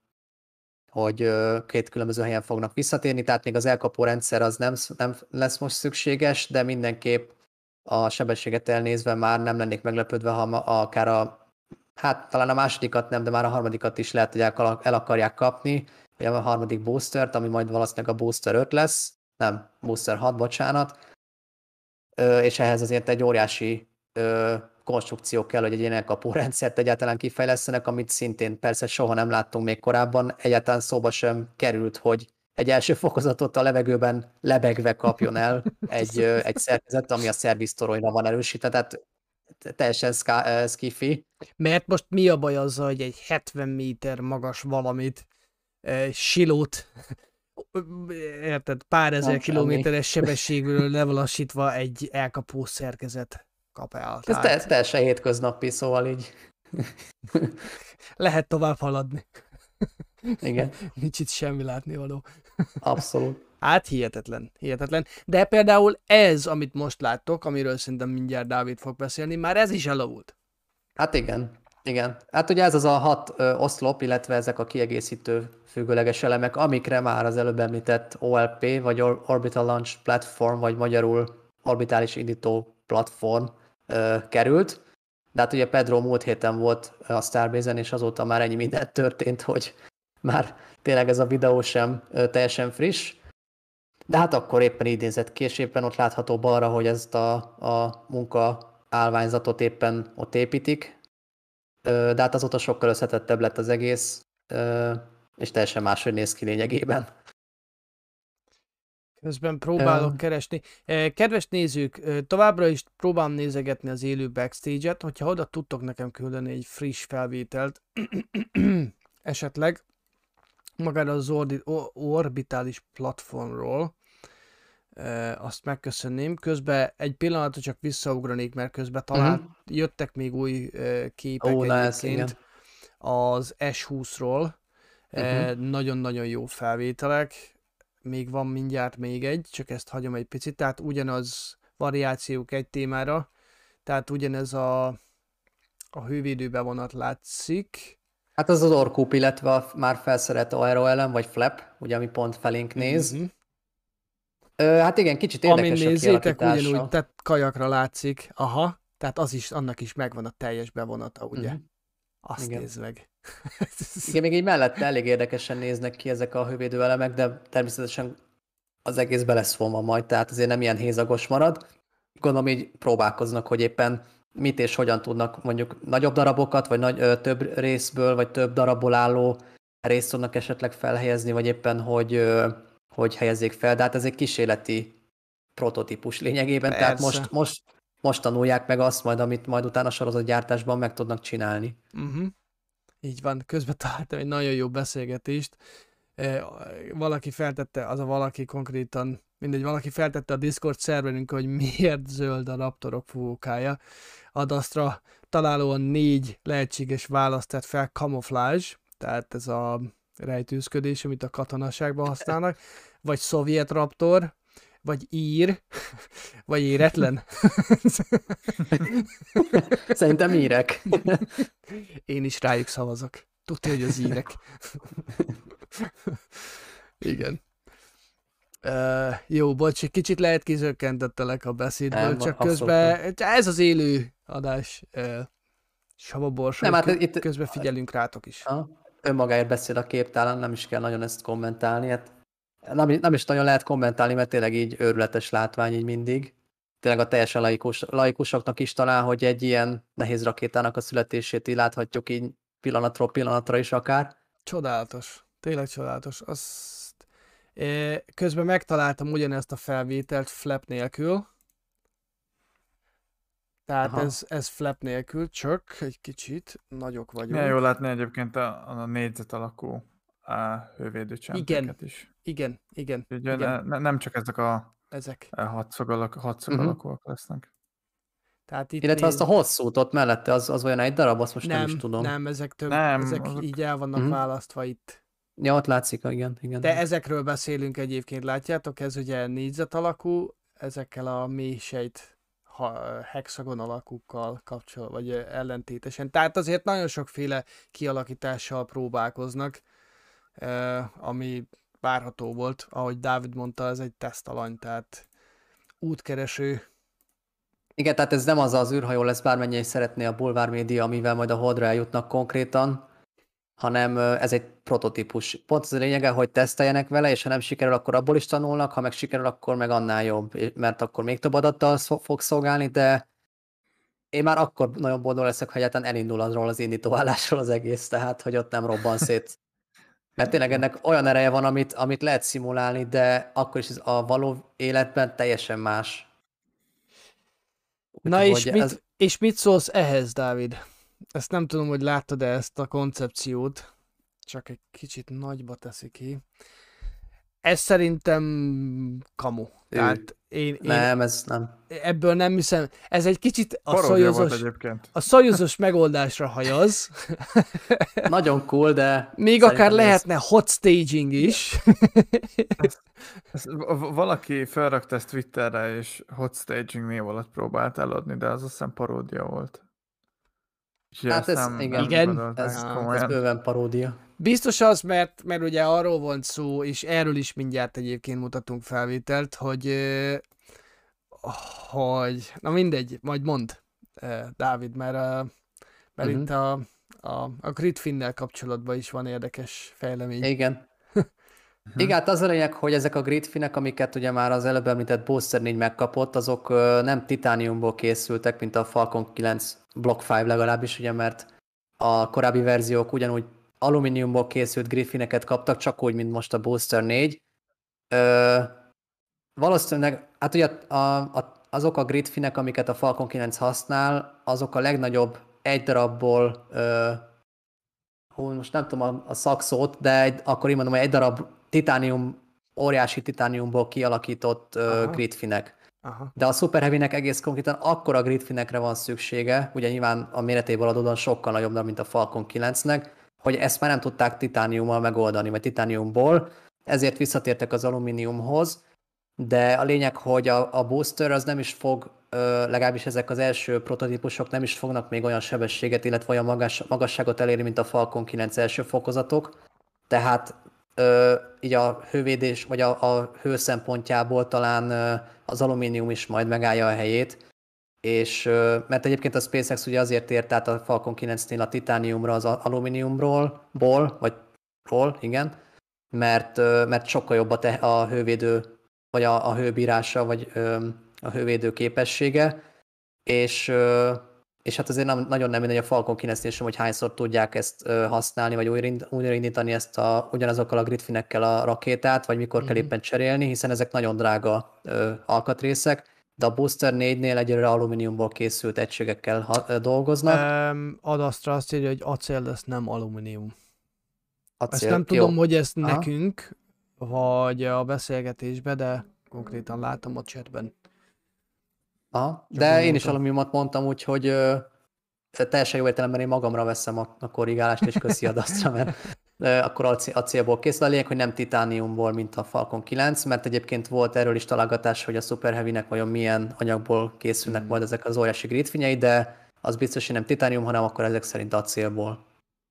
Speaker 6: hogy két különböző helyen fognak visszatérni, tehát még az elkapó rendszer az nem, nem lesz most szükséges, de mindenképp a sebességet elnézve már nem lennék meglepődve, ha akár a, hát talán a másodikat nem, de már a harmadikat is lehet, hogy el akarják kapni, ugye a harmadik boostert, ami majd valószínűleg a Booster öt lesz, nem, Booster hat, bocsánat, és ehhez azért egy óriási konstrukció kell, hogy egy ilyen elkapó rendszert egyáltalán kifejlesztenek, amit szintén persze soha nem láttunk még korábban, egyáltalán szóba sem került, hogy egy első fokozatot a levegőben lebegve kapjon el egy, egy szerkezet, ami a szerviztoronyra van erősítve, tehát teljesen skifi.
Speaker 5: Mert most mi a baj azzal, hogy egy hetven méter magas valamit, eh, silót, érted, pár ezer
Speaker 6: Nem
Speaker 5: kilométeres sebességről levalassítva egy elkapó szerkezet kap el.
Speaker 6: Ez te, teljesen hétköznapi, szóval így.
Speaker 5: Lehet tovább haladni.
Speaker 6: Igen.
Speaker 5: Nincs itt semmi látnivaló.
Speaker 6: Abszolút.
Speaker 5: Hát hihetetlen, hihetetlen. De például ez, amit most láttok, amiről szerintem mindjárt Dávid fog beszélni, már ez is elavult.
Speaker 6: Hát igen, igen. Hát ugye ez az a hat ö, oszlop, illetve ezek a kiegészítő függőleges elemek, amikre már az előbb említett o el pé, vagy Orbital Launch Platform, vagy magyarul orbitális indító platform ö, került. De hát ugye Pedro múlt héten volt a Starbase-en, és azóta már ennyi minden történt, hogy már tényleg ez a videó sem ö, teljesen friss. De hát akkor éppen idézett ki, és éppen ott látható balra, hogy ezt a, a munka állványzatot éppen ott építik. De hát azóta sokkal összetettebb lett az egész, és teljesen máshogy néz ki lényegében.
Speaker 5: Közben próbálok
Speaker 6: Ö.
Speaker 5: keresni. Eh, Kedves nézők, eh, továbbra is próbálom nézegetni az élő backstage-et, hogyha oda tudtok nekem küldeni egy friss felvételt, esetleg magára az ordi- o- orbitális platformról, eh, azt megköszönném. Közben egy pillanatra csak visszaugranék, mert közben talán
Speaker 6: Mhm.
Speaker 5: jöttek még új eh, képek
Speaker 6: Ó, na ez,
Speaker 5: egyébként
Speaker 6: igen.
Speaker 5: az es húszról. Eh,
Speaker 6: Mhm.
Speaker 5: Nagyon-nagyon jó felvételek. Még van mindjárt még egy, csak ezt hagyom egy picit. Tehát ugyanaz variációk egy témára. Tehát ugyanez a, a hővédő bevonat látszik.
Speaker 6: Hát az az orkúp, illetve a már felszerelt aeroelem, vagy flap, ugye, ami pont felénk néz.
Speaker 5: Mhm.
Speaker 6: Ö, hát igen, kicsit
Speaker 5: Amin
Speaker 6: érdekes a
Speaker 5: nézzétek,
Speaker 6: kialakítása.
Speaker 5: ugyanúgy tehát kajakra látszik. Aha, tehát az is, annak is megvan a teljes bevonata, ugye?
Speaker 6: Mhm.
Speaker 5: Azt
Speaker 6: Igen.
Speaker 5: nézd meg.
Speaker 6: Igen, még így mellette elég érdekesen néznek ki ezek a hővédőelemek, de természetesen az egész be lesz vonva majd, tehát azért nem ilyen hézagos marad. Gondolom így próbálkoznak, hogy éppen mit és hogyan tudnak mondjuk nagyobb darabokat, vagy nagy, ö, több részből, vagy több darabból álló részt tudnak esetleg felhelyezni, vagy éppen hogy, ö, hogy helyezzék fel. De hát ez egy kísérleti prototípus lényegében, tehát
Speaker 5: Persze.
Speaker 6: most, most, most tanulják meg azt majd, amit majd utána sorozatgyártásban meg tudnak csinálni.
Speaker 5: Uh-huh. Így van, közben találtam egy nagyon jó beszélgetést. Eh, Valaki feltette, az a valaki konkrétan, mindegy, valaki feltette a Discord szerverünkön, hogy miért zöld a raptorok fúvókája. Adasztra találóan négy lehetséges választ tett fel, camouflage, tehát ez a rejtőzködés, amit a katonaságban használnak, vagy szovjet raptor, vagy ír, vagy éretlen.
Speaker 6: Szerintem írek.
Speaker 5: Én is rájuk szavazok. Tudja, hogy az írek. Igen. Uh, jó, bocs, egy kicsit lehet kizökkentettelek a beszédből,
Speaker 6: Nem,
Speaker 5: csak
Speaker 6: abszolút
Speaker 5: közben, ez az élő adás. Uh, Savaborsó,
Speaker 6: Nem, hát
Speaker 5: kö-
Speaker 6: itt-
Speaker 5: közben figyelünk rátok is.
Speaker 6: Ha? Önmagáért beszél a kép, talán nem is kell nagyon ezt kommentálni. Hát nem, nem is nagyon lehet kommentálni, mert tényleg így őrületes látvány így mindig. Tényleg a teljesen laikus, laikusoknak is talán, hogy egy ilyen nehéz rakétának a születését így láthatjuk így pillanatról pillanatra is akár.
Speaker 5: Csodálatos. Tényleg csodálatos. Azt... eh, Közben megtaláltam ugyanezt a felvételt flap nélkül. Tehát
Speaker 6: Aha.
Speaker 5: ez, ez flap nélkül, csak egy kicsit nagyok vagyunk.
Speaker 7: Milyen jó látni egyébként a, a négyzet alakú a hővédő csempéket is.
Speaker 5: Igen, igen,
Speaker 7: Ugye
Speaker 5: igen,
Speaker 7: ne, nem csak ezek a
Speaker 5: ezek.
Speaker 7: a hatszög, alak, hatszög
Speaker 6: Mhm.
Speaker 7: alakúak lesznek.
Speaker 5: Tehát itt
Speaker 6: Illetve azt a
Speaker 5: néz-
Speaker 6: hosszút ott mellette, az, az olyan egy darab, azt most nem,
Speaker 5: nem,
Speaker 6: is tudom.
Speaker 5: nem, ezek több,
Speaker 7: Nem,
Speaker 5: ezek
Speaker 7: azok-
Speaker 5: így el vannak
Speaker 6: Mhm.
Speaker 5: választva itt.
Speaker 6: Ja, ott látszik, igen. igen.
Speaker 5: De ezekről beszélünk egyébként, látjátok, ez ugye négyzet alakú, ezekkel a mélysejt ha, hexagon alakúkkal kapcsol, vagy ö, ellentétesen. Tehát azért nagyon sokféle kialakítással próbálkoznak, ö, ami várható volt. Ahogy Dávid mondta, ez egy tesztalany, tehát útkereső.
Speaker 6: Igen, tehát ez nem az az űrhajó lesz, bármennyire is szeretné a Bulvár Média, amivel majd a Holdra eljutnak konkrétan, hanem ö, ez egy prototípus. Pont az a lényege, hogy teszteljenek vele, és ha nem sikerül, akkor abból is tanulnak, ha meg sikerül, akkor meg annál jobb, és- mert akkor még több adattal szo- fog szolgálni, de én már akkor nagyon boldog leszek, ha egyáltalán elindul azról az indítóállásról az egész, tehát hogy ott nem robban szét. Mert tényleg ennek olyan ereje van, amit, amit lehet szimulálni, de akkor is ez a való életben teljesen más.
Speaker 5: Na és
Speaker 6: Úgyhogy
Speaker 5: mit,
Speaker 6: ez-
Speaker 5: és mit szólsz ehhez, Dávid? Ezt nem tudom, hogy láttad-e ezt a koncepciót, csak egy kicsit nagyba teszi ki. Ez szerintem kamu. Tehát én, én
Speaker 6: Nem, ez nem.
Speaker 5: ebből nem hiszem. Ez egy kicsit a
Speaker 7: Paródia volt
Speaker 5: szajozos,
Speaker 7: egyébként.
Speaker 5: a szajozos megoldásra hajaz.
Speaker 6: Nagyon cool, de...
Speaker 5: Még
Speaker 6: szerintem
Speaker 5: akár
Speaker 6: ez-
Speaker 5: lehetne hot staging is.
Speaker 7: Ezt, v- valaki felrakta ezt Twitterre, és hot staging név alatt próbált eladni, de az azt hiszem paródia volt. Úgyhogy
Speaker 6: Hát
Speaker 7: ezt
Speaker 6: ez-
Speaker 7: nem,
Speaker 6: igen.
Speaker 7: nem
Speaker 5: Igen.
Speaker 7: gondolták
Speaker 6: Ez,
Speaker 5: Ah,
Speaker 7: komolyan.
Speaker 6: ez bőven paródia.
Speaker 5: Biztos az, mert, mert ugye arról volt szó, és erről is mindjárt egyébként mutatunk felvételt, hogy, ö, hogy na mindegy, majd mondd, ö, Dávid, mert, ö, mert
Speaker 6: Mhm.
Speaker 5: itt a, a, a Gridfinnel kapcsolatban is van érdekes fejlemény.
Speaker 6: Igen. Igen, hát az a lényeg, hogy ezek a gridfinek, amiket ugye már az előbb említett Booster négy megkapott, azok ö, nem titániumból készültek, mint a Falcon kilenc Block öt legalábbis, ugye, mert a korábbi verziók ugyanúgy alumíniumból készült gridfineket kaptak, csak úgy, mint most a Booster négy. Ö, valószínűleg, hát ugye a, a, azok a gridfinek, amiket a Falcon kilenc használ, azok a legnagyobb egy darabból, ö, hú, most nem tudom a, a szakszót, de egy, akkor így mondom, hogy egy darab titánium, óriási titániumból kialakított ö, gridfinek.
Speaker 5: Aha.
Speaker 6: De a Super Heavy-nek egész konkrétan akkora gridfinekre van szüksége, ugye nyilván a méretéből adódóan sokkal nagyobb, mint a Falcon kilencnek, hogy ezt már nem tudták titániummal megoldani, vagy titániumból, ezért visszatértek az alumíniumhoz, de a lényeg, hogy a, a booster az nem is fog, ö, legalábbis ezek az első prototípusok nem is fognak még olyan sebességet, illetve olyan magas, magasságot elérni, mint a Falcon kilenc első fokozatok, tehát ö, így a hővédés, vagy a, a hő szempontjából talán ö, az alumínium is majd megállja a helyét, és ö, mert egyébként a SpaceX ugye azért ért át a Falcon kilencnél a titániumra az alumíniumról, ból, vagy ról, igen, mert, ö, mert sokkal jobb a, te, a hővédő, vagy a, a hőbírása, vagy ö, a hővédő képessége, és, ö, és hát azért nem, nagyon nem mindegy a Falcon kilencnél sem, hogy hányszor tudják ezt ö, használni, vagy újraindítani ezt a, ugyanazokkal a gridfinekkel a rakétát, vagy mikor mm-hmm. kell éppen cserélni, hiszen ezek nagyon drága ö, alkatrészek, de a Booster négynél egyelőre alumíniumból készült egységekkel ha, ö, dolgoznak.
Speaker 5: Um, Adastra azt írja, hogy acél lesz, nem alumínium.
Speaker 6: Acél,
Speaker 5: ezt nem tudom,
Speaker 6: jó.
Speaker 5: hogy ezt
Speaker 6: Aha.
Speaker 5: nekünk, vagy a beszélgetésben, de konkrétan látom a chatben.
Speaker 6: Aha. De én is alumíniumot mondtam, úgyhogy ö, teljesen jó értelemben én magamra veszem a, a korrigálást, és köszi Adastra, mert ö, akkor acél, acélból készül. A lényeg, hogy nem titániumból, mint a Falcon kilenc, mert egyébként volt erről is találgatás, hogy a Super Heavy-nek vajon milyen anyagból készülnek hmm. majd ezek az óriási gridfinyei, de az biztos, hogy nem titánium, hanem akkor ezek szerint acélból.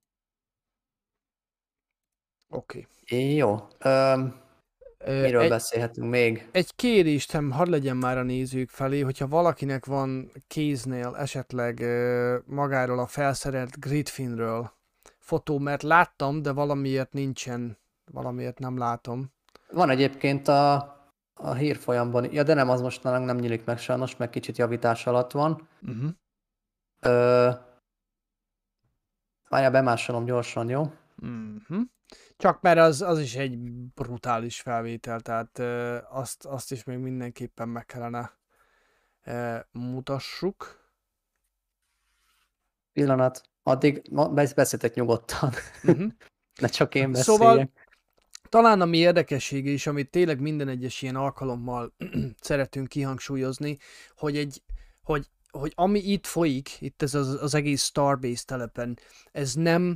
Speaker 5: Oké.
Speaker 6: Okay. Jó. Öm, miről
Speaker 5: egy,
Speaker 6: beszélhetünk még?
Speaker 5: Egy kérésem, hadd legyen már a nézők felé, hogyha valakinek van kéznél esetleg ö, magáról a felszerelt gridfinről fotó, mert láttam, de valamiért nincsen, valamiért nem látom.
Speaker 6: Van egyébként a, a hírfolyamban, ja, de nem, az most nem, nem nyílik meg sajnos, meg kicsit javítás alatt van.
Speaker 5: Uh-huh.
Speaker 6: Ö, várjál, bemásolom gyorsan, jó?
Speaker 5: Uh-huh. Csak mert az, az is egy brutális felvétel, tehát ö, azt, azt is még mindenképpen meg kellene ö, mutassuk.
Speaker 6: Pillanat, addig beszéltek nyugodtan. Uh-huh. Ne csak én beszéljek.
Speaker 5: Szóval talán ami érdekessége is, amit tényleg minden egyes ilyen alkalommal szeretünk kihangsúlyozni, hogy, egy, hogy, hogy ami itt folyik, itt ez az, az egész Starbase telepen, ez nem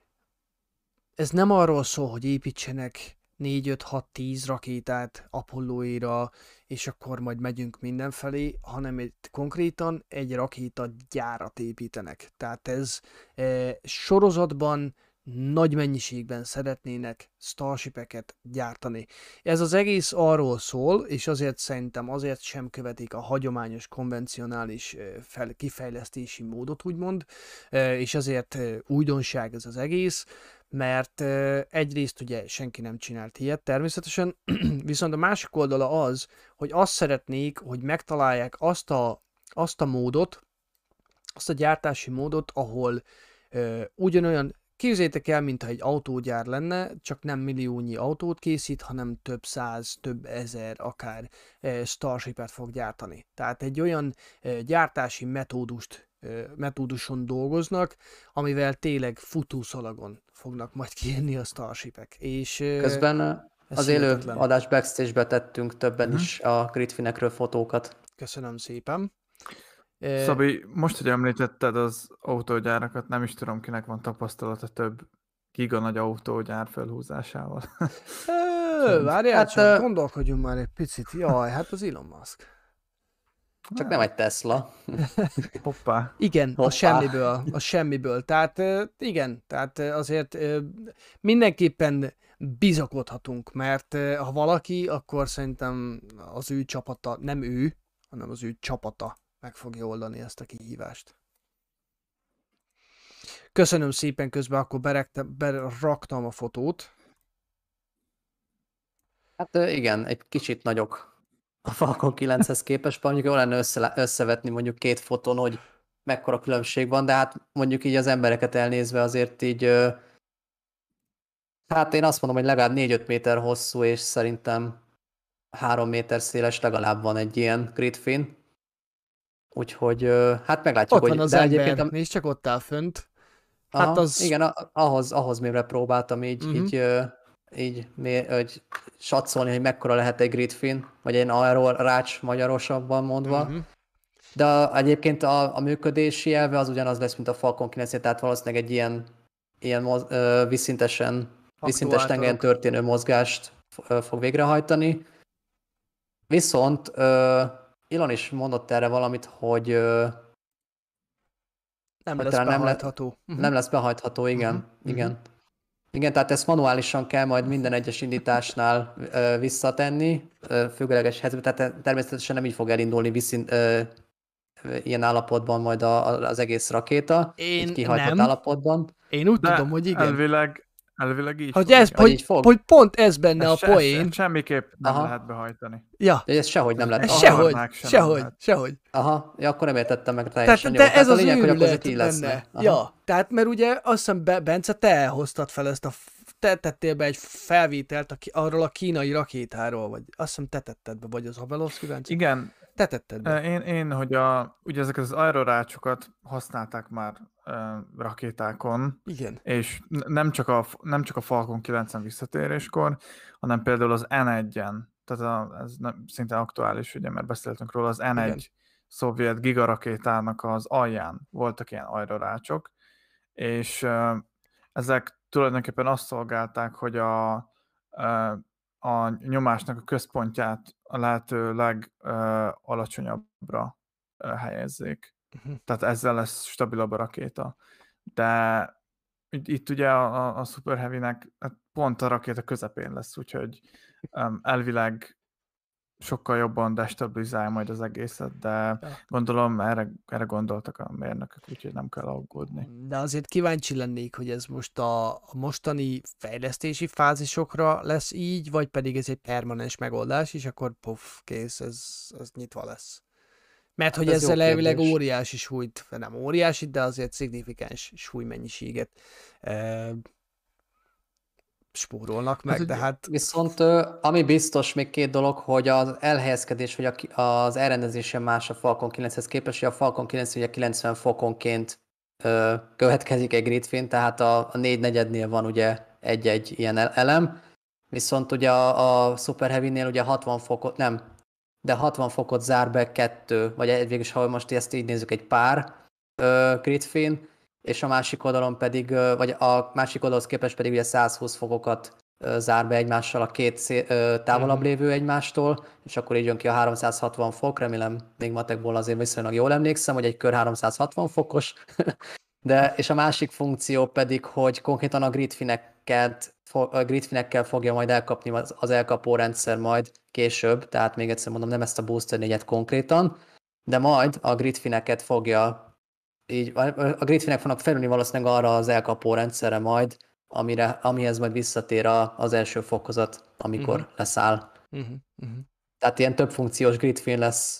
Speaker 5: Ez nem arról szól, hogy építsenek négy, öt, hat, tíz rakétát Apollo-ra, és akkor majd megyünk mindenfelé, hanem itt konkrétan egy rakéta gyárat építenek. Tehát ez e, sorozatban nagy mennyiségben szeretnének Starshipeket gyártani. Ez az egész arról szól, és azért szerintem azért sem követik a hagyományos, konvencionális fel, kifejlesztési módot, úgymond, és azért újdonság ez az egész, mert egyrészt ugye senki nem csinált ilyet természetesen, viszont a másik oldala az, hogy azt szeretnék, hogy megtalálják azt a, azt a módot, azt a gyártási módot, ahol uh, ugyanolyan, képzeljétek el, mintha egy autógyár lenne, csak nem milliónyi autót készít, hanem több száz, több ezer, akár uh, Starshipet fog gyártani. Tehát egy olyan uh, gyártási metódust metóduson dolgoznak, amivel tényleg futószalagon fognak majd kijönni a Starshipek. És
Speaker 6: közben az élő adás backstage-be tettünk többen uh-huh. is a gridfinekről fotókat.
Speaker 5: Köszönöm szépen.
Speaker 7: Szabi, most, hogy említetted az autógyárakat, nem is tudom, kinek van tapasztalata több giga nagy autógyár felhúzásával.
Speaker 5: Várjál, hát, csak uh... gondolkodjunk már egy picit. Jaj, hát az Elon Musk.
Speaker 6: Csak nem egy Tesla.
Speaker 5: Hoppá. Igen, Hoppá. a semmiből, a semmiből. Tehát igen, tehát azért mindenképpen bizakodhatunk, mert ha valaki, akkor szerintem az ő csapata, nem ő, hanem az ő csapata meg fogja oldani ezt a kihívást. Köszönöm szépen, közben akkor berekte, beraktam a fotót.
Speaker 6: Hát igen, egy kicsit nagyok a Falcon kilenchez képest, mondjuk jól lenne össze, összevetni mondjuk két fotón, hogy mekkora különbség van, de hát mondjuk így az embereket elnézve azért így, hát én azt mondom, hogy legalább négy-öt méter hosszú, és szerintem három méter széles legalább van egy ilyen grid fin. Úgyhogy hát meglátjuk,
Speaker 5: Ott
Speaker 6: hogy...
Speaker 5: van az
Speaker 6: de
Speaker 5: ember,
Speaker 6: egyébként a...
Speaker 5: nézd csak ott áll fönt.
Speaker 6: Aha,
Speaker 5: Hát az...
Speaker 6: igen, a- ahhoz, ahhoz mire próbáltam így,
Speaker 5: Mhm.
Speaker 6: így, ö, így, mé- így satszolni, hogy mekkora lehet egy grid fin, vagy egy aero rács magyarosabban mondva.
Speaker 5: Mhm.
Speaker 6: De a, egyébként a, a működési elve az ugyanaz lesz, mint a Falcon kilenc, tehát valószínűleg egy ilyen, ilyen moz, ö, viszintesen, viszintes tengelyen történő mozgást ö, fog végrehajtani. Viszont ö, Elon is mondott erre valamit, hogy ö,
Speaker 5: Nem
Speaker 6: hogy
Speaker 5: lesz
Speaker 6: talán nem le-
Speaker 5: behajtható. Mhm.
Speaker 6: nem lesz behajtható, igen.
Speaker 5: Mhm,
Speaker 6: igen. Igen, tehát ezt manuálisan kell majd minden egyes indításnál ö, visszatenni, ö, függőleges helyzetbe, tehát természetesen nem így fog elindulni viszint, ö, ö, ilyen állapotban majd a, a- az egész rakéta,
Speaker 5: Én
Speaker 6: így kihajtott
Speaker 5: nem.
Speaker 6: állapotban.
Speaker 5: Én úgy
Speaker 7: De
Speaker 5: tudom, hogy igen.
Speaker 7: elvileg, elvileg így
Speaker 5: Hogy,
Speaker 7: fog,
Speaker 5: ez,
Speaker 7: igen.
Speaker 6: Vagy így
Speaker 5: hogy,
Speaker 6: fog?
Speaker 5: hogy pont ez benne a
Speaker 7: Ezt se- ezt-
Speaker 5: poén.
Speaker 7: ezt semmiképp nem
Speaker 6: Aha.
Speaker 7: lehet behajtani.
Speaker 5: Ja,
Speaker 6: De ez sehogy nem lehet.
Speaker 5: ez
Speaker 7: a
Speaker 6: Aha,
Speaker 5: sehogy,
Speaker 7: harmák sem
Speaker 5: sehogy,
Speaker 7: lehet.
Speaker 5: sehogy.
Speaker 6: aha, ja, akkor nem értettem meg
Speaker 5: Tehát,
Speaker 6: teljesen.
Speaker 5: de
Speaker 6: jó.
Speaker 5: ez
Speaker 6: Tehát a
Speaker 5: az
Speaker 6: lényeg, hogy akkor ezek
Speaker 5: őrület
Speaker 6: így
Speaker 5: benne.
Speaker 6: lesznek. Aha.
Speaker 5: Ja, tehát mert ugye azt hiszem, Be- Bence, te elhoztad fel ezt a, f- te tettél be egy felvételt a, ki- arról a kínai rakétáról, vagy azt hiszem te tetted be, vagy az Abelovszki Bence?
Speaker 7: Igen,
Speaker 5: Te tetted be.
Speaker 7: én, én hogy a, ugye ezeket az aerorácsokat használták már uh, rakétákon,
Speaker 5: Igen.
Speaker 7: és n- nem csak a, nem csak a Falcon kilencen visszatéréskor, hanem például az en egyen, tehát a, ez nem, szinte aktuális, ugye, mert beszéltünk róla, az en egy
Speaker 5: Igen.
Speaker 7: szovjet gigarakétának az alján voltak ilyen aerorácsok, és uh, ezek tulajdonképpen azt szolgálták, hogy a, uh, a nyomásnak a központját a lehető legalacsonyabbra uh, helyezzék.
Speaker 5: Uh-huh.
Speaker 7: Tehát ezzel lesz stabilabb a rakéta. De itt, itt ugye a, a, a Super Heavy-nek pont a rakéta közepén lesz, úgyhogy um, elvileg sokkal jobban destabilizálja majd az egészet, de
Speaker 5: Ja.
Speaker 7: gondolom erre, erre gondoltak a mérnökök, úgyhogy nem kell aggódni.
Speaker 5: De azért kíváncsi lennék, hogy ez most a, a mostani fejlesztési fázisokra lesz így, vagy pedig ez egy permanens megoldás, és akkor puff, kész, ez, ez nyitva lesz. Mert hogy
Speaker 6: ez jó
Speaker 5: ezzel elvileg
Speaker 6: kérdés.
Speaker 5: óriási súlyt, nem óriási, de azért szignifikáns súlymennyiséget e, spórolnak meg,
Speaker 7: Hát,
Speaker 5: de
Speaker 7: hogy-
Speaker 5: hát
Speaker 6: Viszont ö, ami biztos még két dolog, hogy az elhelyezkedés, vagy a ki- az elrendezése más a Falcon kilenchez képest, hogy a Falcon kilenc ugye kilencven fokonként ö, következik egy gridfin, tehát a, a négy negyednél van ugye egy-egy ilyen el- elem, viszont ugye a, a Super Heavy-nél ugye hatvan fokot, nem, de hatvan fokot zár be kettő, vagy egy, végülis, ha most ezt így nézzük, egy pár ö, gridfin, és a másik oldalon pedig, ö, vagy a másik oldalhoz képest pedig ugye százhúsz fokokat ö, zár be egymással a két szé- ö, távolabb
Speaker 5: Mhm.
Speaker 6: lévő egymástól, és akkor így jön ki a háromszázhatvan fok, remélem még matekból azért viszonylag jól emlékszem, hogy egy kör háromszázhatvan fokos, de, és a másik funkció pedig, hogy konkrétan a gridfineket, fo- a gridfinekkel fogja majd elkapni az, az elkapó rendszer majd később, tehát még egyszer mondom, nem ezt a Booster négyet konkrétan, de majd a gridfineket fogja, így, a gridfinek fognak felülni valószínűleg arra az elkapó rendszerre majd, amire, amihez majd visszatér a, az első fokozat, amikor
Speaker 5: Mhm.
Speaker 6: leszáll.
Speaker 5: uh-huh, uh-huh.
Speaker 6: Tehát ilyen több funkciós gridfin lesz.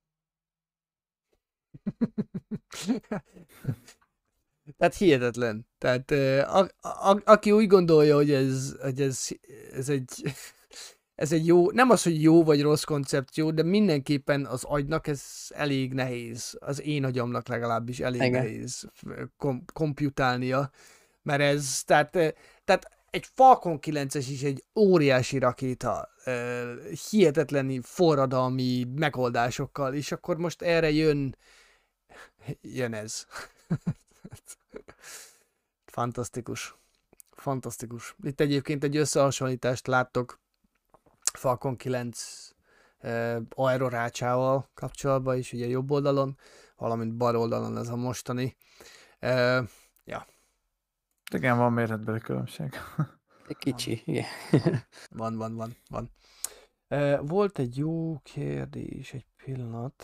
Speaker 5: Tehát hihetetlen. Tehát uh, a, a, aki úgy gondolja, hogy ez, hogy ez, ez egy ez egy jó, nem az, hogy jó vagy rossz koncepció, de mindenképpen az agynak ez elég nehéz. Az én agyamnak legalábbis elég
Speaker 6: Igen.
Speaker 5: nehéz kom- komputálnia. Mert ez, tehát, eh, tehát egy Falcon kilences is egy óriási rakéta, eh, hihetetlen forradalmi megoldásokkal, és akkor most erre jön, jön ez. Fantasztikus. Fantasztikus. Itt egyébként egy összehasonlítást láttok Falcon kilenc uh, aerorácsával kapcsolatban is, ugye jobb oldalon, valamint bal oldalon ez a mostani. Uh, ja,
Speaker 7: Igen, van méretbeli különbség.
Speaker 6: Egy kicsi, igen.
Speaker 5: van, van, van, van. Uh, volt egy jó kérdés, egy pillanat.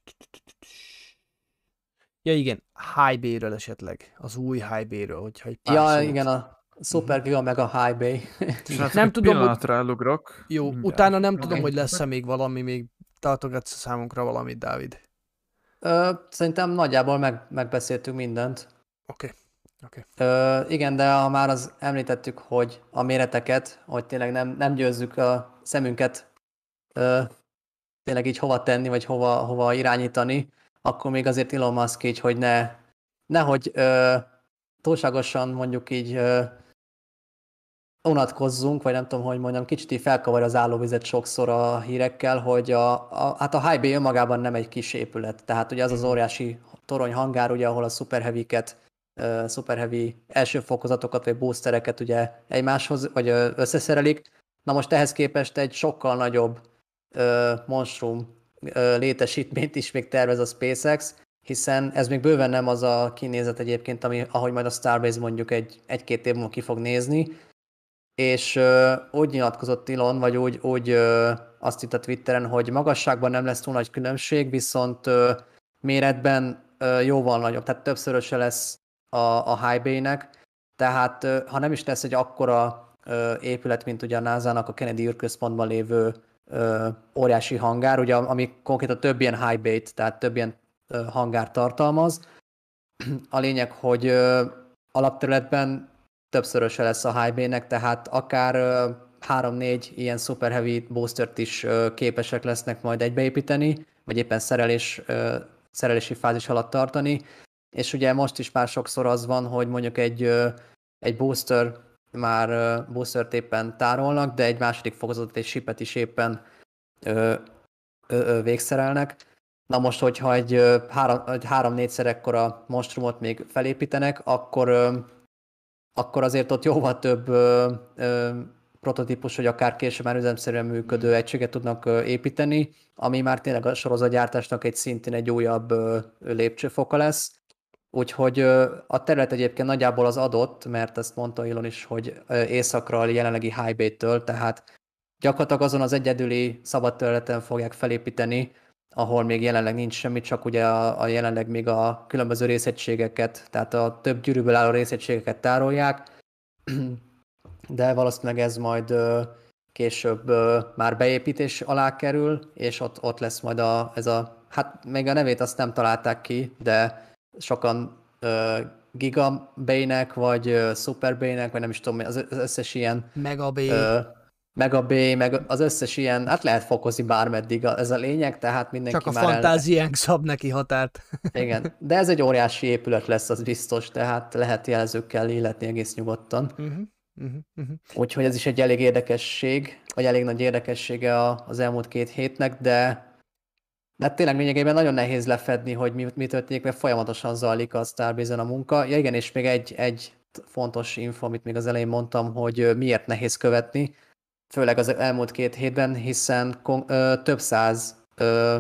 Speaker 5: Ja igen, High Bay-ről esetleg, az új High Bay-ről, hogyha egy pár
Speaker 6: Ja,
Speaker 5: szót.
Speaker 6: igen, a Super Giga meg a High Bay.
Speaker 7: Srácok,
Speaker 5: Nem
Speaker 7: egy
Speaker 5: tudom,
Speaker 7: pillanatra elugrok.
Speaker 5: Jó,
Speaker 7: Mindjárt.
Speaker 5: utána nem
Speaker 6: Oké.
Speaker 5: tudom, hogy lesz-e még valami, még tartogatsz számunkra valamit, Dávid.
Speaker 6: Ö, szerintem nagyjából meg, megbeszéltük mindent.
Speaker 5: Oké, oké.
Speaker 6: Ö, igen, de ha már az említettük, hogy a méreteket, hogy tényleg nem, nem győzzük a szemünket ö, tényleg így hova tenni, vagy hova, hova irányítani, akkor még azért Elon Musk így, hogy ne, nehogy ö, túlságosan mondjuk így ö, unatkozzunk, vagy nem tudom, hogy mondjam, kicsit így felkavarja az állóvizet sokszor a hírekkel, hogy a, a, hát a High Bay önmagában nem egy kis épület. Tehát ugye az az óriási torony hangár, ugye, ahol a Super Heavy-ket, uh, Super Heavy első fokozatokat, vagy boostereket ugye egymáshoz, vagy uh, összeszerelik. Na most ehhez képest egy sokkal nagyobb uh, monstrum uh, létesítményt is még tervez a SpaceX, hiszen ez még bőven nem az a kinézet egyébként, ami, ahogy majd a Starbase mondjuk egy, egy-két év múlva ki fog nézni, és uh, úgy nyilatkozott Elon, vagy úgy, úgy uh, azt itt a Twitteren, hogy magasságban nem lesz túl nagy különbség, viszont uh, méretben uh, jóval nagyobb, tehát többszöröse lesz a, a High Bay-nek, tehát uh, ha nem is lesz egy akkora uh, épület, mint ugye a nászának a Kennedy űrközpontban lévő uh, óriási hangár, ugye, ami konkrétan több ilyen High Bay-t, tehát több ilyen uh, hangár tartalmaz. A lényeg, hogy uh, alapterületben többszöröse lesz a High Bay-nek, tehát akár uh, három-négy ilyen Super Heavy boostert is uh, képesek lesznek majd egybeépíteni, vagy éppen szerelés, uh, szerelési fázis alatt tartani. És ugye most is már sokszor az van, hogy mondjuk egy, uh, egy booster már uh, boostert éppen tárolnak, de egy második fokozatot, egy shipet is éppen uh, uh, végszerelnek. Na most, hogyha egy, uh, három, egy három-négyszer ekkora monstrumot még felépítenek, akkor uh, akkor azért ott jóval több ö, ö, prototípus, hogy akár később már üzemszerűen működő egységet tudnak ö, építeni, ami már tényleg a sorozatgyártásnak egy szintén egy újabb ö, lépcsőfoka lesz. Úgyhogy ö, a terület egyébként nagyjából az adott, mert ezt mondta Elon is, hogy ö, északra a jelenlegi High Bay-től, tehát gyakorlatilag azon az egyedüli szabad területen fogják felépíteni, ahol még jelenleg nincs semmi, csak ugye a, a jelenleg még a különböző részegységeket, tehát a több gyűrűből álló részegységeket tárolják, de valószínűleg ez majd ö, később ö, már beépítés alá kerül, és ott, ott lesz majd a, ez a, hát még a nevét azt nem találták ki, de sokan ö, Giga Bay-nek, vagy ö, Super Bay-nek, vagy nem is tudom, az összes ilyen
Speaker 5: Mega Bay.
Speaker 6: Ö, meg a B, meg az összes ilyen, hát lehet fokozni bármeddig ez a lényeg, tehát mindenki
Speaker 5: Csak a
Speaker 6: már
Speaker 5: fantáziánk szab neki határt.
Speaker 6: Igen, de ez egy óriási épület lesz, az biztos, tehát lehet jelzőkkel illetni egész nyugodtan.
Speaker 5: Uh-huh, uh-huh, uh-huh.
Speaker 6: Úgyhogy ez is egy elég érdekesség, vagy elég nagy érdekessége az elmúlt két hétnek, de, de tényleg lényegében nagyon nehéz lefedni, hogy mi, mi történik, mert folyamatosan zajlik a Starbase-en a munka. Ja igen, és még egy, egy fontos info, amit még az elején mondtam, hogy miért nehéz követni, főleg az elmúlt két hétben, hiszen ö, több száz ö,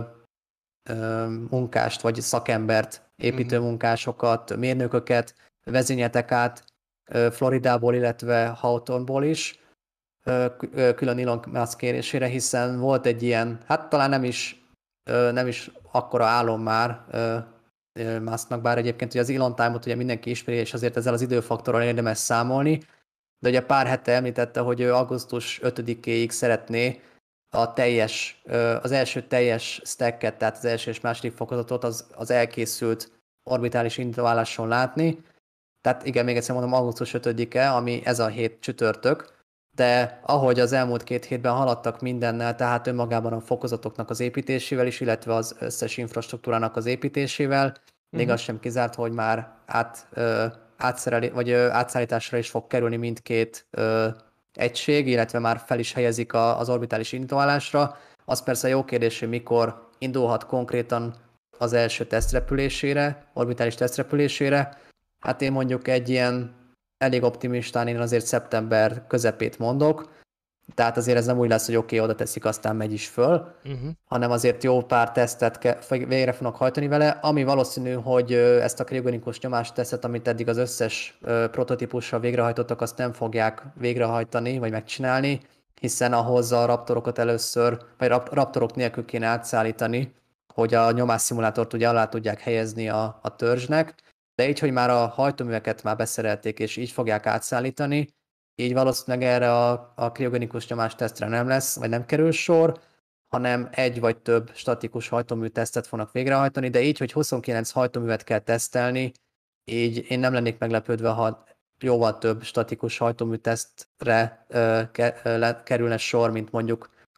Speaker 6: ö, munkást vagy szakembert, építőmunkásokat, mérnököket vezényeltek át ö, Floridából, illetve Hawthorne-ból is, ö, külön Elon Musk kérésére, hiszen volt egy ilyen, hát talán nem is, ö, nem is akkora álom már ö, ö, Musknak, bár egyébként ugye az Elon Time-ot ugye mindenki ismeri, és azért ezzel az időfaktorral érdemes számolni, de ugye pár hete említette, hogy ő augusztus ötödikéig szeretné a teljes, az első teljes stacket, tehát az első és második fokozatot az, az elkészült orbitális indulálláson látni. Tehát igen, még egyszer mondom, augusztus ötödike, ami ez a hét csütörtök, de ahogy az elmúlt két hétben haladtak mindennel, tehát önmagában a fokozatoknak az építésével is, illetve az összes infrastruktúrának az építésével, uh-huh. még az sem kizárt, hogy már át... Átszereli, vagy ö, átszállításra is fog kerülni mindkét ö, egység, illetve már fel is helyezik a, az orbitális indulásra. Az persze jó kérdés, hogy mikor indulhat konkrétan az első tesztrepülésére, orbitális tesztrepülésére. Hát én mondjuk egy ilyen elég optimistán, én azért szeptember közepét mondok, tehát azért ez nem úgy lesz, hogy oké, okay, oda teszik, aztán megy is föl, uh-huh. hanem azért jó pár tesztet ke- végre fognak hajtani vele, ami valószínű, hogy ezt a kriogenikus nyomástesztet, amit eddig az összes prototípussal végrehajtottak, azt nem fogják végrehajtani, vagy megcsinálni, hiszen ahhoz a raptorokat először, vagy raptorok nélkül kéne átszállítani, hogy a nyomásszimulátort ugye alá tudják helyezni a, a törzsnek, de így, hogy már a hajtóműveket már beszerelték, és így fogják átszállítani, így valószínűleg erre a, a kriogenikus nyomástesztre nem lesz, vagy nem kerül sor, hanem egy vagy több statikus hajtómű tesztet fognak végrehajtani, de így, hogy huszonkilenc hajtóművet kell tesztelni, így én nem lennék meglepődve, ha jóval több statikus hajtómű tesztre uh, ke, uh, kerülne sor, mint mondjuk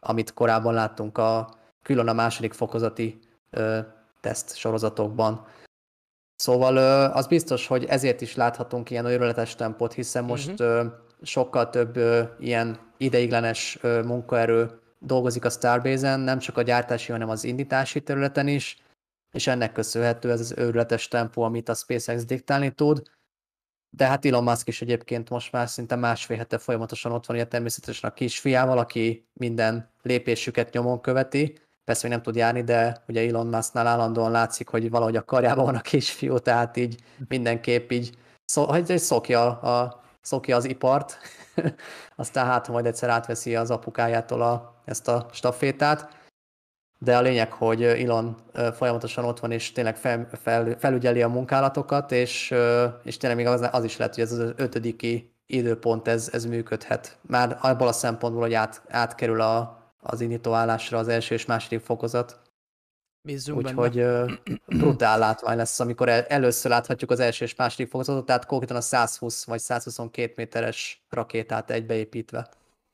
Speaker 6: amit korábban láttunk a külön a második fokozati ö, teszt sorozatokban. Szóval ö, az biztos, hogy ezért is láthatunk ilyen őrületes tempót, hiszen most uh-huh. ö, sokkal több ö, ilyen ideiglenes ö, munkaerő dolgozik a Starbase-en, nem csak a gyártási, hanem az indítási területen is, és ennek köszönhető ez az őrületes tempó, amit a SpaceX diktálni tud. De hát Elon Musk is egyébként most már szinte másfél hete folyamatosan ott van, ugye természetesen a kisfiával, aki minden lépésüket nyomon követi. Persze még nem tud járni, de ugye Elon Musknál állandóan látszik, hogy valahogy a karjában van a kisfiú, tehát így mindenképp így szó, hogy szokja, a, szokja az ipart, aztán hát majd egyszer átveszi az apukájától a, ezt a stafétát. De a lényeg, hogy Elon folyamatosan ott van, és tényleg fel, fel, felügyeli a munkálatokat, és, és tényleg még az, az is lehet, hogy ez az ötödiki időpont ez, ez működhet. Már abból a szempontból, hogy át, átkerül a, az indítóállásra az első és második fokozat. Úgyhogy brutál látvány lesz, amikor el, először láthatjuk az első és második fokozatot, tehát konkrétan a százhúsz vagy százhuszonkettő méteres rakétát egybeépítve.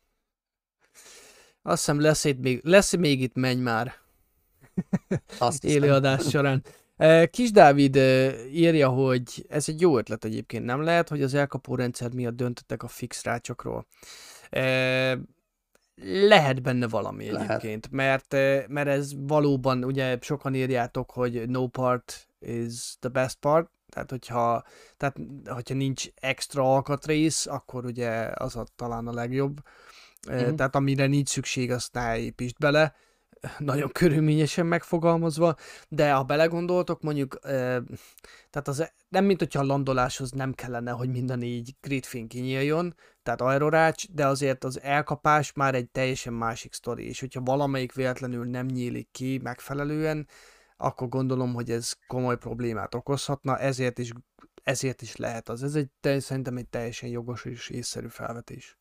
Speaker 5: Azt hiszem lesz itt még, lesz még itt menj már élőadás során. Kis Dávid írja, hogy ez egy jó ötlet egyébként. Nem lehet, hogy az elkapó rendszer miatt döntöttek a fix rácsokról. Lehet benne valami lehet. Egyébként, mert, mert ez valóban, ugye sokan írjátok, hogy no part is the best part, tehát hogyha, tehát hogyha nincs extra alkatrész, akkor ugye az a, talán a legjobb. Mm-hmm. Tehát amire nincs szükség, azt ne építsd bele, nagyon körülményesen megfogalmazva, de ha belegondoltok, mondjuk, tehát az nem mint hogyha a landoláshoz nem kellene, hogy minden így gridfin kinyíljon, tehát aerorács, de azért az elkapás már egy teljesen másik sztori, és hogyha valamelyik véletlenül nem nyílik ki megfelelően, akkor gondolom, hogy ez komoly problémát okozhatna, ezért is, ezért is lehet az. Ez egy, szerintem egy teljesen jogos és észszerű felvetés.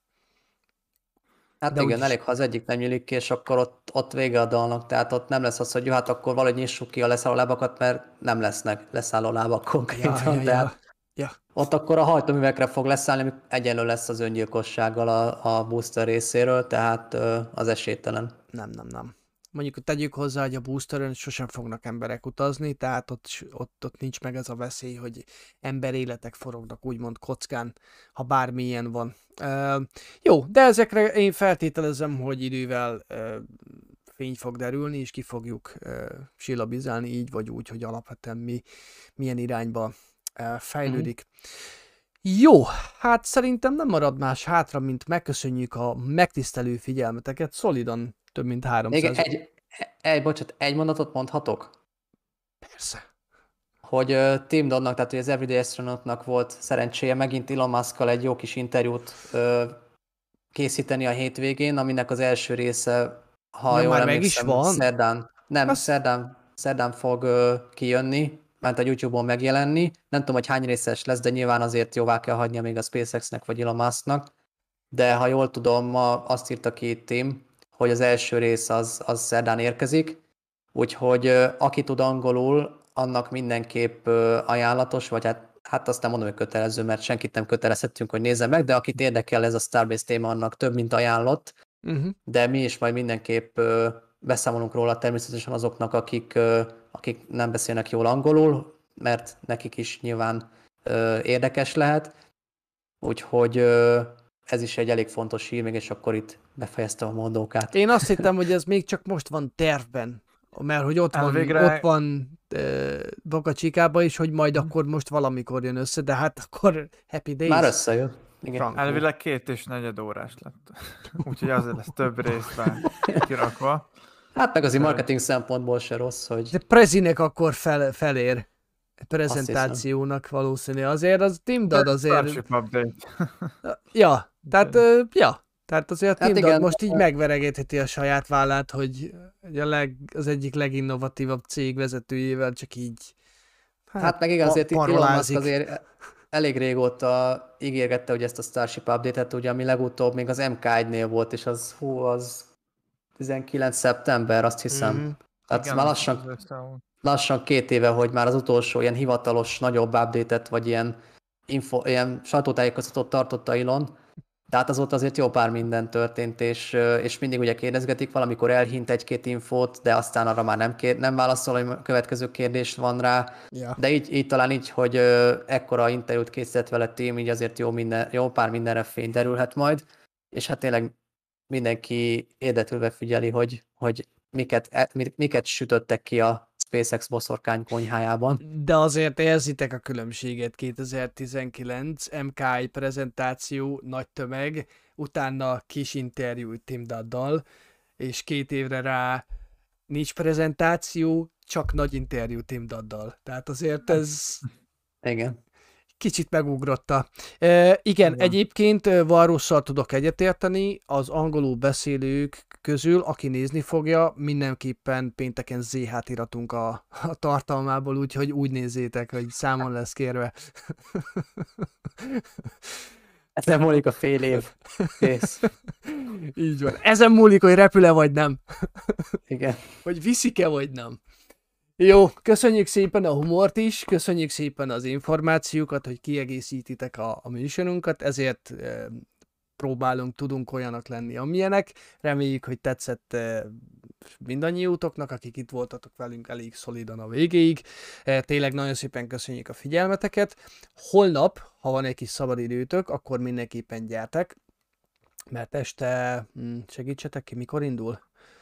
Speaker 6: Hát de igen, úgyis... elég, ha az egyik nem nyílik ki, és akkor ott, ott vége a dalnak, tehát ott nem lesz az, hogy jó, hát akkor valahogy nyissuk ki a leszálló lábakat, mert nem lesznek leszálló lábak konkrétan, ja, ja, tehát ja. Ja. Ott akkor a hajtóművekre fog leszállni, ami egyenlő lesz az öngyilkossággal a, a booster részéről, tehát az esélytelen.
Speaker 5: Nem, nem, nem. Mondjuk tegyük hozzá, hogy a boosteren sosem fognak emberek utazni, tehát ott, ott, ott nincs meg ez a veszély, hogy emberéletek forognak úgymond kockán, ha bármilyen van. Uh, jó, de ezekre én feltételezem, hogy idővel uh, fény fog derülni, és ki fogjuk uh, silabizálni így vagy úgy, hogy alapvetően mi milyen irányba uh, fejlődik. Mm-hmm. Jó, hát szerintem nem marad más hátra, mint megköszönjük a megtisztelő figyelmeteket, szolidan több mint háromszáz.
Speaker 6: Még egy, egy, bocsánat, egy mondatot mondhatok?
Speaker 5: Persze.
Speaker 6: Hogy uh, Tim Doddnak, tehát hogy az Everyday Astronautnak volt szerencséje megint Elon Muskkal egy jó kis interjút uh, készíteni a hétvégén, aminek az első része, ha
Speaker 5: Na,
Speaker 6: jól
Speaker 5: már
Speaker 6: emlékszem,
Speaker 5: meg is van?
Speaker 6: szerdán, nem,
Speaker 5: Azt...
Speaker 6: szerdán, szerdán fog uh, kijönni, ment a YouTube-on megjelenni. Nem tudom, hogy hány részes lesz, de nyilván azért jóvá kell hagynia még a SpaceX-nek vagy Elon Musknak. De ha jól tudom, ma azt írta ki Tim, hogy az első rész az, az szerdán érkezik, úgyhogy uh, aki tud angolul, annak mindenképp uh, ajánlatos, vagy hát, hát azt nem mondom, hogy kötelező, mert senkit nem kötelezhetünk, hogy nézze meg, de akit érdekel ez a Starbase téma, annak több, mint ajánlott, uh-huh. de mi is majd mindenképp uh, beszámolunk róla természetesen azoknak, akik, uh, akik nem beszélnek jól angolul, mert nekik is nyilván uh, érdekes lehet, úgyhogy uh, ez is egy elég fontos hír, még és akkor itt befejeztem a mondókát.
Speaker 5: Én azt hittem, hogy ez még csak most van tervben, mert hogy ott van, végre... ott van uh, Boca Chicában is, hogy majd akkor most valamikor jön össze, de hát akkor happy days.
Speaker 6: Már összejön. Igen.
Speaker 7: Elvileg két és negyed órás lett. Úgyhogy azért lesz több részben kirakva.
Speaker 6: Hát meg azért marketing szempontból se rossz, hogy...
Speaker 5: De Prezinek akkor fel, felér. Prezentációnak valószínű. Azért az Tim Dodd azért... ja, tehát, ja. Tehát azért hát Tim Dodd most így megveregetheti a saját vállát, hogy a leg, az egyik leginnovatívabb cég vezetőjével csak így...
Speaker 6: Hát, hát meg igen, azért itt Elon Musk azért elég régóta ígérgette, hogy ezt a Starship update-et, ugye, ami legutóbb még az em ká egynél volt, és az, hú, az tizenkilenc szeptember, azt hiszem. Mm-hmm. Tehát igen, már lassan, lassan két éve, hogy már az utolsó ilyen hivatalos, nagyobb update-et, vagy ilyen, info, ilyen sajtótájékoztatót tartotta Elon, Tehát azóta azért jó pár minden történt, és, és mindig ugye kérdezgetik, valamikor elhint egy-két infót, de aztán arra már nem, kér, nem válaszol, hogy a következő kérdés van rá.
Speaker 5: Ja.
Speaker 6: De így, így talán így, hogy ekkora interjút készített vele tím, így azért jó, minden, jó pár mindenre fény derülhet majd. És hát tényleg mindenki érdeklődve figyeli, hogy, hogy miket, miket sütöttek ki a SpaceX boszorkány konyhájában.
Speaker 5: De azért érzitek a különbséget, kétezer-tizenkilenc em ká i prezentáció, nagy tömeg, utána kis interjú Tim Duddal, és két évre rá nincs prezentáció, csak nagy interjú Tim Duddal. Tehát azért ez...
Speaker 6: Igen.
Speaker 5: Kicsit megugrotta. E, igen, igen, egyébként Varrosszal tudok egyetérteni, az angolul beszélők közül, aki nézni fogja, mindenképpen pénteken zé há-t iratunk a, a tartalmából, úgyhogy úgy nézzétek, hogy számon lesz kérve.
Speaker 6: Ezen múlik a fél év. Kész.
Speaker 5: Így van. Ezen múlik, hogy repül-e vagy nem.
Speaker 6: Igen.
Speaker 5: Hogy viszik-e vagy nem. Jó, köszönjük szépen a humort is, köszönjük szépen az információkat, hogy kiegészítitek a, a műsorunkat, ezért e, próbálunk, tudunk olyanok lenni, amilyenek. Reméljük, hogy tetszett e, mindannyiótoknak, akik itt voltatok velünk elég szolidan a végéig. E, tényleg nagyon szépen köszönjük a figyelmeteket. Holnap, ha van egy kis szabadidőtök, akkor mindenképpen gyertek, mert este, segítsetek ki, mikor indul?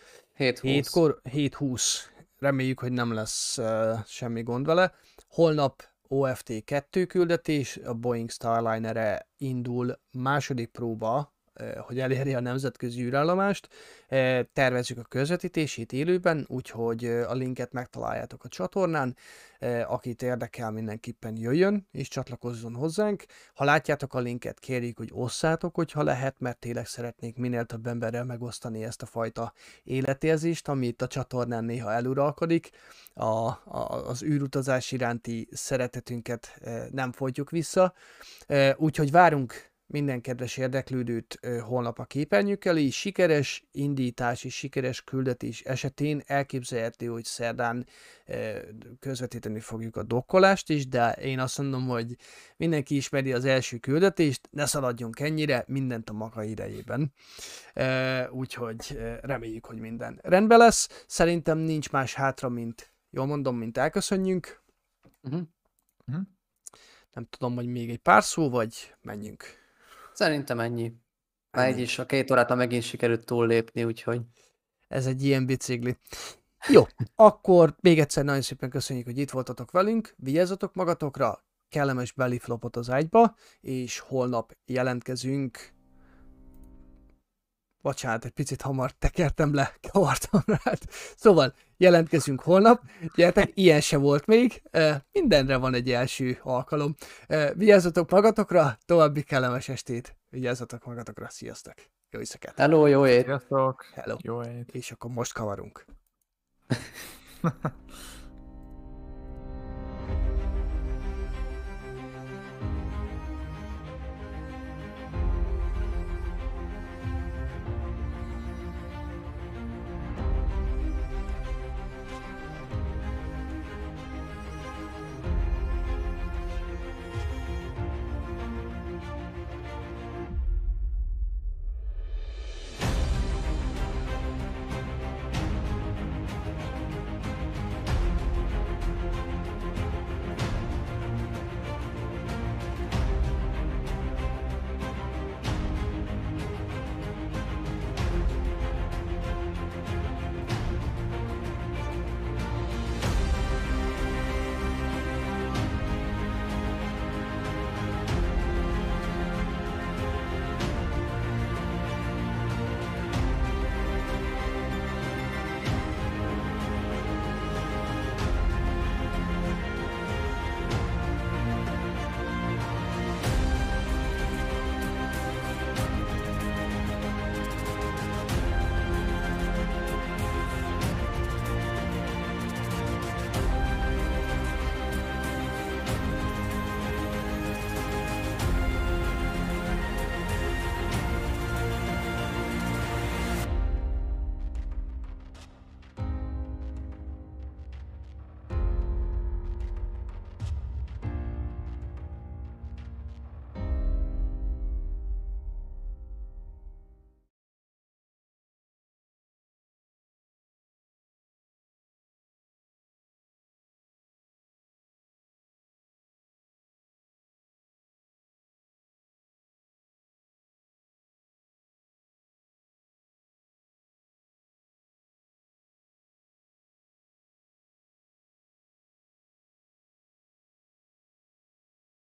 Speaker 5: hét húsz. Reméljük, hogy nem lesz uh, semmi gond vele. Holnap o ef té kettő küldetés, a Boeing Starliner-re indul második próba, uh, hogy elérje a nemzetközi űrállomást. Uh, tervezzük a közvetítését élőben, úgyhogy uh, a linket megtaláljátok a csatornán. Uh, akit érdekel, mindenképpen jöjjön és csatlakozzon hozzánk. Ha látjátok a linket, kérjük, hogy osszátok, hogyha lehet, mert tényleg szeretnék minél több emberrel megosztani ezt a fajta életérzést, ami itt a csatornán néha eluralkodik. A, a, az űrutazás iránti szeretetünket uh, nem folytjuk vissza. Uh, úgyhogy várunk minden kedves érdeklődőt uh, holnap a képernyők elé. Sikeres indítás és sikeres küldetés esetén elképzelhető, hogy szerdán uh, közvetíteni fogjuk a dokkolást is, de én azt mondom, hogy mindenki ismeri az első küldetést, ne szaladjunk ennyire, mindent a maga idejében. Uh, úgyhogy uh, reméljük, hogy minden rendben lesz. Szerintem nincs más hátra, mint, jól mondom, mint elköszönjünk.
Speaker 6: Uh-huh.
Speaker 7: Uh-huh.
Speaker 5: Nem tudom, hogy még egy pár szó, vagy menjünk.
Speaker 6: Szerintem ennyi. Már egy is a két órát megint sikerült túllépni, úgyhogy...
Speaker 5: Ez egy ilyen bicikli. Jó, akkor még egyszer nagyon szépen köszönjük, hogy itt voltatok velünk, vigyázzatok magatokra, kellemes beliflopot az ágyba, és holnap jelentkezünk. Bocsánat, egy picit hamar tekertem le, kavartam rád. Szóval jelentkezünk holnap, gyertek, ilyen se volt még, mindenre van egy első alkalom. Vigyázzatok magatokra, további kellemes estét, vigyázzatok magatokra, sziasztok! Jó éjszakát!
Speaker 6: Hello, jó ét!
Speaker 7: Sziasztok!
Speaker 5: Hello!
Speaker 7: Jó ét!
Speaker 5: És akkor most kavarunk.